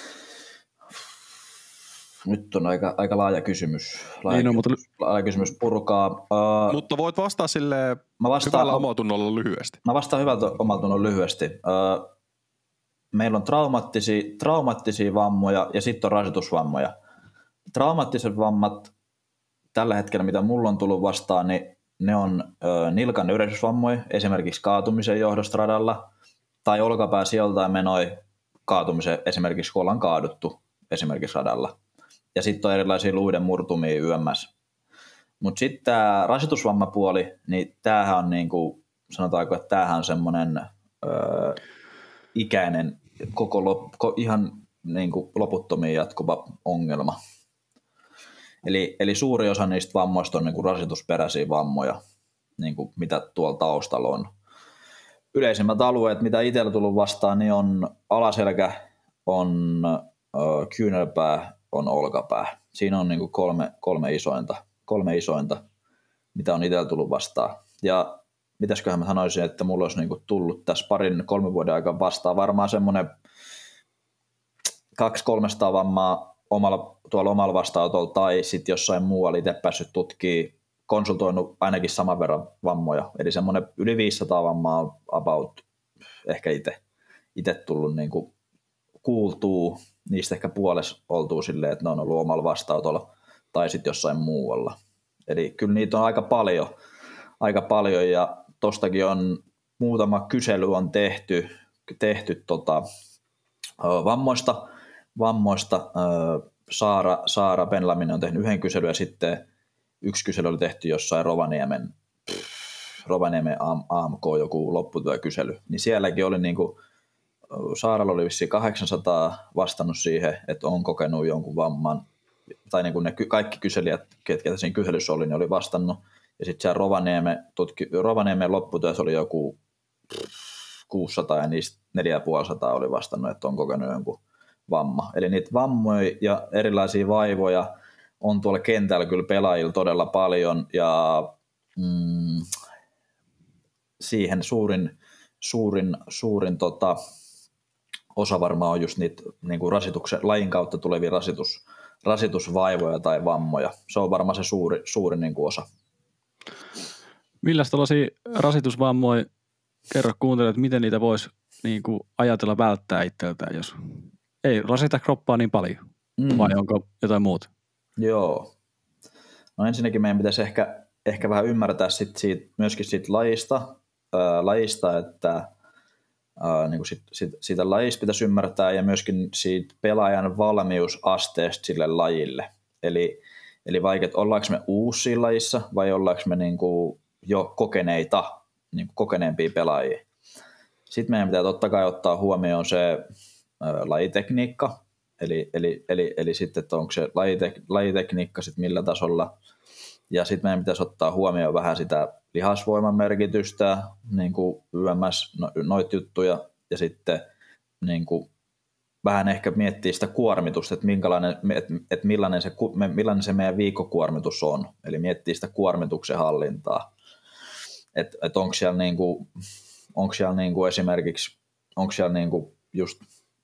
nyt on aika laaja kysymys. Laaja kysymys purkaa. Mutta voit vastaa silleen hyvällä omatunnolla lyhyesti. Mä vastaan hyvältä omatunnolla lyhyesti. Meillä on traumaattisia vammoja ja sitten on rasitusvammoja. Traumaattiset vammat tällä hetkellä, mitä mulla on tullut vastaan, niin ne on nilkan yrehdysvammoja, esimerkiksi kaatumisen johdosta radalla, tai olkapää sieltä menoi kaatumisen, esimerkiksi kun ollaan kaaduttu esimerkiksi radalla. Ja sitten on erilaisia luiden murtumia yömmässä. Mutta sitten tämä rasitusvammapuoli, niin tämähän on niinku, sanotaanko, että tämähän on semmoinen ikäinen, ihan niinku loputtomiin jatkuva ongelma. Eli suuri osa niistä vammoista on niinku rasitusperäisiä vammoja, niinku mitä tuolla taustalla on. Yleisimmät alueet, mitä itsellä tullut vastaan, niin on alaselkä, on kyynelpää, on olkapää. Siinä on niinku kolme isointa, mitä on itsellä tullut vastaan. Ja mitäsköhän mä sanoisin, että mulla olisi niinku tullut tässä 2-3 vuoden aikaa vastaan varmaan semmoinen 200-300 vammaa tuolla omalla vastaanotolla tai sitten jossain muualla itse päässyt tutkimaan, konsultoinut ainakin saman verran vammoja. Eli semmoinen yli 500 vammaa on about ehkä itse tullut niinku kuultuu, niistä ehkä puolessa oltuu silleen, että ne on ollut omalla vastaanotolla tai sitten jossain muualla. Eli kyllä niitä on aika paljon ja tostakin on muutama kysely on tehty vammoista. Saara Benlaminen on tehnyt yhden kyselyn ja sitten yksi kysely oli tehty jossain Rovaniemen AMK joku lopputyökysely. Niin sielläkin oli niinku, Saaralla oli vissiin 800 vastannut siihen, että on kokenut jonkun vamman. Tai niinku ne kaikki kyselijät, ketkä siinä kyselyssä oli, ne oli vastannut. Ja sitten siellä Rovaniemen lopputyössä oli joku 600 ja niistä 450 oli vastannut, että on kokenut jonkun vamma. Eli niitä vammoja ja erilaisia vaivoja on tuolla kentällä kyllä pelaajilla todella paljon ja siihen suurin osa varmaan on just niitä niin kuin lajin kautta tulevia rasitusvaivoja tai vammoja. Se on varmaan se suuri niin kuin osa. Milläs tällaisia rasitusvammoja, kerro kuuntelijat, miten niitä voisi niin kuin ajatella välttää itseltään, jos ei rasita kroppaa niin paljon, vai onko jotain muuta? Joo. No ensinnäkin meidän pitäisi ehkä vähän ymmärtää myöskin siitä lajista, että niin kuin siitä lajista pitäisi ymmärtää ja myöskin siitä pelaajan valmiusasteesta sille lajille. Eli vaikka ollaanko me uusi siinä lajissa vai ollaanko me niin kuin jo kokeneempia pelaajia. Sitten meidän pitää totta kai ottaa huomioon se lajitekniikka, eli sitten, että onko se lajitekniikka sitten millä tasolla. Ja sitten meidän pitäisi ottaa huomioon vähän sitä lihasvoiman merkitystä, niin kuin YMS, noita juttuja, ja sitten niin kuin vähän ehkä miettiä sitä kuormitusta, että millainen se meidän viikkokuormitus on, eli miettiä sitä kuormituksen hallintaa. Että onko siellä niinku esimerkiksi just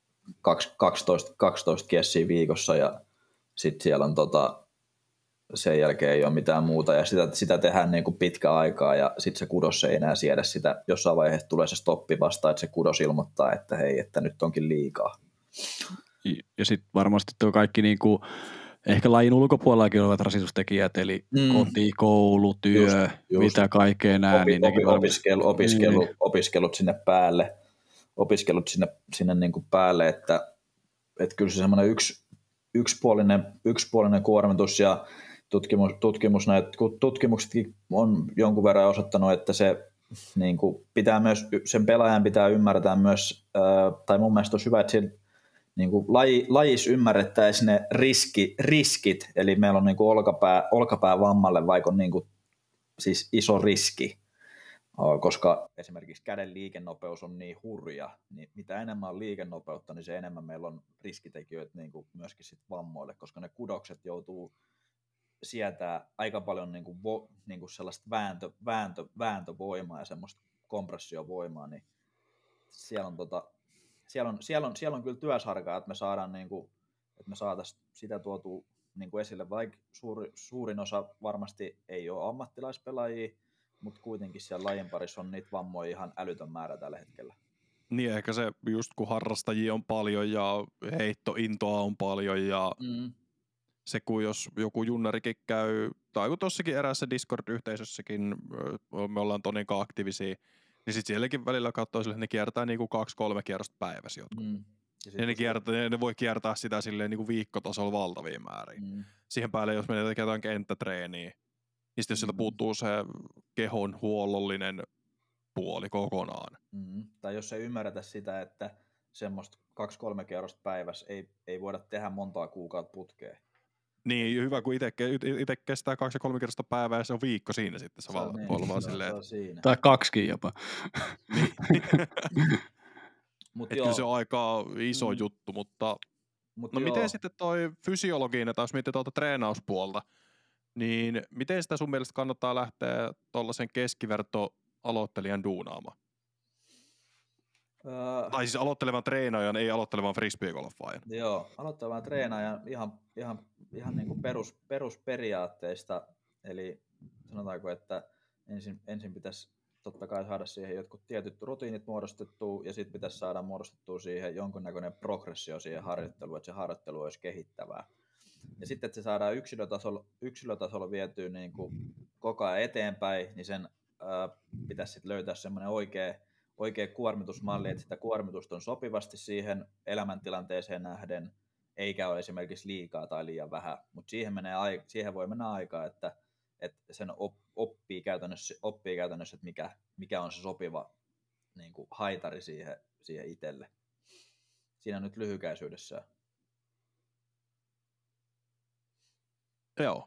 12 kessiä viikossa ja sitten siellä on sen jälkeen ei ole mitään muuta ja sitä tehdään niinku pitkä aikaa ja sitten se kudos ei enää siedä sitä. Jossain vaiheessa tulee se stoppi vastaan, että se kudos ilmoittaa, että hei, että nyt onkin liikaa. Ja sitten varmasti tuo kaikki niinku ehkä lajin ulkopuolellakin olevat rasitustekijät, eli koti, koulu, työ, just. Mitä kaikkea nämä. Opiskelut sinne päälle, sinne niin kuin päälle, että kyllä se semmoinen yksipuolinen kuormitus ja tutkimuksetkin on jonkun verran osoittanut, että se niin kuin pitää myös, sen pelaajan pitää ymmärtää myös, tai mun mielestä olisi hyvä, että niin kuin lajissa ymmärrettäisiin ne riskit, eli meillä on niin kuin olkapää vammalle vaikka on niin kuin, siis iso riski, koska esimerkiksi käden liikennopeus on niin hurja, niin mitä enemmän on liikennopeutta, niin se enemmän meillä on riskitekijöitä niin kuin myöskin sit vammoille, koska ne kudokset joutuu sietää aika paljon niin kuin sellaista vääntövoimaa ja semmoista kompressiovoimaa, niin siellä on kyllä työsarkaa, että me saadaan niin kuin, että me saataisiin sitä tuotua niin kuin esille, vaikka suurin osa varmasti ei ole ammattilaispelaajia, mutta kuitenkin siellä lajin parissa on niitä vammoja ihan älytön määrä tällä hetkellä. Niin ehkä se just kun harrastajia on paljon ja heittointoa on paljon ja se kun jos joku junnarikin käy, tai kun tuossakin eräässä Discord-yhteisössäkin me ollaan tonikaan aktiivisia, niin sitten sielläkin välillä katsoo sille, että ne kiertää niinku 2-3 kierrosta päivässä jotkut. Ja ne voi kiertää sitä silleen niinku viikkotasolla valtavia määriä. Siihen päälle, jos menee tekemään kenttätreeniä, niin sitten jos sieltä puuttuu se kehon huollollinen puoli kokonaan. Tai jos ei ymmärretä sitä, että semmoista 2-3 kierrosta päivässä ei voida tehdä montaa kuukautta putkeen. Niin, hyvä, kun itse kestää 2-3 kertaa päivää ja se on viikko siinä sitten. Se voi olla vaan silleen. Tai 2 jopa. Että kyllä se on aika iso juttu, mutta miten sitten toi fysiologinen, tai jos miettii tuolta treenauspuolta, niin miten sitä sun mielestä kannattaa lähteä tuollaisen keskiverto-aloittelijan duunaamaan? Tai siis aloittelevan treenaajan, ei aloittelevan frisbeegolfaajan. Joo, aloittelevan treenaajan ihan niin kuin perusperiaatteista, eli sanotaanko, että ensin pitäisi totta kai saada siihen jotkut tietyt rutiinit muodostettua, ja sitten pitäisi saada muodostettua siihen jonkunnäköinen progressio siihen harjoitteluun, että se harjoittelu olisi kehittävää. Ja sitten, että se saadaan yksilötasolla vietyä niin kuin koko ajan eteenpäin, niin sen pitäisi sitten löytää semmoinen oikea kuormitusmalli, että sitä kuormitusta on sopivasti siihen elämäntilanteeseen nähden, eikä ole esimerkiksi liikaa tai liian vähän, mutta siihen voi mennä aikaa, että sen oppii käytännössä, että mikä on se sopiva niin kuin haitari siihen itselle. Siinä nyt lyhykäisyydessään. Joo.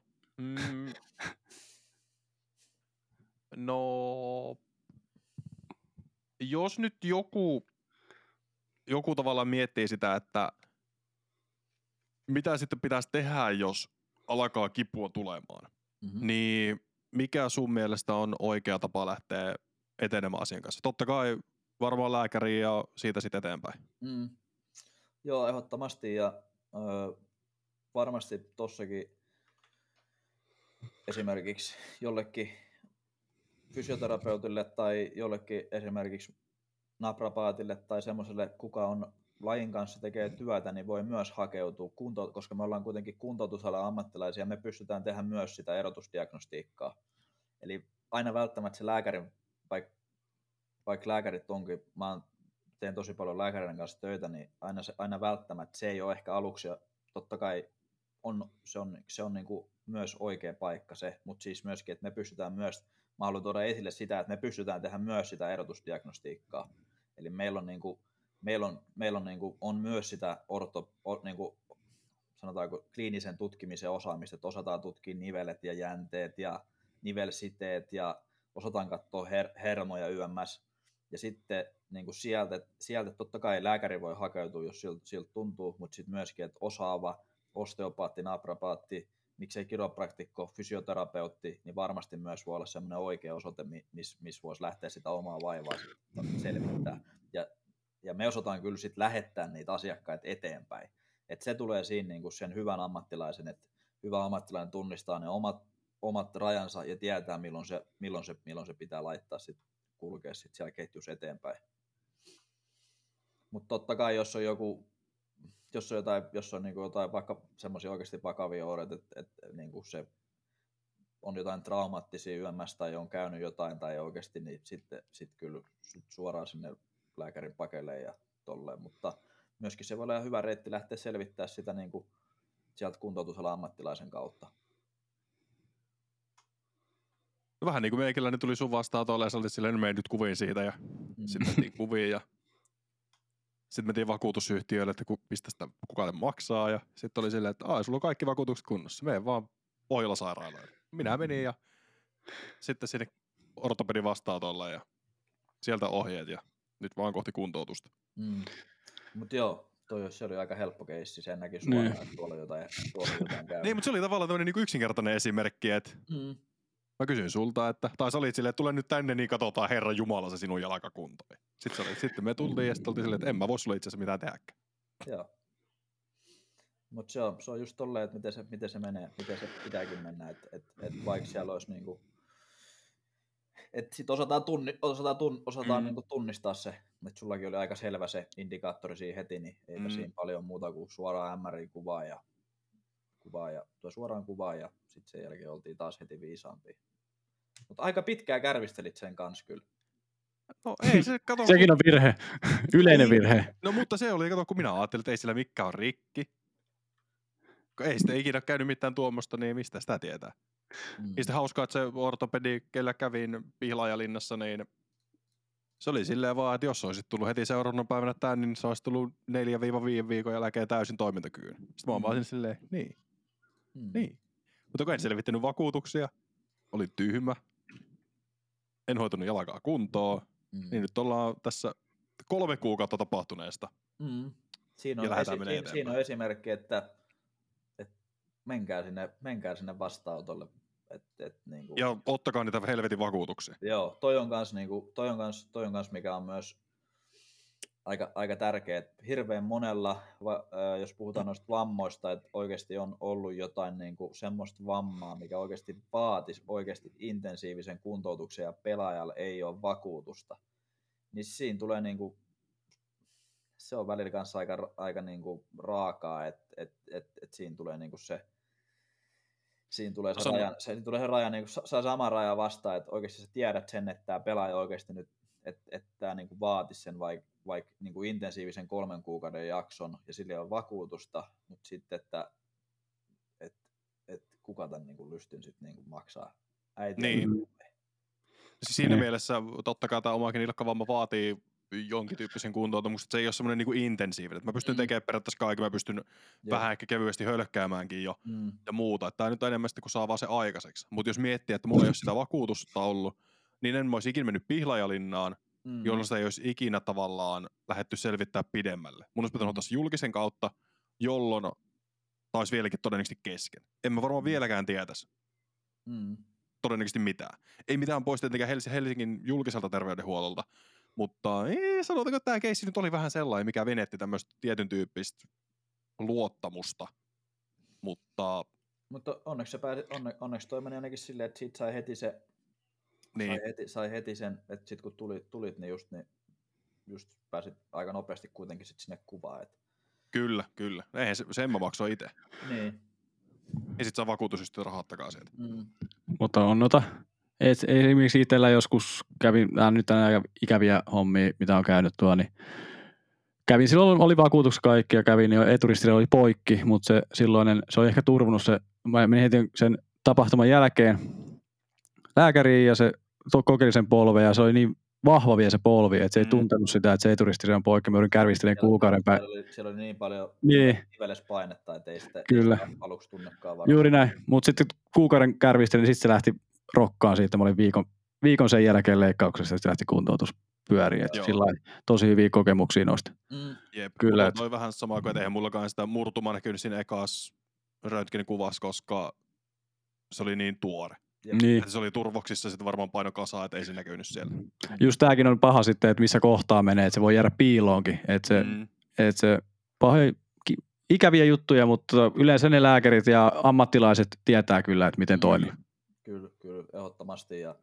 No, jos nyt joku tavallaan miettii sitä, että mitä sitten pitäisi tehdä, jos alkaa kipua tulemaan, niin mikä sun mielestä on oikea tapa lähteä etenemään asian kanssa? Totta kai varmaan lääkäriin ja siitä sitten eteenpäin. Joo, ehdottomasti ja varmasti tossakin esimerkiksi jollekin fysioterapeutille tai jollekin esimerkiksi naprapaatille tai semmoiselle, kuka on lajin kanssa tekee työtä, niin voi myös hakeutua, koska me ollaan kuitenkin kuntoutusalan ammattilaisia, me pystytään tehdä myös sitä erotusdiagnostiikkaa. Eli aina välttämättä se lääkärin, vaikka lääkärit onkin, teen tosi paljon lääkärin kanssa töitä, niin aina välttämättä se ei ole ehkä aluksi, ja totta kai se on niin kuin myös oikea paikka se, mutta siis myöskin, että me pystytään myös, mä haluan tuoda esille sitä, että me pystytään tehdä myös sitä erotusdiagnostiikkaa. Eli meillä on on myös sitä sanotaanko kliinisen tutkimisen osaamista, että osataan tutkia nivelet ja jänteet ja nivelsiteet ja osataan katsoa hermoja YMS. Ja sitten niin kuin sieltä totta kai lääkäri voi hakeutua, jos siltä tuntuu, mutta sitten myöskin, että osaava osteopaatti, naprapaatti, miksei kiropraktikko, fysioterapeutti, niin varmasti myös voi olla semmoinen oikea osoite, missä voisi lähteä sitä omaa vaivaa selvittää. Ja me osataan kyllä sitten lähettää niitä asiakkaita eteenpäin. Et se tulee siinä niin kuin sen hyvän ammattilaisen, että hyvä ammattilainen tunnistaa ne omat rajansa ja tietää, milloin se pitää laittaa kulkea sit siellä ketjussa eteenpäin. Mutta totta kai, jos on niinku jotain vaikka semmoisia oikeasti vakavia oireita, että niinku se on jotain traumaattisia YMS tai on käynyt jotain tai oikeasti, niin sitten kyllä suoraan sinne lääkärin pakeleen ja tolleen. Mutta myöskin se voi olla hyvä reitti lähteä selvittämään sitä niinku sieltä kuntoutusalan ammattilaisen kautta. Vähän niin kuin meikäläinen tuli sun vastaan tuolla ja sä olit silleen, me nyt kuviin siitä ja sitten kuviin ja Sitten mentiin vakuutusyhtiöille, että mistä sitä kukaan maksaa. Ja sitten oli silleen, että sulla on kaikki vakuutukset kunnossa. Mene vaan Pohjola-sairaaloille. Minä menin ja sitten sinne ortopedin vastaanotolle ja sieltä ohjeet ja nyt vaan kohti kuntoutusta. Mutta joo, se oli aika helppo keissi. Sen näki suoraan, että tuolla jotain käy. Niin, mutta se oli tavallaan tämmöinen niin yksinkertainen esimerkki, että mä kysyin sulta, tai sä olit silleen, että tule nyt tänne, niin katsotaan Herran Jumala se sinun jalkakuntoon. Sitten me tultiin ja sitten oltiin silleen, että en mä voi sulle itse asiassa mitään tehdäkään. Joo. Mutta se on just tolleen, että miten se menee, miten se pitääkin mennä, että vaikka siellä olisi niinku, että sit osataan niinku tunnistaa se, että sullakin oli aika selvä se indikaattori siinä heti, niin eipä siinä paljon muuta kuin suoraan MRI-kuvaa ja suoraan kuvaan ja sitten sen jälkeen oltiin taas heti viisaampia. Mutta aika pitkään kärvistelit sen kanssa kyllä. No ei se, kato. Sekin on virhe, yleinen virhe. No mutta se oli, kato kun minä ajattelin, että ei sillä mikään on rikki. Ei sitä ikinä käynyt mitään tuommoista, niin mistä sitä tietää. Ja sitten hauskaa, että se ortopedi, kellä kävin Pihlaajalinnassa, niin se oli silleen vaan, että jos olisit tullut heti seuraavana päivänä tänne, niin se olisi tullut 4-5 viikon jälkeen täysin toimintakyvyn. Sitten mä oon vaan silleen, niin. Mutta kun en selvittänyt vakuutuksia, olin tyhmä, en hoitunut jalkaa kuntoon, niin nyt ollaan tässä 3 kuukautta tapahtuneesta. Siinä on esimerkki, että menkää sinne vastaanotolle. Niinku. Ja ottakaa niitä helvetin vakuutuksia. Joo, toi on kans mikä on myös aika tärkeä. Hirveän monella, jos puhutaan noista vammoista, että oikeasti on ollut jotain niinku semmoista vammaa, mikä oikeasti vaatisi oikeasti intensiivisen kuntoutuksen ja pelaajalla ei ole vakuutusta. Niin siinä tulee niinku, se on välillä kanssa aika niinku raakaa, että siinä tulee niinku siinä tulee se raja, niin saa sama raja vastaan, että oikeasti sä tiedät sen, että tämä pelaaja oikeasti nyt, että tämä niin vaatisi sen vaikka niin intensiivisen 3 kuukauden jakson ja sillä on vakuutusta, mutta sitten, että kuka tämän niin lystyn sitten niin maksaa. Äiti niin. Siinä mielessä totta kai tämä omakin nilkkavamma vaatii jonkin tyyppisen kuntoutumuksen, mutta se ei ole semmoinen niin intensiivinen. Mä pystyn tekemään periaatteessa kaiken, mä pystyn vähän ehkä kevyesti hölkkäämäänkin jo ja muuta. Tämä nyt on enemmän sitten, kun saa vaan se aikaiseksi. Mutta jos miettii, että mulla ei ole sitä vakuutusta ollut, niin en mä olisi ikinä mennyt Pihlaajalinnaan, jolloin sitä ei olisi ikinä tavallaan lähdetty selvittää pidemmälle. Mun olisi pitänyt ottaa se julkisen kautta, jolloin taisi vieläkin todennäköisesti kesken. En mä varmaan vieläkään tietäisi. Todennäköisesti mitään. Ei mitään pois tietenkään Helsingin julkiselta terveydenhuollolta, mutta sanotaanko, että tämä keissi nyt oli vähän sellainen, mikä venetti tämmöistä tietyn tyyppistä luottamusta. Mutta onneksi toi meni ainakin silleen, että siitä sai heti se, sai heti sen, että sit kun tulit niin just pääsit aika nopeasti kuitenkin sit sinne kuvaan. Että. Kyllä. Eihän sen mä maksoin itse. Niin. Ja sit saa vakuutusyhtiö rahoittakaa sieltä. Mutta on esimerkiksi itsellä joskus kävin, nyt aika ikäviä hommia, mitä on käynyt tuo, niin kävin, silloin oli vakuutus kaikki ja kävin, jo eturistille oli poikki, mutta se oli ehkä turvunut se, mä menin heti sen tapahtuman jälkeen lääkäriin ja se kokeili sen polven ja se oli niin vahva vielä se polvi, että se ei tuntenut sitä, että se eturistille on poikki, mä yritin kärvistelen kuukauden päin. Siellä oli niin paljon nivelespainetta, että ei sitä aluksi tunnekaan varmaan. Juuri näin, mutta sitten kuukauden kärvistelin, niin sitten se lähti rokkaan siitä. Mä olin viikon sen jälkeen leikkauksessa, että se lähti kuntoutus pyöriin. Tosi hyviä kokemuksia noista. Jep, kyllä. Toi vähän samaa kuin, että eihän mullakaan sitä murtumaa näkynyt siinä ekas Röntgenin kuvassa, koska se oli niin tuore. Niin. Että se oli turvoksissa, sitten varmaan paino kasaa, että ei se näkynyt siellä. Just tääkin on paha sitten, että missä kohtaa menee, että se voi jäädä piiloonkin. Että se ikäviä juttuja, mutta yleensä ne lääkärit ja ammattilaiset tietää kyllä, että miten toimii. Kyllä, ehdottomasti. Ja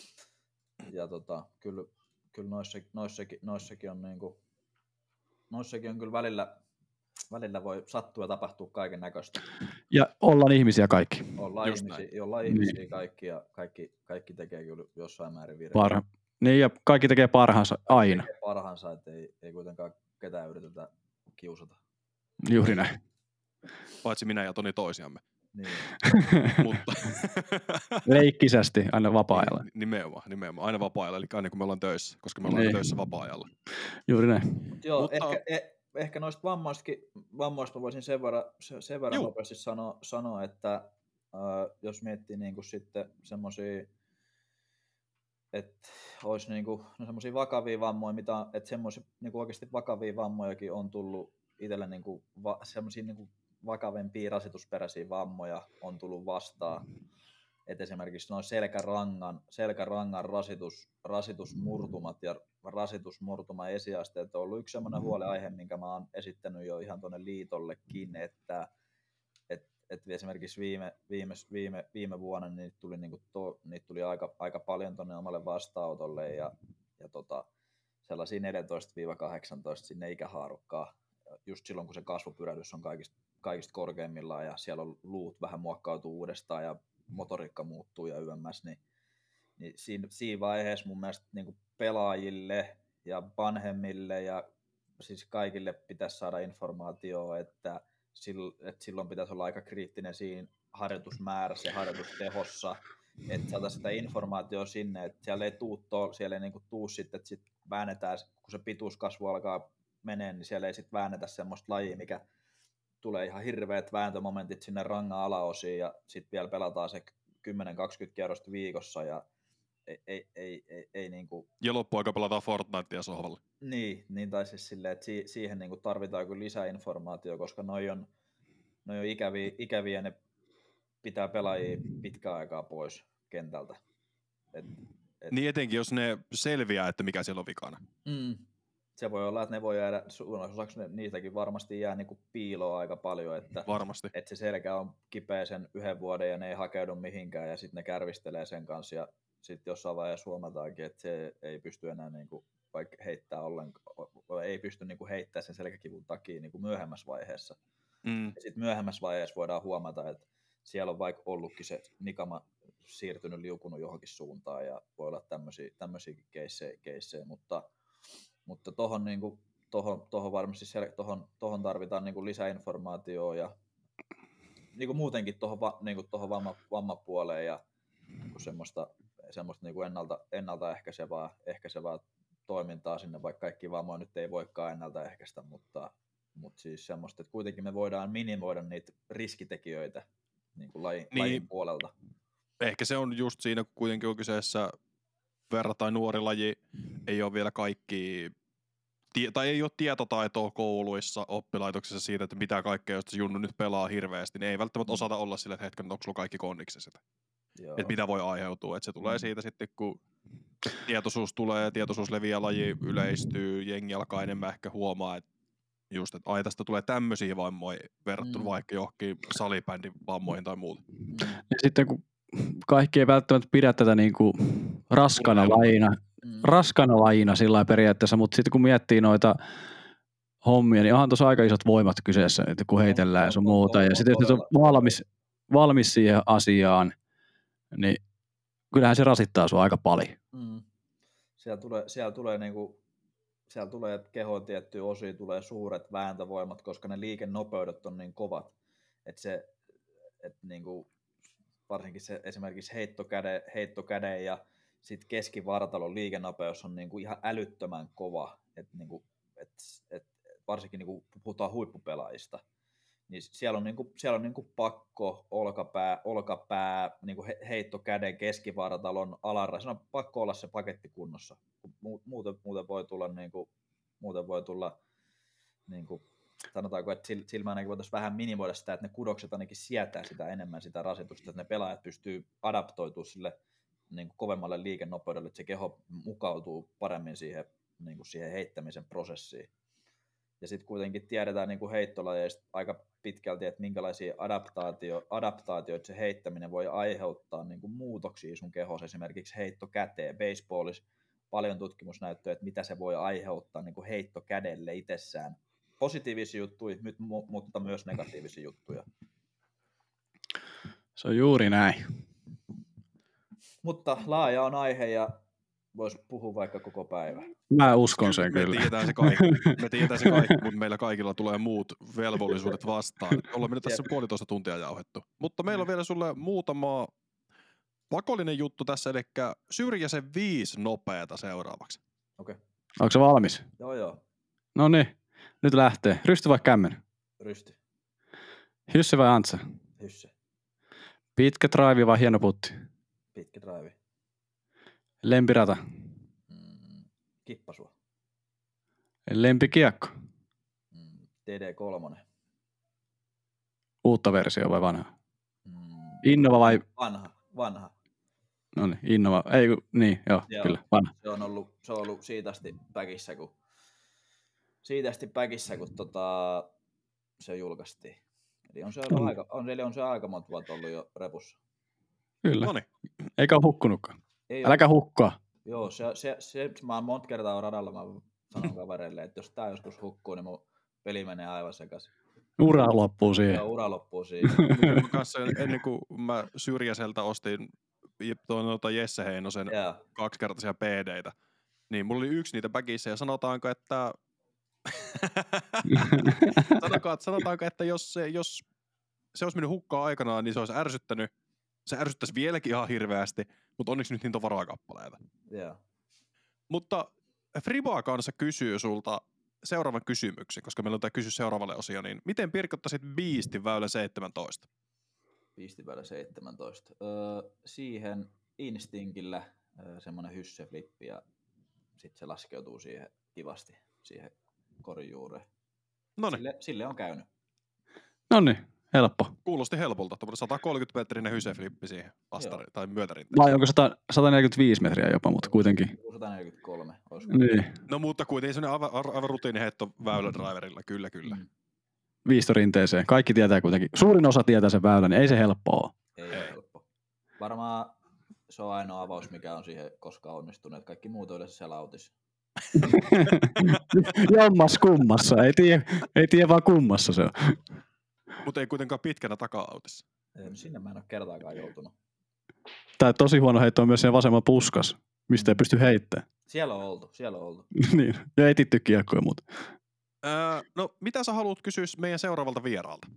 kyllä noissakin on niinku, noissakin on kyllä välillä voi sattua ja tapahtua kaiken näköistä. Ja ollaan ihmisiä kaikki. Ollaan ihmisiä kaikki ja kaikki tekee kyllä jossain määrin virheitä. Niin ja kaikki tekee parhaansa aina. Tekee parhaansa, että ei kuitenkaan ketään yritetä kiusata. Juuri näin. Paitsi minä ja Toni toisiamme. Niin. Mutta Leikkisästi aina vapaa-ajalla. Nimenomaan. Aina vapaa-ajalla, eli aina kun me ollaan töissä, koska me ollaan aina töissä vapaa-ajalla. Juuri näin. Joo, Mutta ehkä noista vammoista voisin sen verran nopeasti sanoa, että jos miettii niinku sitten semmoisia, että olisi niinku, semmoisia vakavia vammoja, että semmoisia niinku oikeasti vakavia vammojakin on tullut itselle, niinku, semmoisia niinku vakavempia rasitusperäisiä vammoja on tullut vastaan. Et esimerkiksi noin selkärangan rasitusmurtumat ja rasitusmurtuma esiasteet on ollut yksi sellainen huolenaihe, minkä mä oon esittänyt jo ihan tuonne liitollekin, että esimerkiksi viime vuonna niitä tuli aika paljon tuonne omalle vastaanotolle ja sellaisia 14-18 sinne ikähaarukkaan, just silloin kun se kasvupyrähdys on kaikista korkeimmillaan ja siellä on luut vähän muokkautuu uudestaan ja motoriikka muuttuu ja YMS, niin siinä vaiheessa mun mielestä niin pelaajille ja vanhemmille ja siis kaikille pitäisi saada informaatiota, että silloin pitäisi olla aika kriittinen siinä harjoitusmäärässä ja harjoitustehossa, että saada sitä informaatiota sinne, että siellä ei tuu sitten, että sit väännetään, kun se pituuskasvu alkaa menee, niin siellä ei sitten väännetä semmoista lajia, mikä tulee ihan hirveät vääntömomentit sinne rangan alaosiin ja sitten vielä pelataan se 10-20 kierrosta viikossa ja ei niinku... Ja loppuaika pelataan Fortnitea sohvalla. Niin tai siis silleen, että siihen niinku tarvitaan kyllä lisäinformaatiota, koska noi on ikäviä ja ne pitää pelaajia pitkään aikaa pois kentältä. Niin etenkin, jos ne selviää, että mikä siellä on vikana. Se voi olla, että ne voi jäädä, osaksi niitäkin varmasti jää niinku piiloa aika paljon, että, varmasti. Että se selkä on kipeä sen 1 vuoden ja ne ei hakeudu mihinkään ja sitten ne kärvistelee sen kanssa ja sitten jossain vaiheessa huomataankin, että se ei pysty enää niinku, vaikka heittää ei pysty niinku heittämään sen selkäkivun takia niinku myöhemmässä vaiheessa. Ja sitten myöhemmässä vaiheessa voidaan huomata, että siellä on vaikka ollutkin se nikama siirtynyt, liukunut johonkin suuntaan ja voi olla tämmöisiäkin keissejä, mutta tohon niinku varmasti tohon tarvitaan niinku lisäinformaatiota ja niinku muutenkin tohon vammapuoleen ja niinku semmoista niinku ennaltaehkäisevää toimintaa sinne, vaikka kaikki vammoja nyt ei voikaan ennaltaehkäistä, mutta siis semmoista, että kuitenkin me voidaan minimoida niitä riskitekijöitä niinku lajin puolelta. Ehkä se on just siinä, kun kuitenkin on kyseessä verrattain nuori laji, ei ole vielä kaikki, tai ei ole tietotaitoa kouluissa, oppilaitoksissa siitä, että mitä kaikkea, jos Junnu nyt pelaa hirveästi, niin ei välttämättä osata olla sille, että hetken, onko sulla kaikki kondiksessa sitä. Että mitä voi aiheutua, että se tulee siitä sitten, kun tietoisuus leviää, laji yleistyy, jengi alkaa enemmän ehkä huomaa, että just, että tästä tulee tämmöisiä vammoja verrattuna vaikka johonkin salibändin vammoihin tai muuta. Ja sitten kun kaikki ei välttämättä pidä tätä niinku raskana lajina sillä periaatteessa, mutta sitten kun miettii noita hommia, niin onhan tuossa aika isot voimat kyseessä, että kun heitellään ja sun muuta, ja sitten jos on valmis siihen asiaan, niin kyllähän se rasittaa sua aika paljon. Siellä tulee kehoon tiettyjä osia, tulee suuret vääntövoimat, koska ne liikennopeudet on niin kovat, että niinku, varsinkin se esimerkiksi heittokäden ja sitten keskivartalon liikennopeus on niinku ihan älyttömän kova, varsinkin niinku puhutaan huippupelaajista, niin siellä on niinku pakko olkapää niinku heittokäden keskivartalon alarra, siinä on pakko olla se paketti kunnossa, muuten voi tulla niinku, sanotaanko, että sillä ainakin voitaisiin vähän minimoida sitä, että ne kudokset ainakin sietää sitä enemmän sitä rasitusta, että ne pelaajat pystyy adaptoitumaan sille niin kuin kovemmalle liikennopeudelle, että se keho mukautuu paremmin siihen heittämisen prosessiin. Ja sitten kuitenkin tiedetään niin kuin heittolajeista aika pitkälti, että minkälaisia adaptaatioita se heittäminen voi aiheuttaa niin kuin muutoksia sun kehossa, esimerkiksi heittokäteen, baseballissa paljon tutkimusnäyttöä, että mitä se voi aiheuttaa niin kuin heittokädelle itsessään. Positiivisia juttuja, mutta myös negatiivisia juttuja. Se on juuri näin. Mutta laaja on aihe ja vois puhua vaikka koko päivä. Mä uskon sen kyllä. Me tiedetään se kaikki, mutta meillä kaikilla tulee muut velvollisuudet vastaan. Ollaan me tässä 1,5 tuntia jauhettu. Mutta meillä on vielä sulle muutama pakollinen juttu tässä, eli Syrjäsen 5 nopeata seuraavaksi. Okei. Okay. Onko se valmis? Joo. No niin, nyt lähtee. Rysty vai kämmen? Rysty. Hysse vai Antsa? Hysse. Pitkä drive vai hieno putti? Pitkä drive. Lempirata? Kippasua. Lempikiekko? TD3. Uutta versiota vai vanha? Innova vai? Vanha. No niin, Innova. Ei, niin, joo, kyllä, vanha. Se on ollut siitä asti päkissä, kun se julkaistiin. Eli on se aika monta vuotta ollut jo repussa. Kyllä. Noniin. Eikä ole hukkunutkaan. Äläkä hukkaa. Joo, mä oon monta kertaa radalla, mä sanon kavereille, että jos tää joskus hukkuu, niin mun peli menee aivan sekaisin. Ura loppuu siihen. Joo, ura loppuu siihen. Mä kanssa ennen kuin mä Syrjäseltä ostin Jesse Heinosen 2-kertaisia PD-tä, niin mulla oli yksi niitä bagissä ja sanotaanko, että jos se olisi mennyt hukkaan aikanaan, niin se olisi ärsyttänyt. Se ärsyttäisi vieläkin ihan hirveästi, mutta onneksi nyt niitä on varakappaleita. Yeah. Mutta Friboa kanssa kysyy sulta seuraavan kysymyksen, koska meillä on tämä kysy seuraavalle osio, niin miten pirkottaisit Beastin väylä 17? Beastin väylä 17. Siihen Instinkillä semmoinen hysseflippi ja sitten se laskeutuu siihen kivasti, siihen korin juureen. Sille on käynyt. Noniin, helppo. Kuulosti helpolta, 130-metrinen hysseflippi siihen tai myötärinteeseen. Vai onko 145 metriä jopa, mutta kuitenkin. 143, olisiko? Niin. No mutta kuitenkin semmoinen aivan rutiiniheitto väylädriverilla, kyllä. Viistorinteeseen. Kaikki tietää kuitenkin. Suurin osa tietää sen väylän, niin ei se helppoa. Ei ole helppo. Varmaan se on ainoa avaus, mikä on siihen koskaan onnistunut. Kaikki muut on yleensä siellä autissa. Jommas kummassa. Ei tiedä vaan kummassa se on. Mutta ei kuitenkaan pitkänä taka-autissa. Sinne mä en ole kertaakaan joutunut. Tää tosi huono heitto on myös siinä vasemman puskas, mistä ei pysty heittämään. Siellä on oltu. Niin, ja etitty kiekkoja muuta. No, mitä sä haluat kysyä meidän seuraavalta vieraalta?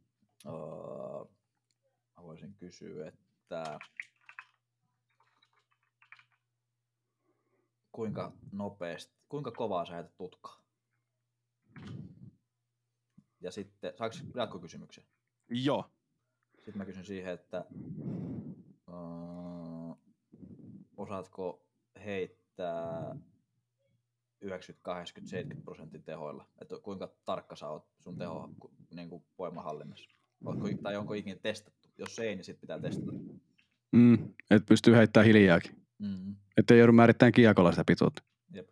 Mä voisin kysyä, että kuinka kovaa sä heität tutkaa? Ja sitten, saako jatkokysymyksen? Joo. Sitten mä kysyn siihen, että osaatko heittää 90, 80, 70% tehoilla? Että kuinka tarkka sä oot sun teho niin kuin voimahallinnassa? Onko ikinä testattu? Jos ei, niin sit pitää testata. Että pystyy heittämään hiljaakin. Että ei joudu määrittämään kiekolla sitä pituutta. Jep.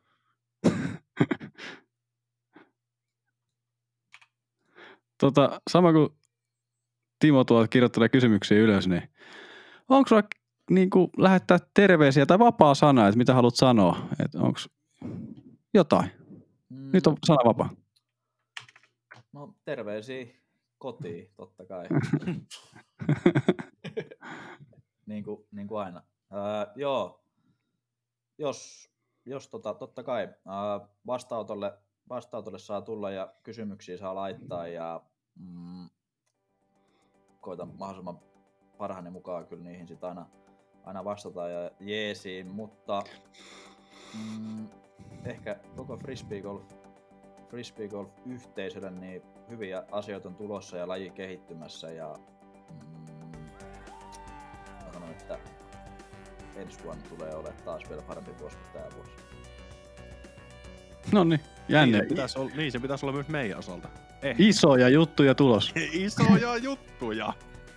Sama kuin Timo tuolta kirjoittelee kysymyksiä ylös, niin onko sulla niinku lähettää terveisiä tai vapaa sana, että mitä haluat sanoa? Että onko jotain? Nyt on sana vapaa. No terveisiä kotiin, totta kai. niin kuin aina. Joo, jos totta kai vastaanotolle saa tulla ja kysymyksiä saa laittaa ja koitan mahdollisimman parhaani mukaan kyllä niihin sit aina vastata ja jeesiin, mutta ehkä koko frisbee golf yhteisölle niin hyviä asioita on tulossa ja laji kehittymässä ja mä sanon, että ensi vuonna tulee olemaan taas vielä parempi vuosi kuin tää vuosi. Noniin, jänne. Se pitäisi olla myös meidän osalta. Isoja juttuja tulos. Isoja juttuja.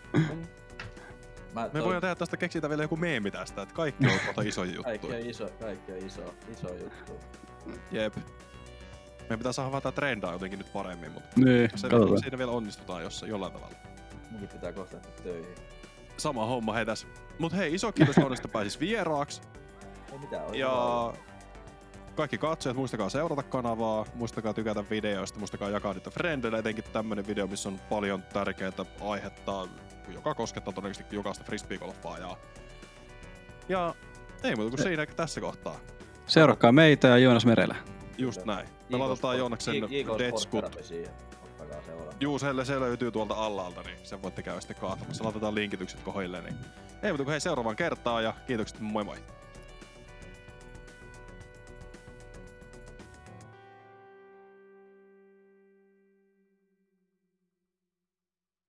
Me voidaan tehdä tästä keksitä vielä joku meemi tästä, että kaikki on isoja juttuja. Kaikki on iso juttu. Jep. Meidän pitää saada tää trendaa jotenkin nyt paremmin, mutta niin, siinä vielä onnistutaan jollain tavalla. Munkin pitää kohta töihin. Sama homma heitäs. Mut hei, iso kiitos Joonesta pääsis vieraaksi. Ei mitään. Ja kaikki katsojat, muistakaa seurata kanavaa, muistakaa tykätä videoista, muistakaa jakaa niitä frendeille, etenkin tämmönen video, missä on paljon tärkeää aihetta, joka koskettaa todennäköisesti jokaista frisbeegolfaa. Ja Ei muuta kuin siinä tässä kohtaa. Seurakkaa meitä ja Joonas Merelä. Just näin. Me laitetaan Joonaksen Deadskut. Juu, se löytyy tuolta allalta, niin sen voitte käydä sitten kaatamassa. Laitetaan linkitykset kohdilleen. Niin. Ei muuta kuin hei seuraavaan kertaan ja kiitokset, moi moi.